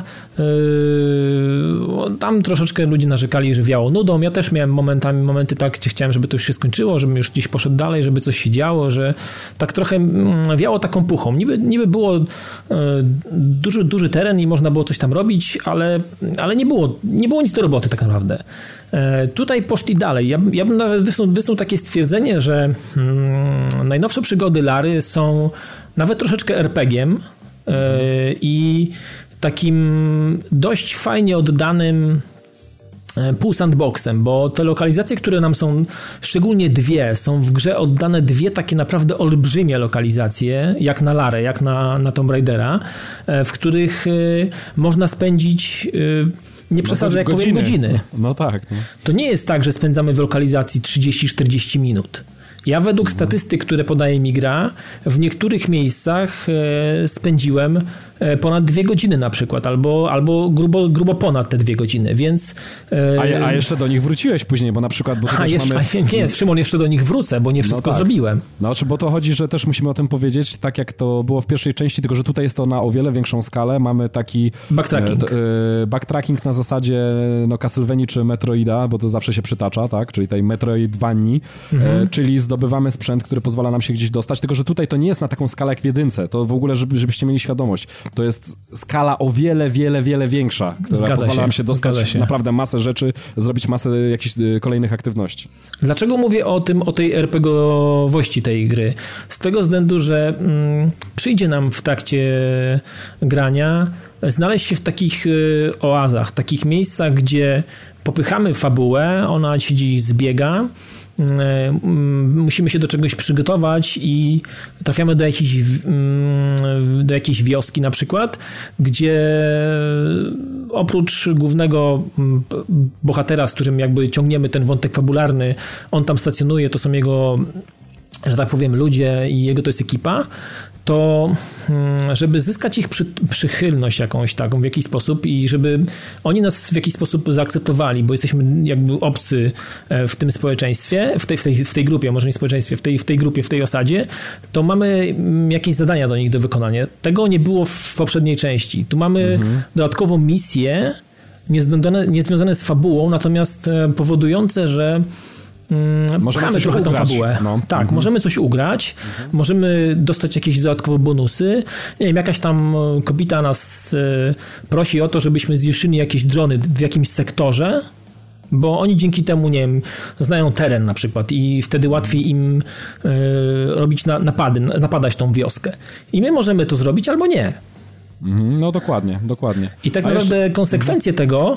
tam troszeczkę ludzie narzekali, że wiało nudą. Ja też miałem momenty tak, gdzie chciałem, żeby to już się skończyło, żebym już gdzieś poszedł dalej, żeby coś się działo, że tak trochę wiało taką puchą. Niby było duży teren i można było coś tam robić, ale nie było nic do roboty tak naprawdę. Tutaj poszli dalej. Ja bym nawet wysnuł takie stwierdzenie, że najnowsze przygody Lary są nawet troszeczkę RPG-iem i takim dość fajnie oddanym pół sandboxem, bo te lokalizacje, które nam są, szczególnie są w grze oddane dwie takie naprawdę olbrzymie lokalizacje, jak na Larę, jak na Tomb Raidera, w których można spędzić nie przesadzę, jak powiem, godziny. No tak. No. To nie jest tak, że spędzamy w lokalizacji 30-40 minut. Ja według statystyk, które podaje mi gra, w niektórych miejscach spędziłem ponad 2 godziny na przykład, albo grubo ponad te 2 godziny, więc... A jeszcze do nich wróciłeś później, bo na przykład... Nie, Szymon, jeszcze do nich wrócę, bo nie wszystko zrobiłem. Znaczy, bo to chodzi, że też musimy o tym powiedzieć, tak jak to było w pierwszej części, tylko że tutaj jest to na o wiele większą skalę, mamy taki... Backtracking na zasadzie Castlevanii czy Metroida, bo to zawsze się przytacza, tak? Czyli tej Metroidvanii, czyli zdobywamy sprzęt, który pozwala nam się gdzieś dostać, tylko że tutaj to nie jest na taką skalę jak w jedynce, to w ogóle, żebyście mieli świadomość. To jest skala o wiele, wiele, wiele większa, która pozwala nam się dostać naprawdę masę rzeczy, zrobić masę jakichś kolejnych aktywności. Dlaczego mówię o tej RPG-owości tej gry? Z tego względu, że przyjdzie nam w trakcie grania znaleźć się w takich oazach, takich miejscach, gdzie popychamy fabułę, ona ci gdzieś zbiega musimy się do czegoś przygotować i trafiamy do jakiejś wioski na przykład, gdzie oprócz głównego bohatera, z którym jakby ciągniemy ten wątek fabularny, on tam stacjonuje, to są jego, że tak powiem, ludzie i jego to jest ekipa, to żeby zyskać ich przychylność jakąś taką w jakiś sposób i żeby oni nas w jakiś sposób zaakceptowali, bo jesteśmy jakby obcy w tym społeczeństwie, w tej grupie, może nie społeczeństwie, w tej grupie, w tej osadzie, to mamy jakieś zadania do nich do wykonania. Tego nie było w poprzedniej części. Tu mamy dodatkową misję, niezwiązane z fabułą, natomiast powodujące, że pchamy trochę tą fabułę. No. Tak, możemy coś ugrać, możemy dostać jakieś dodatkowe bonusy. Nie wiem, jakaś tam kobieta nas prosi o to, żebyśmy zniszczyli jakieś drony w jakimś sektorze, bo oni dzięki temu, nie wiem, znają teren na przykład i wtedy łatwiej im robić napadać tą wioskę. I my możemy to zrobić albo nie. No dokładnie. I tak naprawdę konsekwencje tego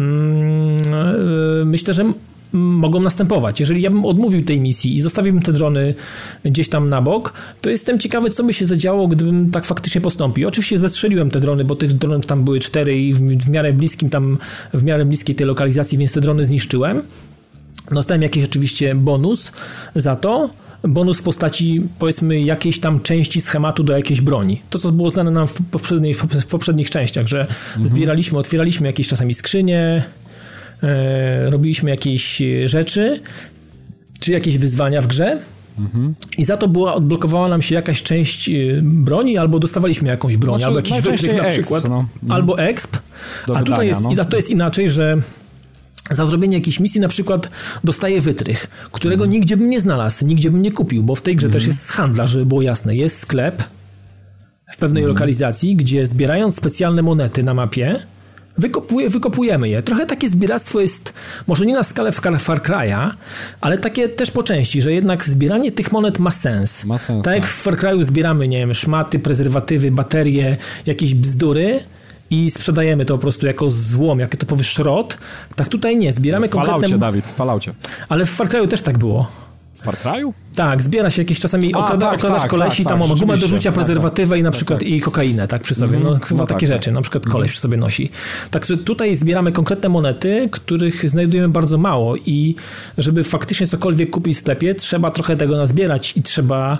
myślę, że mogą następować. Jeżeli ja bym odmówił tej misji i zostawiłbym te drony gdzieś tam na bok, to jestem ciekawy, co by się zadziało, gdybym tak faktycznie postąpił. Oczywiście zestrzeliłem te drony, bo tych dronów tam były 4 i w miarę bliskiej tej lokalizacji, więc te drony zniszczyłem. Dostałem jakiś oczywiście bonus za to. Bonus w postaci, powiedzmy, jakiejś tam części schematu do jakiejś broni. To, co było znane nam w poprzednich częściach, że zbieraliśmy, otwieraliśmy jakieś czasami skrzynie, robiliśmy jakieś rzeczy, czy jakieś wyzwania w grze i za to odblokowała nam się jakaś część broni, albo dostawaliśmy jakąś broń, albo jakiś wytrych na przykład, albo exp, a tutaj jest inaczej, że za zrobienie jakiejś misji na przykład dostaję wytrych, którego nigdzie bym nie znalazł, nigdzie bym nie kupił, bo w tej grze też jest handlarz, żeby było jasne. Jest sklep w pewnej lokalizacji, gdzie zbierając specjalne monety na mapie, wykopujemy je. Trochę takie zbieractwo jest, może nie na skalę Far Cry'a, ale takie też po części, że jednak zbieranie tych monet ma sens. Tak jak w Far Cry'u zbieramy, nie wiem, szmaty, prezerwatywy, baterie, jakieś bzdury i sprzedajemy to po prostu jako złom, jako typowy szrot, tak tutaj nie. Zbieramy konkretne... Dawid, w Falloutie. Ale w Far Cry'u też tak było. W Far Cry'u? Tak, zbiera się jakieś czasami, okradasz kolesi, tam ma gumę do rzucia, prezerwatywę i na przykład i kokainę, tak, przy sobie. No chyba takie rzeczy, na przykład koleś przy sobie nosi. Także tutaj zbieramy konkretne monety, których znajdujemy bardzo mało i żeby faktycznie cokolwiek kupić w sklepie, trzeba trochę tego nazbierać i trzeba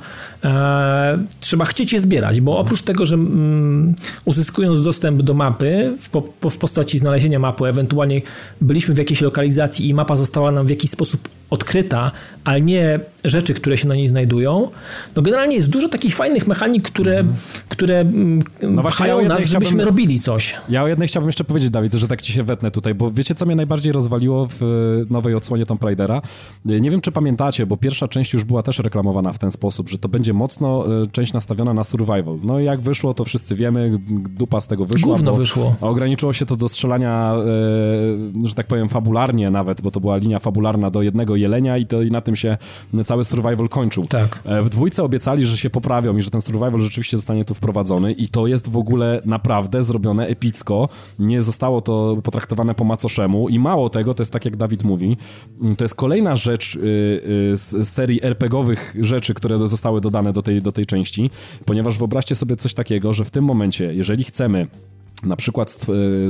chcieć je zbierać, bo oprócz tego, że uzyskując dostęp do mapy w postaci znalezienia mapy, ewentualnie byliśmy w jakiejś lokalizacji i mapa została nam w jakiś sposób odkryta, ale nie rzeczy, które się na niej znajdują, no generalnie jest dużo takich fajnych mechanik, które pchają nas, żebyśmy robili coś. Ja o jednej chciałbym jeszcze powiedzieć, Dawid, że tak ci się wetnę tutaj, bo wiecie, co mnie najbardziej rozwaliło w nowej odsłonie Tomb Raidera? Nie wiem, czy pamiętacie, bo pierwsza część już była też reklamowana w ten sposób, że to będzie mocno część nastawiona na survival. No i jak wyszło, to wszyscy wiemy, dupa z tego wyszła. Gówno wyszło. Ograniczyło się to do strzelania, że tak powiem, fabularnie nawet, bo to była linia fabularna do jednego jelenia i na tym się cały survival kończył. Tak. W dwójce obiecali, że się poprawią i że ten survival rzeczywiście zostanie tu wprowadzony i to jest w ogóle naprawdę zrobione epicko. Nie zostało to potraktowane po macoszemu i mało tego, to jest tak jak Dawid mówi, to jest kolejna rzecz z serii RPG-owych rzeczy, które zostały dodane do tej części, ponieważ wyobraźcie sobie coś takiego, że w tym momencie, jeżeli chcemy na przykład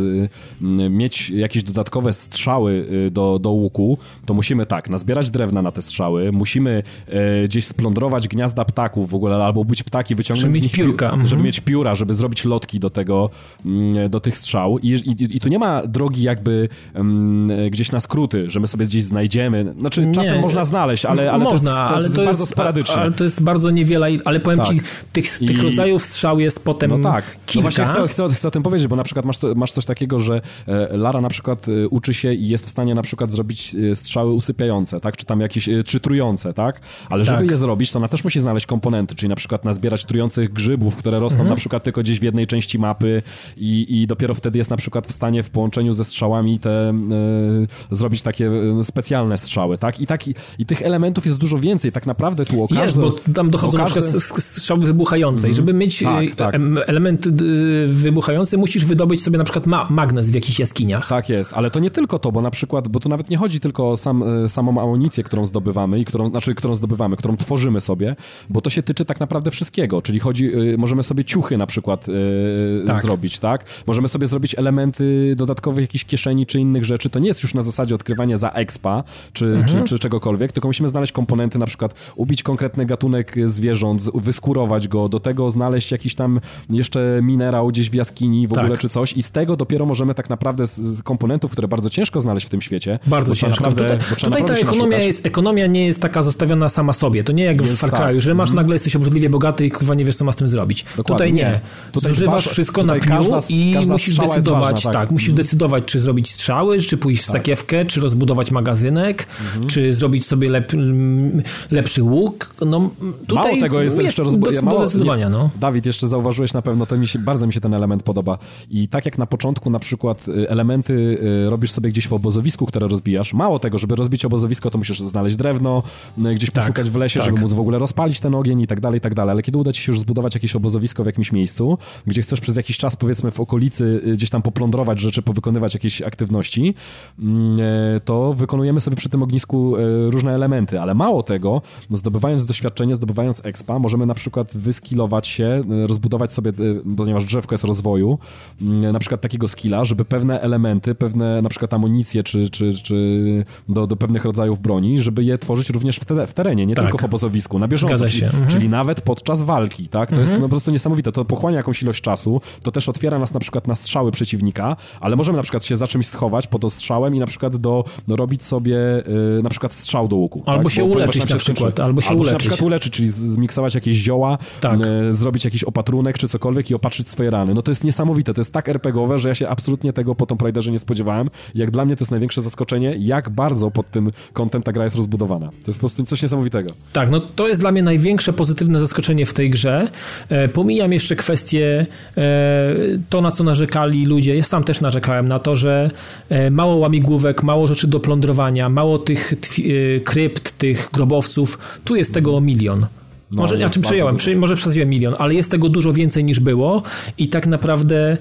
mieć jakieś dodatkowe strzały do łuku, to musimy nazbierać drewna na te strzały, musimy gdzieś splądrować gniazda ptaków w ogóle, albo być ptaki, wyciągnąć z nich piórka. Żeby mieć pióra, żeby zrobić lotki do tych strzał. I tu nie ma drogi jakby gdzieś na skróty, że my sobie gdzieś znajdziemy. Znaczy czasem można znaleźć, ale można, to jest bardzo sporadyczne. Ale to jest bardzo niewiele, ale powiem ci, tych rodzajów strzał jest potem kilka. No właśnie chcę o tym powiedzieć, bo na przykład masz coś takiego, że Lara na przykład uczy się i jest w stanie na przykład zrobić strzały usypiające, tak? Czy tam jakieś, czy trujące, tak? Ale żeby je zrobić, to ona też musi znaleźć komponenty, czyli na przykład nazbierać trujących grzybów, które rosną na przykład tylko gdzieś w jednej części mapy i dopiero wtedy jest na przykład w stanie w połączeniu ze strzałami zrobić takie specjalne strzały, tak? I tych elementów jest dużo więcej, tak naprawdę tu jest, bo tam dochodzą na przykład strzały wybuchające i żeby mieć element wybuchający, musi musisz wydobyć sobie na przykład magnes w jakichś jaskiniach. Tak jest, ale to nie tylko to, bo na przykład, bo tu nawet nie chodzi tylko o samą amunicję, którą zdobywamy i którą tworzymy sobie, bo to się tyczy tak naprawdę wszystkiego, czyli możemy sobie ciuchy na przykład zrobić, tak? Możemy sobie zrobić elementy dodatkowych jakichś kieszeni czy innych rzeczy. To nie jest już na zasadzie odkrywania za expa czy czegokolwiek, tylko musimy znaleźć komponenty, na przykład ubić konkretny gatunek zwierząt, wyskurować go, do tego znaleźć jakiś tam jeszcze minerał gdzieś w jaskini w ogóle czy coś i z tego dopiero możemy tak naprawdę z komponentów, które bardzo ciężko znaleźć w tym świecie. Bardzo ciężko. Tutaj ta ekonomia nie jest taka zostawiona sama sobie. To nie jak w Far Cry'u, że masz nagle jesteś obrzydliwie bogaty i kurwa nie wiesz, co masz z tym zrobić. Dokładnie, tutaj nie. Tutaj zużywasz wszystko na pniu i musisz decydować, ważna, musisz decydować, czy zrobić strzały, czy pójść w sakiewkę, czy rozbudować magazynek, czy zrobić sobie lepszy łuk. No, tutaj mało tego jest jeszcze do decydowania. Dawid, jeszcze zauważyłeś na pewno, bardzo mi się ten element podoba. I tak jak na początku na przykład elementy robisz sobie gdzieś w obozowisku, które rozbijasz. Mało tego, żeby rozbić obozowisko, to musisz znaleźć drewno, gdzieś poszukać w lesie, żeby móc w ogóle rozpalić ten ogień i tak dalej, ale kiedy uda ci się już zbudować jakieś obozowisko w jakimś miejscu, gdzie chcesz przez jakiś czas, powiedzmy, w okolicy gdzieś tam poplądrować rzeczy, powykonywać jakieś aktywności, to wykonujemy sobie przy tym ognisku różne elementy, ale mało tego, zdobywając doświadczenie, zdobywając expa, możemy na przykład wyskillować się, rozbudować sobie, ponieważ drzewko jest rozwoju, na przykład takiego skilla, żeby pewne elementy, pewne na przykład amunicje, czy do pewnych rodzajów broni, żeby je tworzyć również w terenie, nie tylko w obozowisku, na bieżąco, czyli nawet podczas walki, tak? To jest po prostu niesamowite, to pochłania jakąś ilość czasu, to też otwiera nas na przykład na strzały przeciwnika, ale możemy na przykład się za czymś schować pod ostrzałem i na przykład robić sobie na przykład strzał do łuku. Albo się uleczyć na przykład, albo się na przykład uleczyć, czyli zmiksować jakieś zioła, zrobić jakiś opatrunek czy cokolwiek i opatrzyć swoje rany. No to jest niesamowite, to jest tak RPGowe, że ja się absolutnie tego po Tomb Raiderze nie spodziewałem. Jak dla mnie to jest największe zaskoczenie, jak bardzo pod tym kątem ta gra jest rozbudowana. To jest po prostu coś niesamowitego. Tak, no to jest dla mnie największe pozytywne zaskoczenie w tej grze. Pomijam jeszcze kwestię to, na co narzekali ludzie. Ja sam też narzekałem na to, że mało łamigłówek, mało rzeczy do plądrowania, mało tych krypt, tych grobowców. Tu jest tego 1 milion. Może ja czym przejąłem, może przesadziłem 1 milion, ale jest tego dużo więcej niż było i tak naprawdę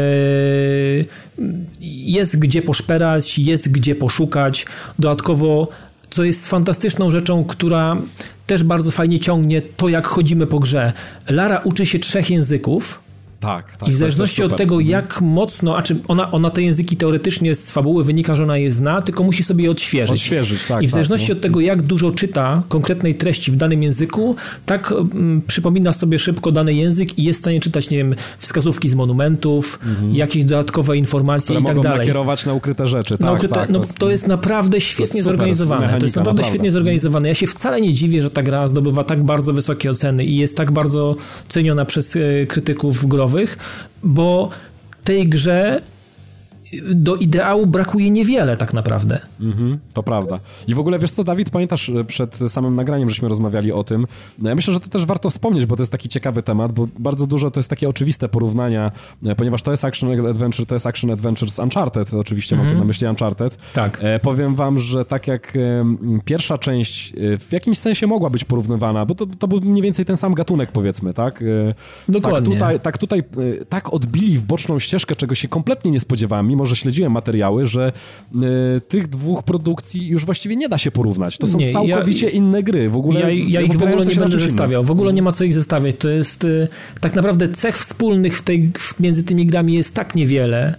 jest gdzie poszperać, jest gdzie poszukać. Dodatkowo, co jest fantastyczną rzeczą, która też bardzo fajnie ciągnie, to jak chodzimy po grze. Lara uczy się 3 języków. Tak, i w zależności od tego, jak mocno, ona te języki teoretycznie z fabuły wynika, że ona je zna, tylko musi sobie je odświeżyć. I w zależności od tego, jak dużo czyta konkretnej treści w danym języku, tak przypomina sobie szybko dany język i jest w stanie czytać, nie wiem, wskazówki z monumentów, jakieś dodatkowe informacje i tak dalej. Mogą nakierować na ukryte rzeczy. To jest naprawdę świetnie zorganizowane. To jest naprawdę świetnie zorganizowane. Ja się wcale nie dziwię, że ta gra zdobywa tak bardzo wysokie oceny i jest tak bardzo ceniona przez krytyków growych, bo tej grze do ideału brakuje niewiele tak naprawdę. To prawda. I w ogóle wiesz co, Dawid, pamiętasz przed samym nagraniem, żeśmy rozmawiali o tym. Ja myślę, że to też warto wspomnieć, bo to jest taki ciekawy temat, bo bardzo dużo to jest takie oczywiste porównania, ponieważ to jest action adventure z Uncharted, oczywiście mam tu na myśli Uncharted. Tak. Powiem wam, że tak jak pierwsza część w jakimś sensie mogła być porównywana, bo to był mniej więcej ten sam gatunek, powiedzmy, tak? Dokładnie. Tak odbili w boczną ścieżkę, czego się kompletnie nie spodziewałem, mimo że śledziłem materiały, że tych dwóch produkcji już właściwie nie da się porównać. To są całkowicie inne gry. W ogóle ja ich w ogóle nie będę zestawiał. W ogóle nie ma co ich zestawiać. To jest tak naprawdę cech wspólnych między tymi grami jest tak niewiele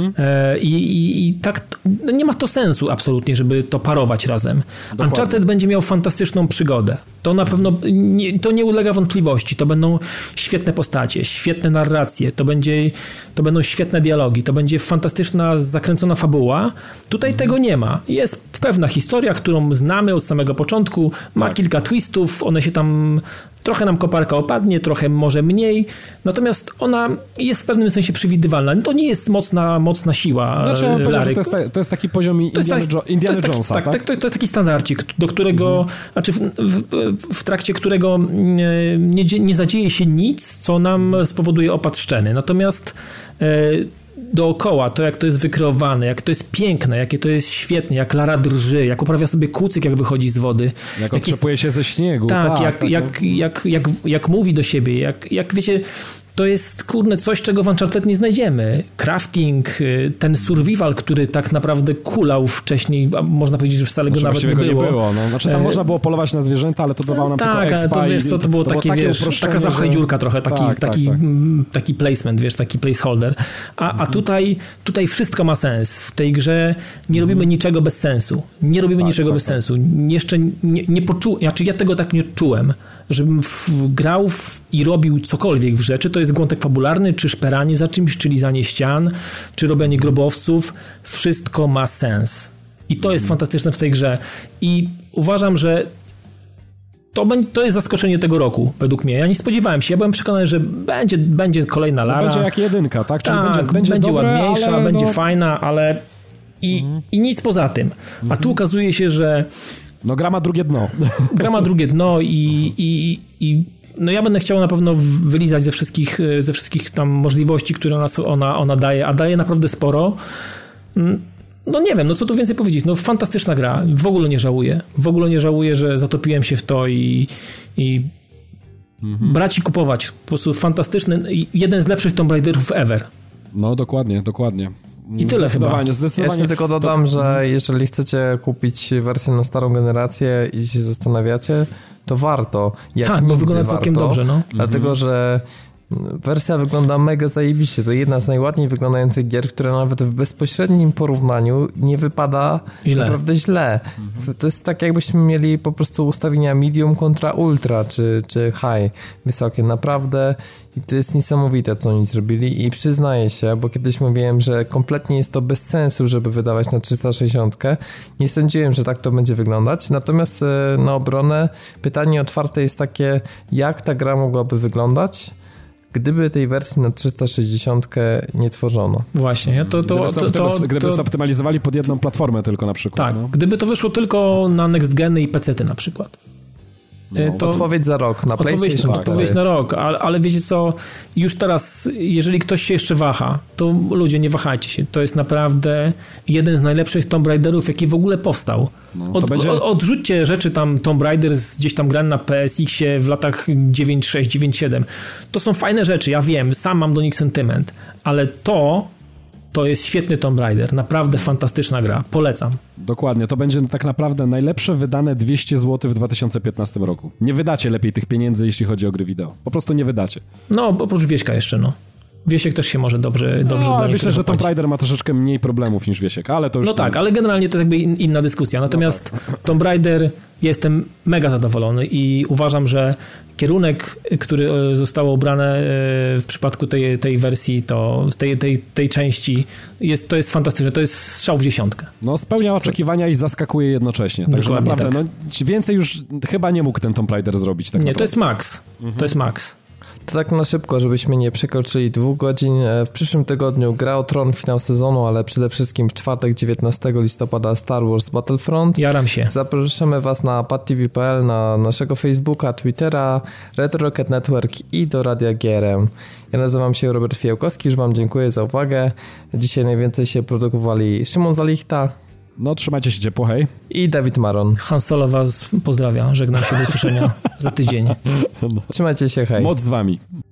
i tak nie ma to sensu absolutnie, żeby to parować razem. Dokładnie. Uncharted będzie miał fantastyczną przygodę. To na pewno to nie ulega wątpliwości. To będą świetne postacie, świetne narracje, to będą świetne dialogi, to będzie fantastyczna, zakręcona fabuła. Tutaj tego nie ma. Jest pewna historia, którą znamy od samego początku, ma kilka twistów, one się tam trochę nam koparka opadnie, trochę może mniej, natomiast ona jest w pewnym sensie przewidywalna. To nie jest mocna siła. Znaczy, że to jest taki poziom Indiana Jonesa, tak? To jest taki standardzik, do którego, znaczy w trakcie którego nie zadzieje się nic, co nam spowoduje opad szczeny. Natomiast dookoła, to jak to jest wykreowane, jak to jest piękne, jakie to jest świetne, jak Lara drży, jak uprawia sobie kucyk, jak wychodzi z wody. Jak otrzepuje się ze śniegu. Jak mówi do siebie, jak wiecie, to jest, kurde, coś, czego w Uncharted nie znajdziemy. Crafting, ten survival, który tak naprawdę kulał wcześniej, a można powiedzieć, że wcale go nawet nie było. No. Znaczy tam można było polować na zwierzęta, ale to dawało nam tylko expa. Tak, ale to wiesz co, to było takie, wiesz, taka zapchajdziurka trochę, taki placement, wiesz, taki placeholder. A tutaj wszystko ma sens. W tej grze nie robimy niczego bez sensu. Nie robimy niczego bez sensu. Jeszcze nie poczułem, znaczy ja tego tak nie czułem, żebym grał i robił cokolwiek w grze, czy to jest wątek fabularny, czy szperanie za czymś, czy lizanie ścian, czy robienie grobowców. Wszystko ma sens. I to jest fantastyczne w tej grze. I uważam, że to jest zaskoczenie tego roku, według mnie. Ja nie spodziewałem się. Ja byłem przekonany, że będzie kolejna Lara. Będzie jak jedynka, tak? Czyli będzie dobre, ładniejsza, ale będzie fajna, ale i nic poza tym. A tu okazuje się, że no gra ma drugie dno. Gra ma drugie dno i no ja będę chciał na pewno wylizać ze wszystkich tam możliwości, które ona daje, a daje naprawdę sporo. No nie wiem, no co tu więcej powiedzieć. No fantastyczna gra. W ogóle nie żałuję, że zatopiłem się w to i brać i kupować. Po prostu fantastyczny, jeden z lepszych Tomb Raiderów ever. No dokładnie. I tyle chyba. Ja jeszcze tylko dodam, że jeżeli chcecie kupić wersję na starą generację i się zastanawiacie, to warto. Tak, bo wygląda całkiem dobrze, no. Dlatego, że wersja wygląda mega zajebiście. To jedna z najładniej wyglądających gier, która nawet w bezpośrednim porównaniu nie wypada naprawdę źle. To jest tak, jakbyśmy mieli po prostu ustawienia medium kontra ultra, czy high, wysokie. Naprawdę i to jest niesamowite, co oni zrobili i przyznaję się, bo kiedyś mówiłem, że kompletnie jest to bez sensu, żeby wydawać na 360. Nie sądziłem, że tak to będzie wyglądać. Natomiast na obronę pytanie otwarte jest takie, jak ta gra mogłaby wyglądać, gdyby tej wersji na 360 nie tworzono. Właśnie. Gdyby zoptymalizowali pod jedną platformę tylko na przykład. Tak, gdyby to wyszło tylko na next geny i PC-ty na przykład. No, odpowiedź za rok na PlayStation 4. Odpowiedź na rok, ale wiecie co, już teraz, jeżeli ktoś się jeszcze waha, to ludzie, nie wahajcie się. To jest naprawdę jeden z najlepszych Tomb Raiderów, jaki w ogóle powstał. Odrzućcie rzeczy tam Tomb Raider gdzieś tam grany na PSX-ie w latach 9.6, 9.7. To są fajne rzeczy, ja wiem, sam mam do nich sentyment, ale to jest świetny Tomb Raider, naprawdę fantastyczna gra, polecam. Dokładnie, to będzie tak naprawdę najlepsze wydane 200 zł w 2015 roku. Nie wydacie lepiej tych pieniędzy, jeśli chodzi o gry wideo. Po prostu nie wydacie. No, oprócz Wieśka jeszcze, no. Wiesiek też się może dobrze ale myślę, że Tomb Raider ma troszeczkę mniej problemów niż Wiesiek, ale to już... No tak, ale generalnie to jakby inna dyskusja. Natomiast Tomb Raider jestem mega zadowolony i uważam, kierunek, który został obrany w przypadku tej wersji, to tej części, to jest fantastyczne, to jest strzał w dziesiątkę. No spełnia oczekiwania i zaskakuje jednocześnie. Także naprawdę, tak. Więcej już chyba nie mógł ten Tomb Raider zrobić. Tak nie, naprawdę. To jest max. To jest max. To tak na szybko, żebyśmy nie przekroczyli 2 godzin. W przyszłym tygodniu Gra o Tron, finał sezonu, ale przede wszystkim w czwartek 19 listopada Star Wars Battlefront. Jaram się. Zapraszamy Was na padtv.pl, na naszego Facebooka, Twittera, Retro Rocket Network i do Radia GRM. Ja nazywam się Robert Fijałkowski, już Wam dziękuję za uwagę. Dzisiaj najwięcej się produkowali Szymon Zalichta. No, trzymajcie się ciepło, hej. I Dawid Maron. Han Solo Was pozdrawia, żegnam się, do usłyszenia za tydzień. Trzymajcie się, hej. Moc z Wami.